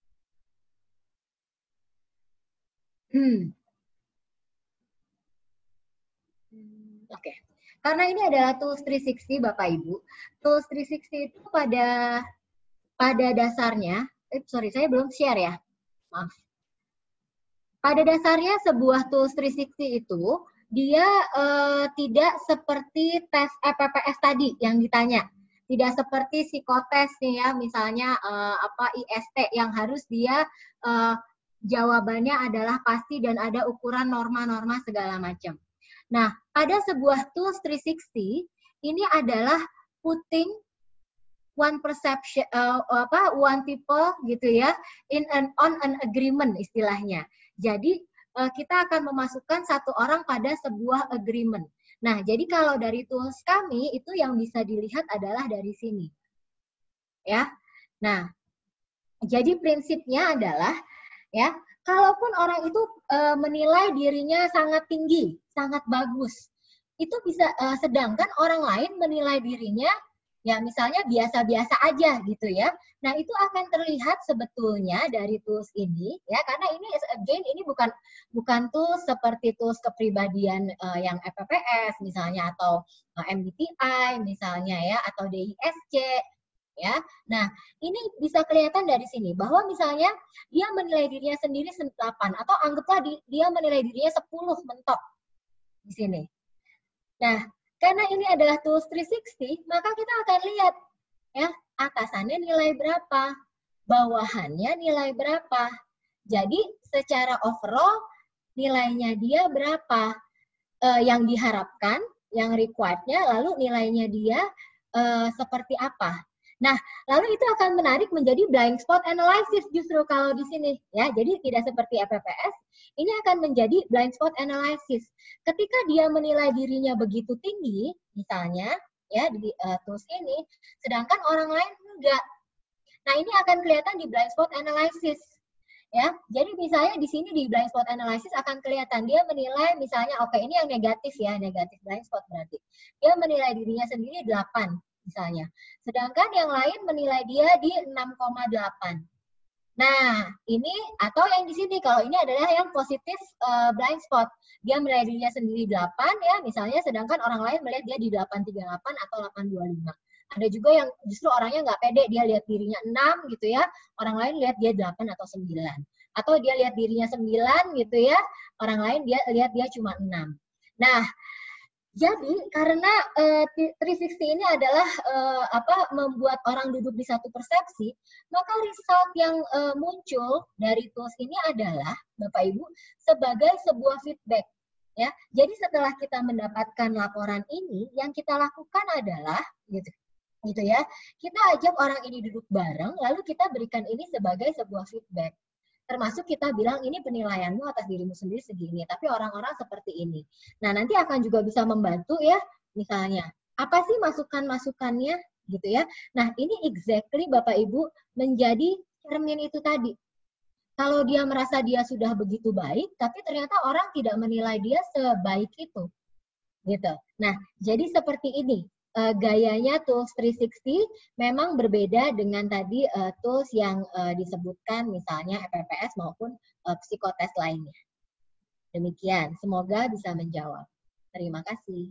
Oke. Karena ini adalah tools 360 Bapak Ibu. Tools 360 itu pada dasarnya saya belum share ya. Maaf. Pada dasarnya sebuah tools 360 itu dia tidak seperti tes PPS tadi yang ditanya. Tidak seperti psikotes nih ya, misalnya IST yang harus dia jawabannya adalah pasti dan ada ukuran norma-norma segala macam. Nah, pada sebuah tools 360 ini adalah putting one perception, one people gitu ya, on an agreement istilahnya. Jadi kita akan memasukkan satu orang pada sebuah agreement. Nah, jadi kalau dari tools kami itu yang bisa dilihat adalah dari sini, ya. Nah, jadi prinsipnya adalah ya, kalaupun orang itu menilai dirinya sangat tinggi, sangat bagus, itu bisa sedangkan orang lain menilai dirinya ya misalnya biasa-biasa aja gitu ya. Nah, itu akan terlihat sebetulnya dari tools ini ya, karena ini again ini bukan tools seperti tools kepribadian yang FPPS misalnya atau MBTI misalnya ya atau DISC ya. Nah, ini bisa kelihatan dari sini bahwa misalnya dia menilai dirinya sendiri 8 atau anggaplah dia menilai dirinya 10 mentok di sini. Nah, karena ini adalah tools 360, maka kita akan lihat ya, atasannya nilai berapa, bawahannya nilai berapa. Jadi secara overall nilainya dia berapa yang diharapkan, yang required-nya, lalu nilainya dia seperti apa. Nah, lalu itu akan menarik menjadi blind spot analysis justru kalau di sini ya. Jadi tidak seperti FPPS, ini akan menjadi blind spot analysis. Ketika dia menilai dirinya begitu tinggi, misalnya ya di tools ini, sedangkan orang lain enggak. Nah, ini akan kelihatan di blind spot analysis. Ya, jadi misalnya di sini di blind spot analysis akan kelihatan dia menilai misalnya oke, ini yang negatif ya, negatif blind spot berarti. Dia menilai dirinya sendiri 8 misalnya. Sedangkan yang lain menilai dia di 6,8. Nah, ini atau yang di sini kalau ini adalah yang positif blind spot. Dia menilai dirinya sendiri 8 ya, misalnya sedangkan orang lain melihat dia di 838 atau 825. Ada juga yang justru orangnya nggak pede, dia lihat dirinya 6 gitu ya, orang lain lihat dia 8 atau 9. Atau dia lihat dirinya 9 gitu ya, orang lain dia lihat dia cuma 6. Nah, jadi karena 360 ini adalah membuat orang duduk di satu persepsi, maka result yang muncul dari tools ini adalah Bapak Ibu sebagai sebuah feedback ya. Jadi setelah kita mendapatkan laporan ini, yang kita lakukan adalah gitu ya. Kita ajak orang ini duduk bareng, lalu kita berikan ini sebagai sebuah feedback. Termasuk kita bilang ini penilaianmu atas dirimu sendiri segini, tapi orang-orang seperti ini. Nah, nanti akan juga bisa membantu ya, misalnya, apa sih masukan-masukannya gitu ya. Nah, ini exactly Bapak Ibu menjadi cermin itu tadi. Kalau dia merasa dia sudah begitu baik, tapi ternyata orang tidak menilai dia sebaik itu. Gitu. Nah, jadi seperti ini. Gayanya tools 360 memang berbeda dengan tadi tools yang disebutkan misalnya FPPS maupun psikotes lainnya. Demikian, semoga bisa menjawab. Terima kasih.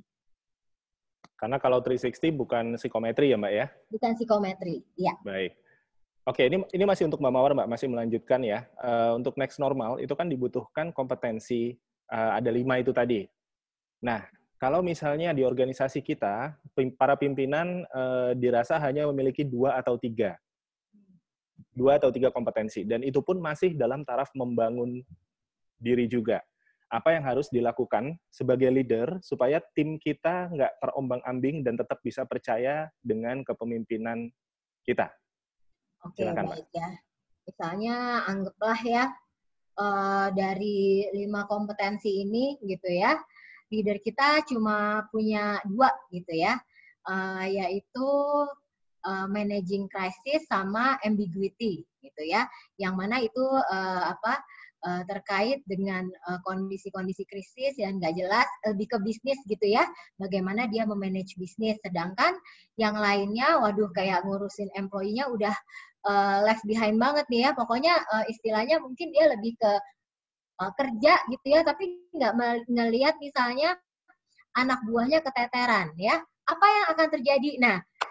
Karena kalau 360 bukan psikometri ya Mbak ya? Bukan psikometri, ya. Baik. Oke, ini masih untuk Mbak Mawar Mbak, masih melanjutkan ya. Untuk next normal itu kan dibutuhkan kompetensi, ada 5 itu tadi. Nah, kalau misalnya di organisasi kita, para pimpinan dirasa hanya memiliki 2 atau 3 kompetensi, dan itu pun masih dalam taraf membangun diri juga. Apa yang harus dilakukan sebagai leader supaya tim kita nggak terombang-ambing dan tetap bisa percaya dengan kepemimpinan kita? Oke, silakan, baik ya. Misalnya anggaplah ya dari 5 kompetensi ini gitu ya, leader kita cuma punya 2 gitu ya, yaitu managing crisis sama ambiguity gitu ya, yang mana itu terkait dengan kondisi-kondisi krisis yang nggak jelas, lebih ke bisnis gitu ya, bagaimana dia memanage bisnis, sedangkan yang lainnya, waduh kayak ngurusin employee-nya udah left behind banget nih ya, pokoknya istilahnya mungkin dia lebih ke kerja gitu ya, tapi nggak ngelihat misalnya anak buahnya keteteran ya, apa yang akan terjadi? Nah,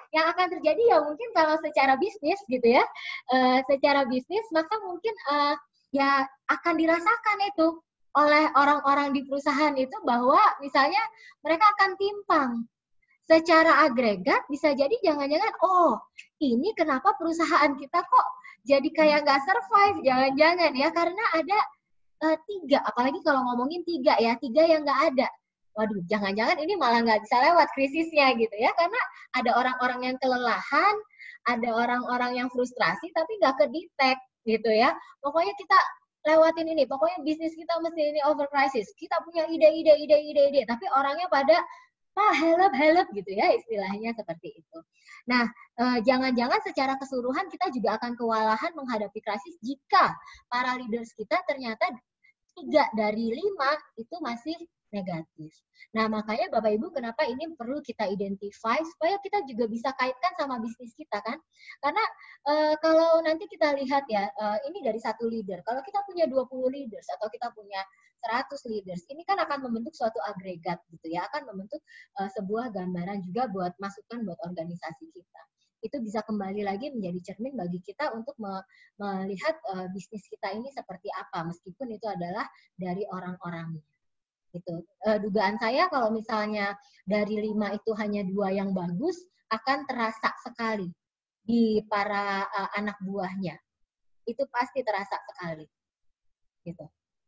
yang akan terjadi ya mungkin kalau secara bisnis gitu ya, secara bisnis maka mungkin ya akan dirasakan itu oleh orang-orang di perusahaan itu bahwa misalnya mereka akan timpang. Secara agregat bisa jadi jangan-jangan, oh ini kenapa perusahaan kita kok jadi kayak nggak survive, jangan-jangan ya karena ada 3, apalagi kalau ngomongin 3 ya, 3 yang nggak ada. Waduh, jangan-jangan ini malah nggak bisa lewat krisisnya gitu ya, karena ada orang-orang yang kelelahan, ada orang-orang yang frustrasi tapi nggak ke-detect gitu ya. Pokoknya kita lewatin ini, pokoknya bisnis kita mesti ini over crisis. Kita punya ide, tapi orangnya pada help gitu ya istilahnya seperti itu. Nah, jangan-jangan secara keseluruhan kita juga akan kewalahan menghadapi krisis jika para leaders kita ternyata 3 dari 5 itu masih negatif. Nah, makanya Bapak Ibu kenapa ini perlu kita identify supaya kita juga bisa kaitkan sama bisnis kita kan. Karena kalau nanti kita lihat ya, ini dari 1 leader. Kalau kita punya 20 leaders atau kita punya 100 leaders, ini kan akan membentuk suatu agregat gitu ya, akan membentuk sebuah gambaran juga buat masukan buat organisasi kita. Itu bisa kembali lagi menjadi cermin bagi kita untuk melihat bisnis kita ini seperti apa, meskipun itu adalah dari orang-orangnya. Gitu. Dugaan saya kalau misalnya dari 5 itu hanya 2 yang bagus, akan terasa sekali di para anak buahnya. Itu pasti terasa sekali. Gitu.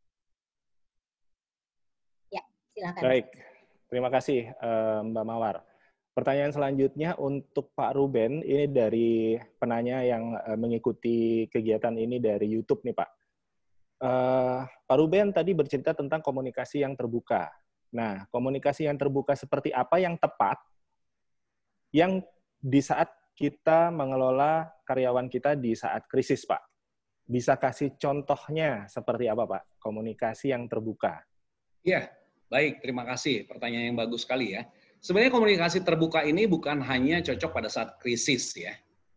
Ya, silakan. Baik, terima kasih Mbak Mawar. Pertanyaan selanjutnya untuk Pak Ruben, ini dari penanya yang mengikuti kegiatan ini dari YouTube nih Pak. Pak Ruben tadi bercerita tentang komunikasi yang terbuka. Nah, komunikasi yang terbuka seperti apa yang tepat yang di saat kita mengelola karyawan kita di saat krisis, Pak? Bisa kasih contohnya seperti apa, Pak? Komunikasi yang terbuka. Iya, baik. Terima kasih. Pertanyaan yang bagus sekali ya. Sebenarnya komunikasi terbuka ini bukan hanya cocok pada saat krisis ya.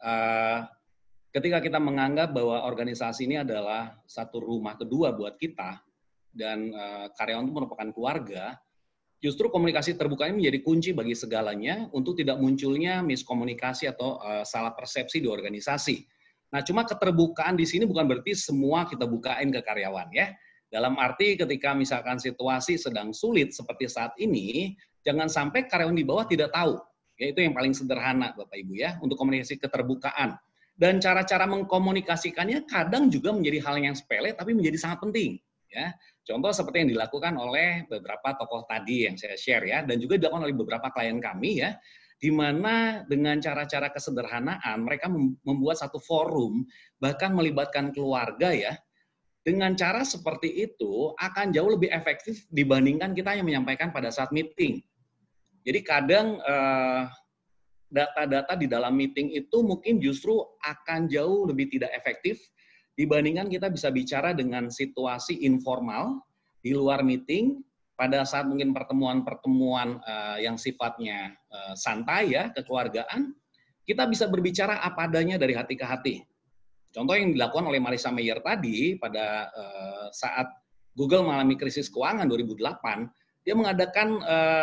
Ketika kita menganggap bahwa organisasi ini adalah satu rumah kedua buat kita dan karyawan itu merupakan keluarga, justru komunikasi terbuka ini menjadi kunci bagi segalanya untuk tidak munculnya miskomunikasi atau salah persepsi di organisasi. Nah, cuma keterbukaan di sini bukan berarti semua kita bukain ke karyawan ya. Dalam arti ketika misalkan situasi sedang sulit seperti saat ini, jangan sampai karyawan di bawah tidak tahu. Ya, itu yang paling sederhana Bapak Ibu ya, untuk komunikasi keterbukaan. Dan cara-cara mengkomunikasikannya kadang juga menjadi hal yang sepele tapi menjadi sangat penting. Ya, contoh seperti yang dilakukan oleh beberapa tokoh tadi yang saya share ya, dan juga dilakukan oleh beberapa klien kami ya, di mana dengan cara-cara kesederhanaan mereka membuat satu forum, bahkan melibatkan keluarga ya. Dengan cara seperti itu akan jauh lebih efektif dibandingkan kita yang menyampaikan pada saat meeting. Jadi kadang data-data di dalam meeting itu mungkin justru akan jauh lebih tidak efektif dibandingkan kita bisa bicara dengan situasi informal di luar meeting pada saat mungkin pertemuan-pertemuan yang sifatnya santai ya, kekeluargaan, kita bisa berbicara apa adanya dari hati ke hati. Contoh yang dilakukan oleh Marissa Mayer tadi pada saat Google mengalami krisis keuangan 2008, dia mengadakan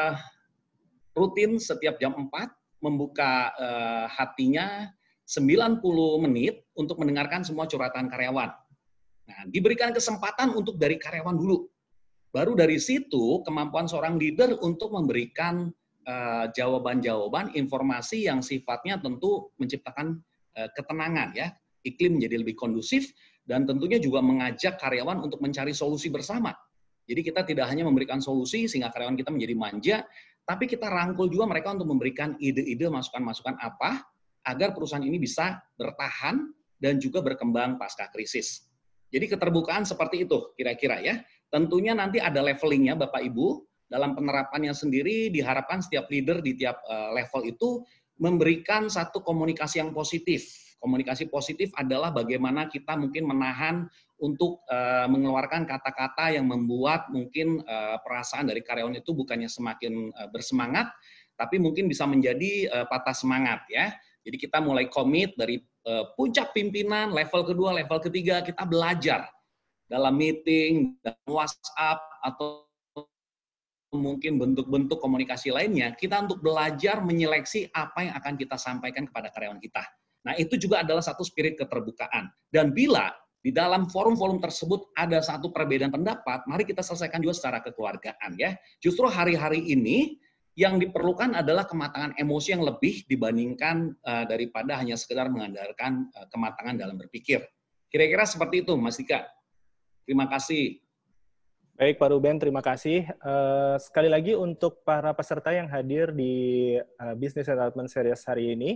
rutin setiap jam 4 membuka hatinya 90 menit untuk mendengarkan semua curhatan karyawan. Nah, diberikan kesempatan untuk dari karyawan dulu. Baru dari situ kemampuan seorang leader untuk memberikan jawaban-jawaban, informasi yang sifatnya tentu menciptakan ketenangan ya, iklim menjadi lebih kondusif dan tentunya juga mengajak karyawan untuk mencari solusi bersama. Jadi kita tidak hanya memberikan solusi sehingga karyawan kita menjadi manja, tapi kita rangkul juga mereka untuk memberikan ide-ide, masukan-masukan apa agar perusahaan ini bisa bertahan dan juga berkembang pasca krisis. Jadi keterbukaan seperti itu kira-kira ya. Tentunya nanti ada levelingnya Bapak Ibu. Dalam penerapannya sendiri diharapkan setiap leader di tiap level itu memberikan satu komunikasi yang positif. Komunikasi positif adalah bagaimana kita mungkin menahan untuk mengeluarkan kata-kata yang membuat mungkin perasaan dari karyawan itu bukannya semakin bersemangat, tapi mungkin bisa menjadi patah semangat ya. Jadi kita mulai komit dari puncak pimpinan, level kedua, level ketiga, kita belajar dalam meeting, dalam WhatsApp, atau mungkin bentuk-bentuk komunikasi lainnya, kita untuk belajar menyeleksi apa yang akan kita sampaikan kepada karyawan kita. Nah, itu juga adalah satu spirit keterbukaan. Dan bila di dalam forum-forum tersebut ada satu perbedaan pendapat, mari kita selesaikan juga secara kekeluargaan ya. Justru hari-hari ini yang diperlukan adalah kematangan emosi yang lebih dibandingkan daripada hanya sekedar mengandalkan kematangan dalam berpikir. Kira-kira seperti itu, Mas Dika. Terima kasih. Baik, Pak Ruben, terima kasih. Sekali lagi untuk para peserta yang hadir di Business Development Series hari ini,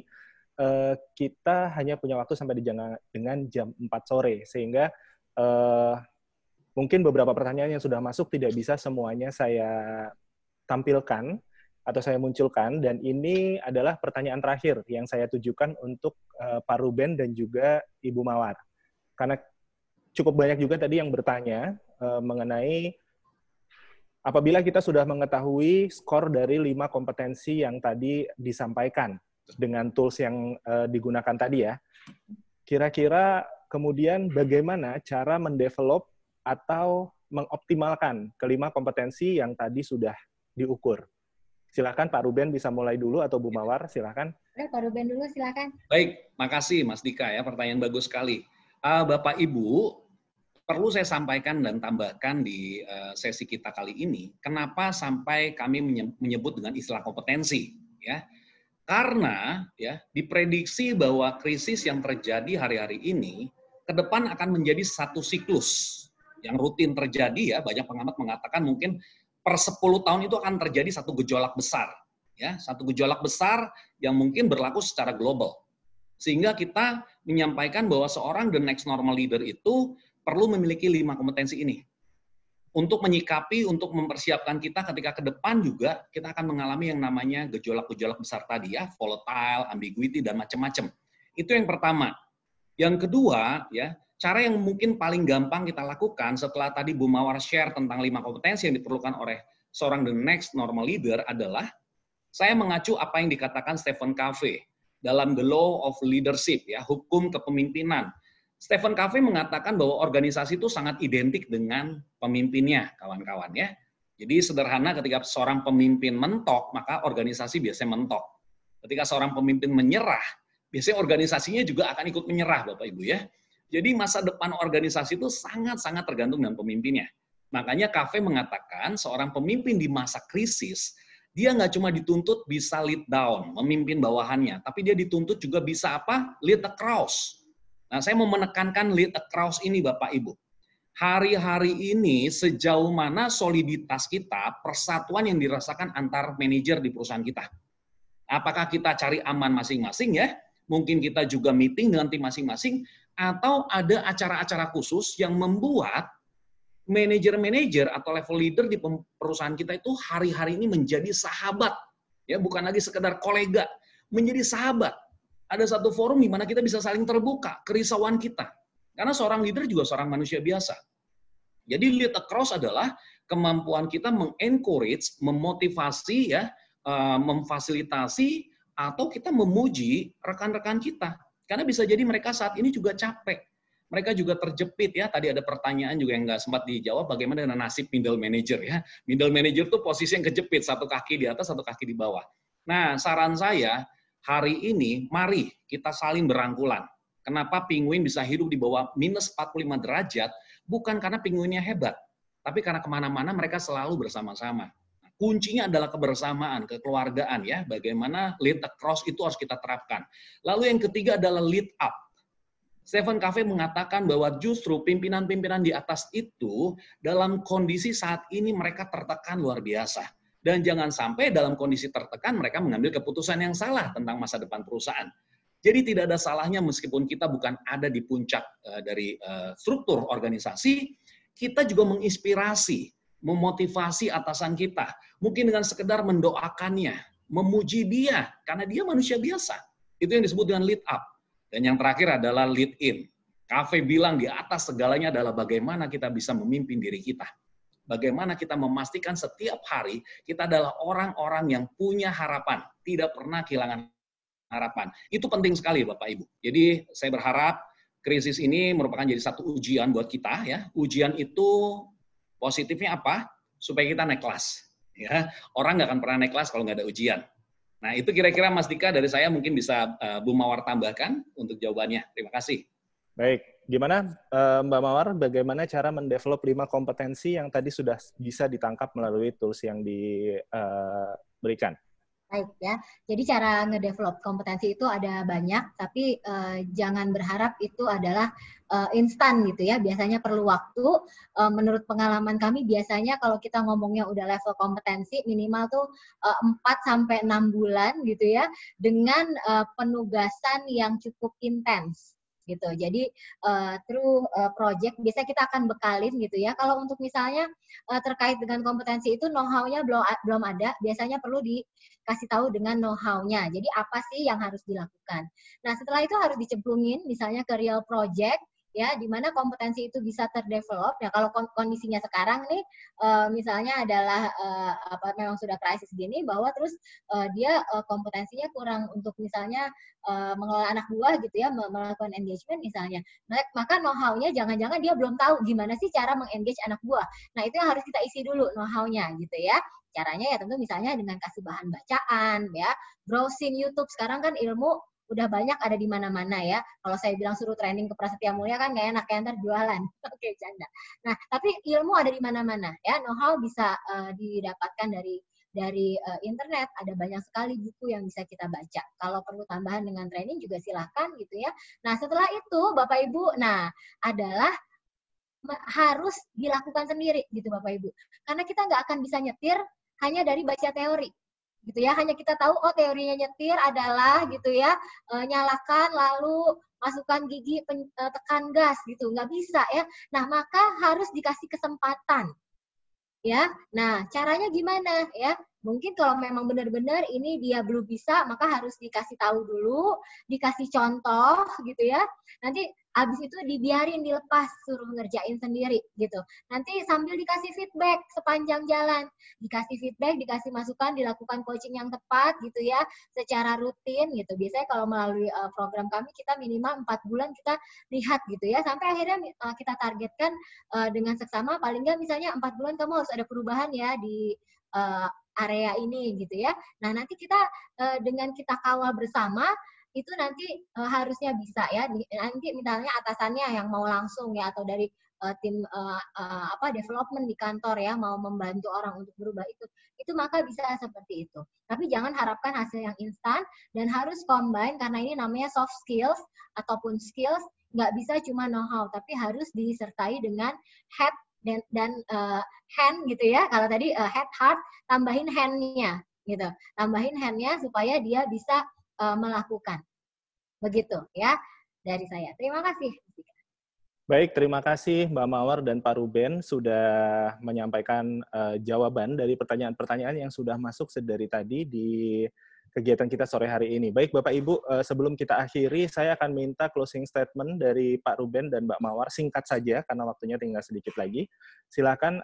kita hanya punya waktu sampai dengan jam 4 sore, sehingga mungkin beberapa pertanyaan yang sudah masuk tidak bisa semuanya saya tampilkan atau saya munculkan, dan ini adalah pertanyaan terakhir yang saya tujukan untuk Pak Ruben dan juga Ibu Mawar. Karena cukup banyak juga tadi yang bertanya mengenai apabila kita sudah mengetahui skor dari 5 kompetensi yang tadi disampaikan dengan tools yang digunakan tadi ya, kira-kira kemudian bagaimana cara mendevelop atau mengoptimalkan kelima kompetensi yang tadi sudah diukur. Silakan Pak Ruben bisa mulai dulu atau Bu Mawar, silakan. Pak Ruben dulu, silakan. Baik, makasih Mas Dika ya, pertanyaan bagus sekali. Bapak Ibu, perlu saya sampaikan dan tambahkan di sesi kita kali ini, kenapa sampai kami menyebut dengan istilah kompetensi, ya? Karena ya diprediksi bahwa krisis yang terjadi hari-hari ini ke depan akan menjadi satu siklus yang rutin terjadi ya. Banyak pengamat mengatakan mungkin per 10 tahun itu akan terjadi satu gejolak besar, ya, satu gejolak besar yang mungkin berlaku secara global. Sehingga kita menyampaikan bahwa seorang the next normal leader itu perlu memiliki 5 kompetensi ini. Untuk menyikapi, untuk mempersiapkan kita ketika ke depan juga, kita akan mengalami yang namanya gejolak-gejolak besar tadi ya, volatile, ambiguity, dan macam-macam. Itu yang pertama. Yang kedua, ya, cara yang mungkin paling gampang kita lakukan setelah tadi Bu Mawar share tentang 5 kompetensi yang diperlukan oleh seorang the next normal leader adalah, saya mengacu apa yang dikatakan Stephen Covey dalam The Law of Leadership, ya, hukum kepemimpinan. Stephen Covey mengatakan bahwa organisasi itu sangat identik dengan pemimpinnya, kawan-kawan ya. Jadi sederhana, ketika seorang pemimpin mentok, maka organisasi biasanya mentok. Ketika seorang pemimpin menyerah, biasanya organisasinya juga akan ikut menyerah, Bapak Ibu ya. Jadi masa depan organisasi itu sangat-sangat tergantung dengan pemimpinnya. Makanya Covey mengatakan seorang pemimpin di masa krisis, dia nggak cuma dituntut bisa lead down, memimpin bawahannya, tapi dia dituntut juga bisa apa? Lead across. Nah, saya mau menekankan lead across ini, Bapak Ibu. Hari-hari ini sejauh mana soliditas kita, persatuan yang dirasakan antar manajer di perusahaan kita. Apakah kita cari aman masing-masing ya? Mungkin kita juga meeting dengan tim masing-masing, atau ada acara-acara khusus yang membuat manajer-manajer atau level leader di perusahaan kita itu hari-hari ini menjadi sahabat. Ya, bukan lagi sekedar kolega, menjadi sahabat. Ada satu forum di mana kita bisa saling terbuka, kerisauan kita. Karena seorang leader juga seorang manusia biasa. Jadi lead across adalah kemampuan kita mengencourage, memotivasi, ya, memfasilitasi, atau kita memuji rekan-rekan kita. Karena bisa jadi mereka saat ini juga capek. Mereka juga terjepit ya. Tadi ada pertanyaan juga yang nggak sempat dijawab, bagaimana dengan nasib middle manager ya. Middle manager itu posisi yang kejepit, satu kaki di atas, satu kaki di bawah. Nah, saran saya, hari ini, mari kita saling berangkulan. Kenapa penguin bisa hidup di bawah minus 45 derajat? Bukan karena penguinnya hebat, tapi karena kemana-mana mereka selalu bersama-sama. Nah, kuncinya adalah kebersamaan, kekeluargaan ya. Bagaimana lead across itu harus kita terapkan. Lalu yang ketiga adalah lead up. Stephen Covey mengatakan bahwa justru pimpinan-pimpinan di atas itu dalam kondisi saat ini mereka tertekan luar biasa. Dan jangan sampai dalam kondisi tertekan mereka mengambil keputusan yang salah tentang masa depan perusahaan. Jadi tidak ada salahnya meskipun kita bukan ada di puncak dari struktur organisasi, kita juga menginspirasi, memotivasi atasan kita. Mungkin dengan sekedar mendoakannya, memuji dia, karena dia manusia biasa. Itu yang disebut dengan lead up. Dan yang terakhir adalah lead in. Covey bilang di atas segalanya adalah bagaimana kita bisa memimpin diri kita. Bagaimana kita memastikan setiap hari kita adalah orang-orang yang punya harapan, tidak pernah kehilangan harapan. Itu penting sekali Bapak Ibu. Jadi saya berharap krisis ini merupakan jadi satu ujian buat kita ya. Ujian itu positifnya apa? Supaya kita naik kelas. Ya, orang nggak akan pernah naik kelas kalau nggak ada ujian. Nah, itu kira-kira Mas Dika dari saya mungkin bisa Bu Mawar tambahkan untuk jawabannya. Terima kasih. Baik, gimana Mbak Mawar, bagaimana cara mendevelop 5 kompetensi yang tadi sudah bisa ditangkap melalui tools yang diberikan? Baik ya, jadi cara ngedevelop kompetensi itu ada banyak, tapi jangan berharap itu adalah instan gitu ya. Biasanya perlu waktu. Menurut pengalaman kami biasanya kalau kita ngomongnya udah level kompetensi minimal tuh 4-6 bulan gitu ya, dengan penugasan yang cukup intens gitu. Jadi through project biasanya kita akan bekalin gitu ya. Kalau untuk misalnya terkait dengan kompetensi itu know-how-nya belum ada, biasanya perlu dikasih tahu dengan know-how-nya. Jadi apa sih yang harus dilakukan. Nah, setelah itu harus dicemplungin misalnya ke real project ya, di mana kompetensi itu bisa terdevelop. Nah, kalau kondisinya sekarang nih misalnya adalah memang sudah krisis gini, bahwa terus dia kompetensinya kurang untuk misalnya mengelola anak buah gitu ya, melakukan engagement misalnya. Maka know-how-nya jangan-jangan dia belum tahu gimana sih cara mengengage anak buah. Nah, itu yang harus kita isi dulu know-how-nya gitu ya. Caranya ya tentu misalnya dengan kasih bahan bacaan ya, browsing YouTube. Sekarang kan ilmu udah banyak ada di mana-mana ya. Kalau saya bilang suruh training ke Prasetya Mulia kan nggak enak ya, ntar jualan. Oke, canda. Nah, tapi ilmu ada di mana-mana ya. Know-how bisa didapatkan dari internet. Ada banyak sekali buku yang bisa kita baca. Kalau perlu tambahan dengan training juga silahkan gitu ya. Nah, setelah itu Bapak Ibu, adalah harus dilakukan sendiri gitu Bapak Ibu. Karena kita nggak akan bisa nyetir hanya dari baca teori. Gitu ya, hanya kita tahu teorinya nyetir adalah gitu ya, nyalakan lalu masukkan gigi, tekan gas gitu, nggak bisa ya. Nah, maka harus dikasih kesempatan ya. Nah, caranya gimana ya? Mungkin kalau memang benar-benar ini dia belum bisa, maka harus dikasih tahu dulu, dikasih contoh gitu ya. Nanti habis itu dibiarin dilepas, suruh ngerjain sendiri gitu. Nanti sambil dikasih feedback sepanjang jalan. Dikasih feedback, dikasih masukan, dilakukan coaching yang tepat gitu ya, secara rutin gitu. Biasanya kalau melalui program kami kita minimal 4 bulan kita lihat gitu ya. Sampai akhirnya kita targetkan dengan seksama paling nggak misalnya 4 bulan kamu harus ada perubahan ya di area ini gitu ya. Nah, nanti kita dengan kita kawal bersama itu nanti harusnya bisa ya. Nanti misalnya atasannya yang mau langsung ya, atau dari tim development di kantor ya mau membantu orang untuk berubah itu maka bisa seperti itu. Tapi jangan harapkan hasil yang instan dan harus combine karena ini namanya soft skills ataupun skills, nggak bisa cuma know-how tapi harus disertai dengan head dan hand gitu ya. Kalau tadi head heart, tambahin hand-nya gitu. Tambahin hand-nya supaya dia bisa melakukan. Begitu ya dari saya. Terima kasih. Baik, terima kasih Mbak Mawar dan Pak Ruben sudah menyampaikan jawaban dari pertanyaan-pertanyaan yang sudah masuk sedari tadi di kegiatan kita sore hari ini. Baik, Bapak Ibu, sebelum kita akhiri, saya akan minta closing statement dari Pak Ruben dan Mbak Mawar, singkat saja, karena waktunya tinggal sedikit lagi. Silakan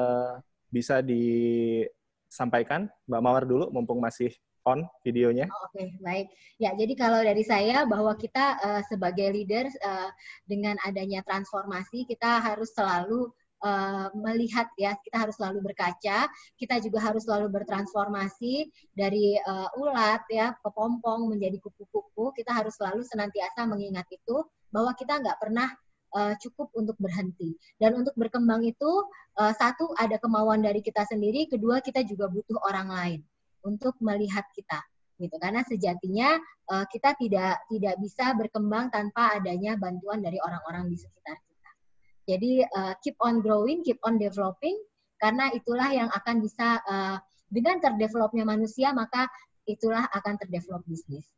bisa disampaikan, Mbak Mawar dulu, mumpung masih on videonya. Oke, baik. Ya, jadi kalau dari saya bahwa kita sebagai leader dengan adanya transformasi, kita harus selalu melihat ya, kita harus selalu berkaca, kita juga harus selalu bertransformasi dari ulat ya, kepompong menjadi kupu-kupu. Kita harus selalu senantiasa mengingat itu, bahwa kita nggak pernah cukup untuk berhenti. Dan untuk berkembang itu, satu, ada kemauan dari kita sendiri, kedua, kita juga butuh orang lain untuk melihat kita. Gitu, karena sejatinya kita tidak bisa berkembang tanpa adanya bantuan dari orang-orang di sekitar kita. Jadi keep on growing, keep on developing, karena itulah yang akan bisa dengan terdevelopnya manusia, maka itulah akan terdevelop bisnis.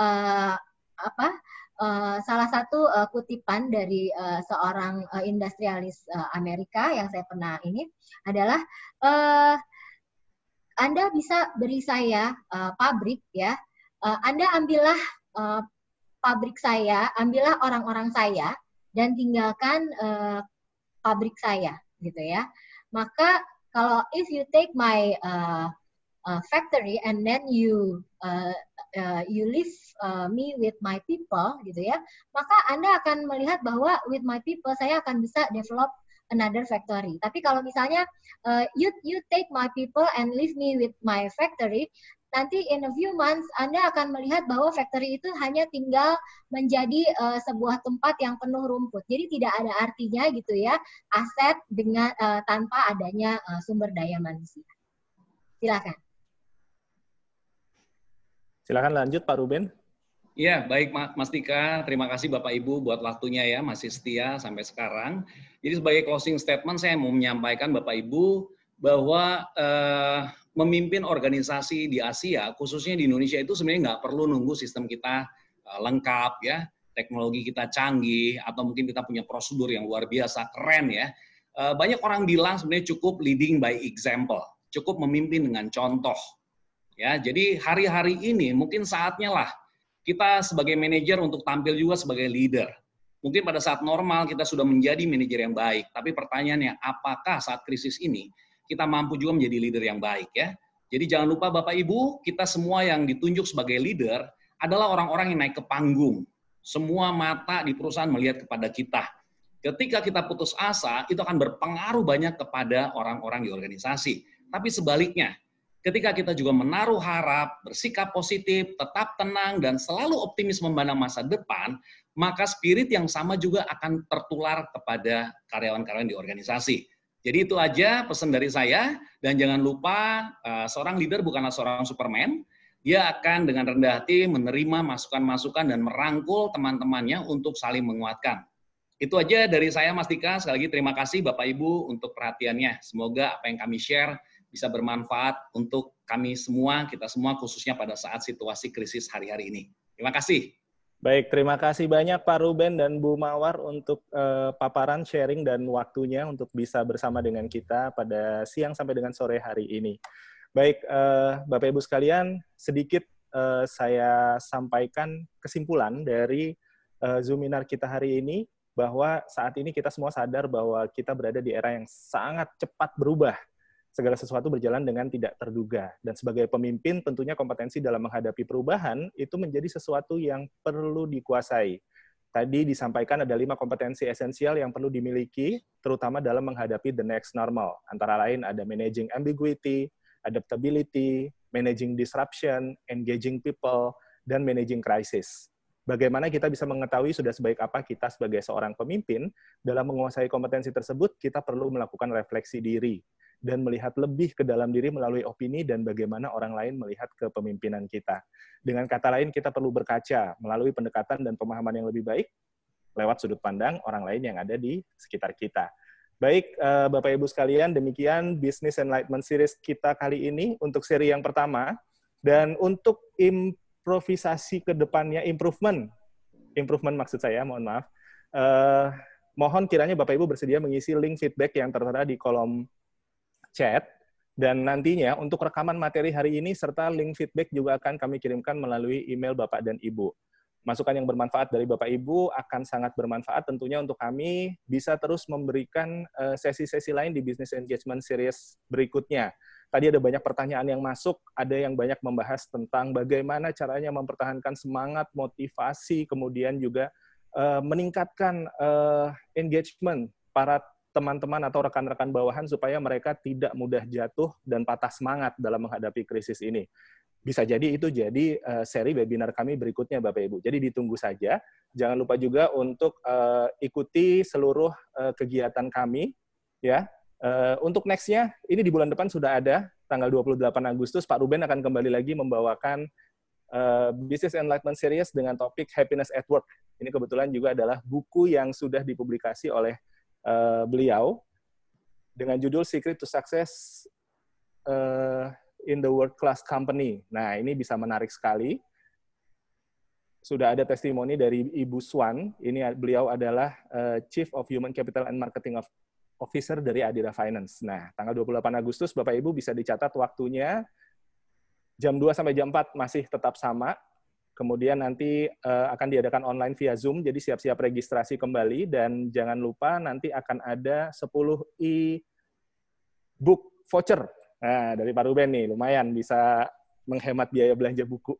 Salah satu kutipan dari seorang industrialis Amerika yang saya pernah ini adalah Anda bisa beri saya pabrik ya, Anda ambillah pabrik saya, ambillah orang-orang saya, dan tinggalkan pabrik saya, gitu ya. Maka kalau if you take my factory and then you leave me with my people, gitu ya, maka Anda akan melihat bahwa with my people saya akan bisa develop another factory. Tapi kalau misalnya you take my people and leave me with my factory, nanti in a few months Anda akan melihat bahwa factory itu hanya tinggal menjadi sebuah tempat yang penuh rumput. Jadi tidak ada artinya gitu ya aset dengan tanpa adanya sumber daya manusia. Silakan. Silakan lanjut Pak Ruben. Ya, baik Mas Dika. Terima kasih Bapak Ibu buat waktunya ya, masih setia sampai sekarang. Jadi sebagai closing statement saya mau menyampaikan Bapak Ibu bahwa memimpin organisasi di Asia, khususnya di Indonesia itu sebenarnya nggak perlu nunggu sistem kita lengkap ya, teknologi kita canggih, atau mungkin kita punya prosedur yang luar biasa, keren ya. Banyak orang bilang sebenarnya cukup leading by example, cukup memimpin dengan contoh. Ya, jadi hari-hari ini mungkin saatnya lah kita sebagai manajer untuk tampil juga sebagai leader. Mungkin pada saat normal kita sudah menjadi manajer yang baik, tapi pertanyaannya apakah saat krisis ini kita mampu juga menjadi leader yang baik ya. Jadi jangan lupa Bapak Ibu, kita semua yang ditunjuk sebagai leader adalah orang-orang yang naik ke panggung. Semua mata di perusahaan melihat kepada kita. Ketika kita putus asa, itu akan berpengaruh banyak kepada orang-orang di organisasi. Tapi sebaliknya, ketika kita juga menaruh harap, bersikap positif, tetap tenang, dan selalu optimis memandang masa depan, maka spirit yang sama juga akan tertular kepada karyawan-karyawan di organisasi. Jadi itu aja pesan dari saya, dan jangan lupa seorang leader bukanlah seorang Superman, dia akan dengan rendah hati menerima masukan-masukan dan merangkul teman-temannya untuk saling menguatkan. Itu aja dari saya Mas Dika, sekali lagi terima kasih Bapak Ibu untuk perhatiannya. Semoga apa yang kami share bisa bermanfaat untuk kami semua, kita semua khususnya pada saat situasi krisis hari-hari ini. Terima kasih. Baik, terima kasih banyak Pak Ruben dan Bu Mawar untuk paparan, sharing, dan waktunya untuk bisa bersama dengan kita pada siang sampai dengan sore hari ini. Baik, Bapak Ibu sekalian, sedikit saya sampaikan kesimpulan dari Zoominar kita hari ini, bahwa saat ini kita semua sadar bahwa kita berada di era yang sangat cepat berubah. Segala sesuatu berjalan dengan tidak terduga. Dan sebagai pemimpin, tentunya kompetensi dalam menghadapi perubahan itu menjadi sesuatu yang perlu dikuasai. Tadi disampaikan ada 5 kompetensi esensial yang perlu dimiliki, terutama dalam menghadapi the next normal. Antara lain ada managing ambiguity, adaptability, managing disruption, engaging people, dan managing crisis. Bagaimana kita bisa mengetahui sudah sebaik apa kita sebagai seorang pemimpin, dalam menguasai kompetensi tersebut, kita perlu melakukan refleksi diri dan melihat lebih ke dalam diri melalui opini dan bagaimana orang lain melihat kepemimpinan kita. Dengan kata lain, kita perlu berkaca melalui pendekatan dan pemahaman yang lebih baik lewat sudut pandang orang lain yang ada di sekitar kita. Baik, Bapak Ibu sekalian, demikian Business Enlightenment Series kita kali ini untuk seri yang pertama. Dan untuk improvisasi ke depannya, improvement maksud saya, mohon maaf. Mohon kiranya Bapak Ibu bersedia mengisi link feedback yang tertera di kolom chat, dan nantinya untuk rekaman materi hari ini serta link feedback juga akan kami kirimkan melalui email Bapak dan Ibu. Masukan yang bermanfaat dari Bapak Ibu akan sangat bermanfaat tentunya untuk kami bisa terus memberikan sesi-sesi lain di Business Engagement Series berikutnya. Tadi ada banyak pertanyaan yang masuk, ada yang banyak membahas tentang bagaimana caranya mempertahankan semangat, motivasi, kemudian juga meningkatkan engagement para teman-teman atau rekan-rekan bawahan supaya mereka tidak mudah jatuh dan patah semangat dalam menghadapi krisis ini. Bisa jadi itu jadi seri webinar kami berikutnya Bapak Ibu. Jadi ditunggu saja. Jangan lupa juga untuk ikuti seluruh kegiatan kami ya. Untuk next-nya ini di bulan depan sudah ada tanggal 28 Agustus Pak Ruben akan kembali lagi membawakan Business Enlightenment Series dengan topik Happiness at Work. Ini kebetulan juga adalah buku yang sudah dipublikasi oleh beliau dengan judul Secret to Success in the World Class Company. Nah, ini bisa menarik sekali. Sudah ada testimoni dari Ibu Swan. Ini beliau adalah Chief of Human Capital and Marketing Officer dari Adira Finance. Nah, tanggal 28 Agustus Bapak Ibu bisa dicatat waktunya jam 2 sampai jam 4 masih tetap sama. Kemudian nanti akan diadakan online via Zoom, jadi siap-siap registrasi kembali, dan jangan lupa nanti akan ada 10 e-book voucher. Nah, dari Pak Ruben nih, lumayan bisa menghemat biaya belanja buku.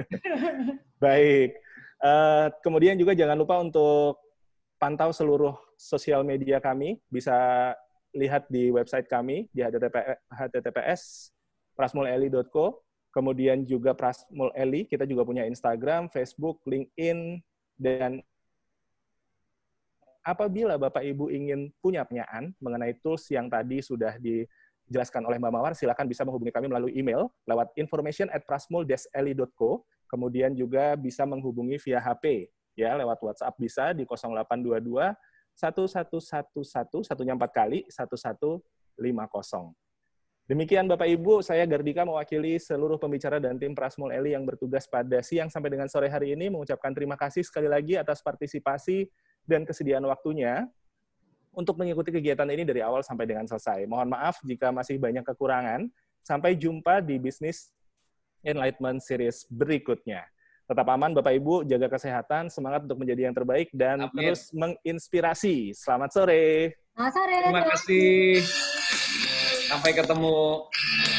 Baik. Kemudian juga jangan lupa untuk pantau seluruh sosial media kami, bisa lihat di website kami di https://prasmuleli.co. Kemudian juga Prasmul Eli, kita juga punya Instagram, Facebook, LinkedIn, dan apabila Bapak Ibu ingin punya pertanyaan mengenai tools yang tadi sudah dijelaskan oleh Mbak Mawar, silakan bisa menghubungi kami melalui email lewat information@prasmul-eli.co. Kemudian juga bisa menghubungi via HP, ya, lewat WhatsApp bisa di 0822 1111, satunya 4 kali, 1150. Demikian Bapak Ibu, saya Gardika mewakili seluruh pembicara dan tim Prasmul Eli yang bertugas pada siang sampai dengan sore hari ini, mengucapkan terima kasih sekali lagi atas partisipasi dan kesediaan waktunya untuk mengikuti kegiatan ini dari awal sampai dengan selesai. Mohon maaf jika masih banyak kekurangan. Sampai jumpa di Business Enlightenment Series berikutnya. Tetap aman Bapak Ibu, jaga kesehatan, semangat untuk menjadi yang terbaik, dan Amin. terus menginspirasi. Selamat sore. Selamat sore. Terima kasih. Sampai ketemu.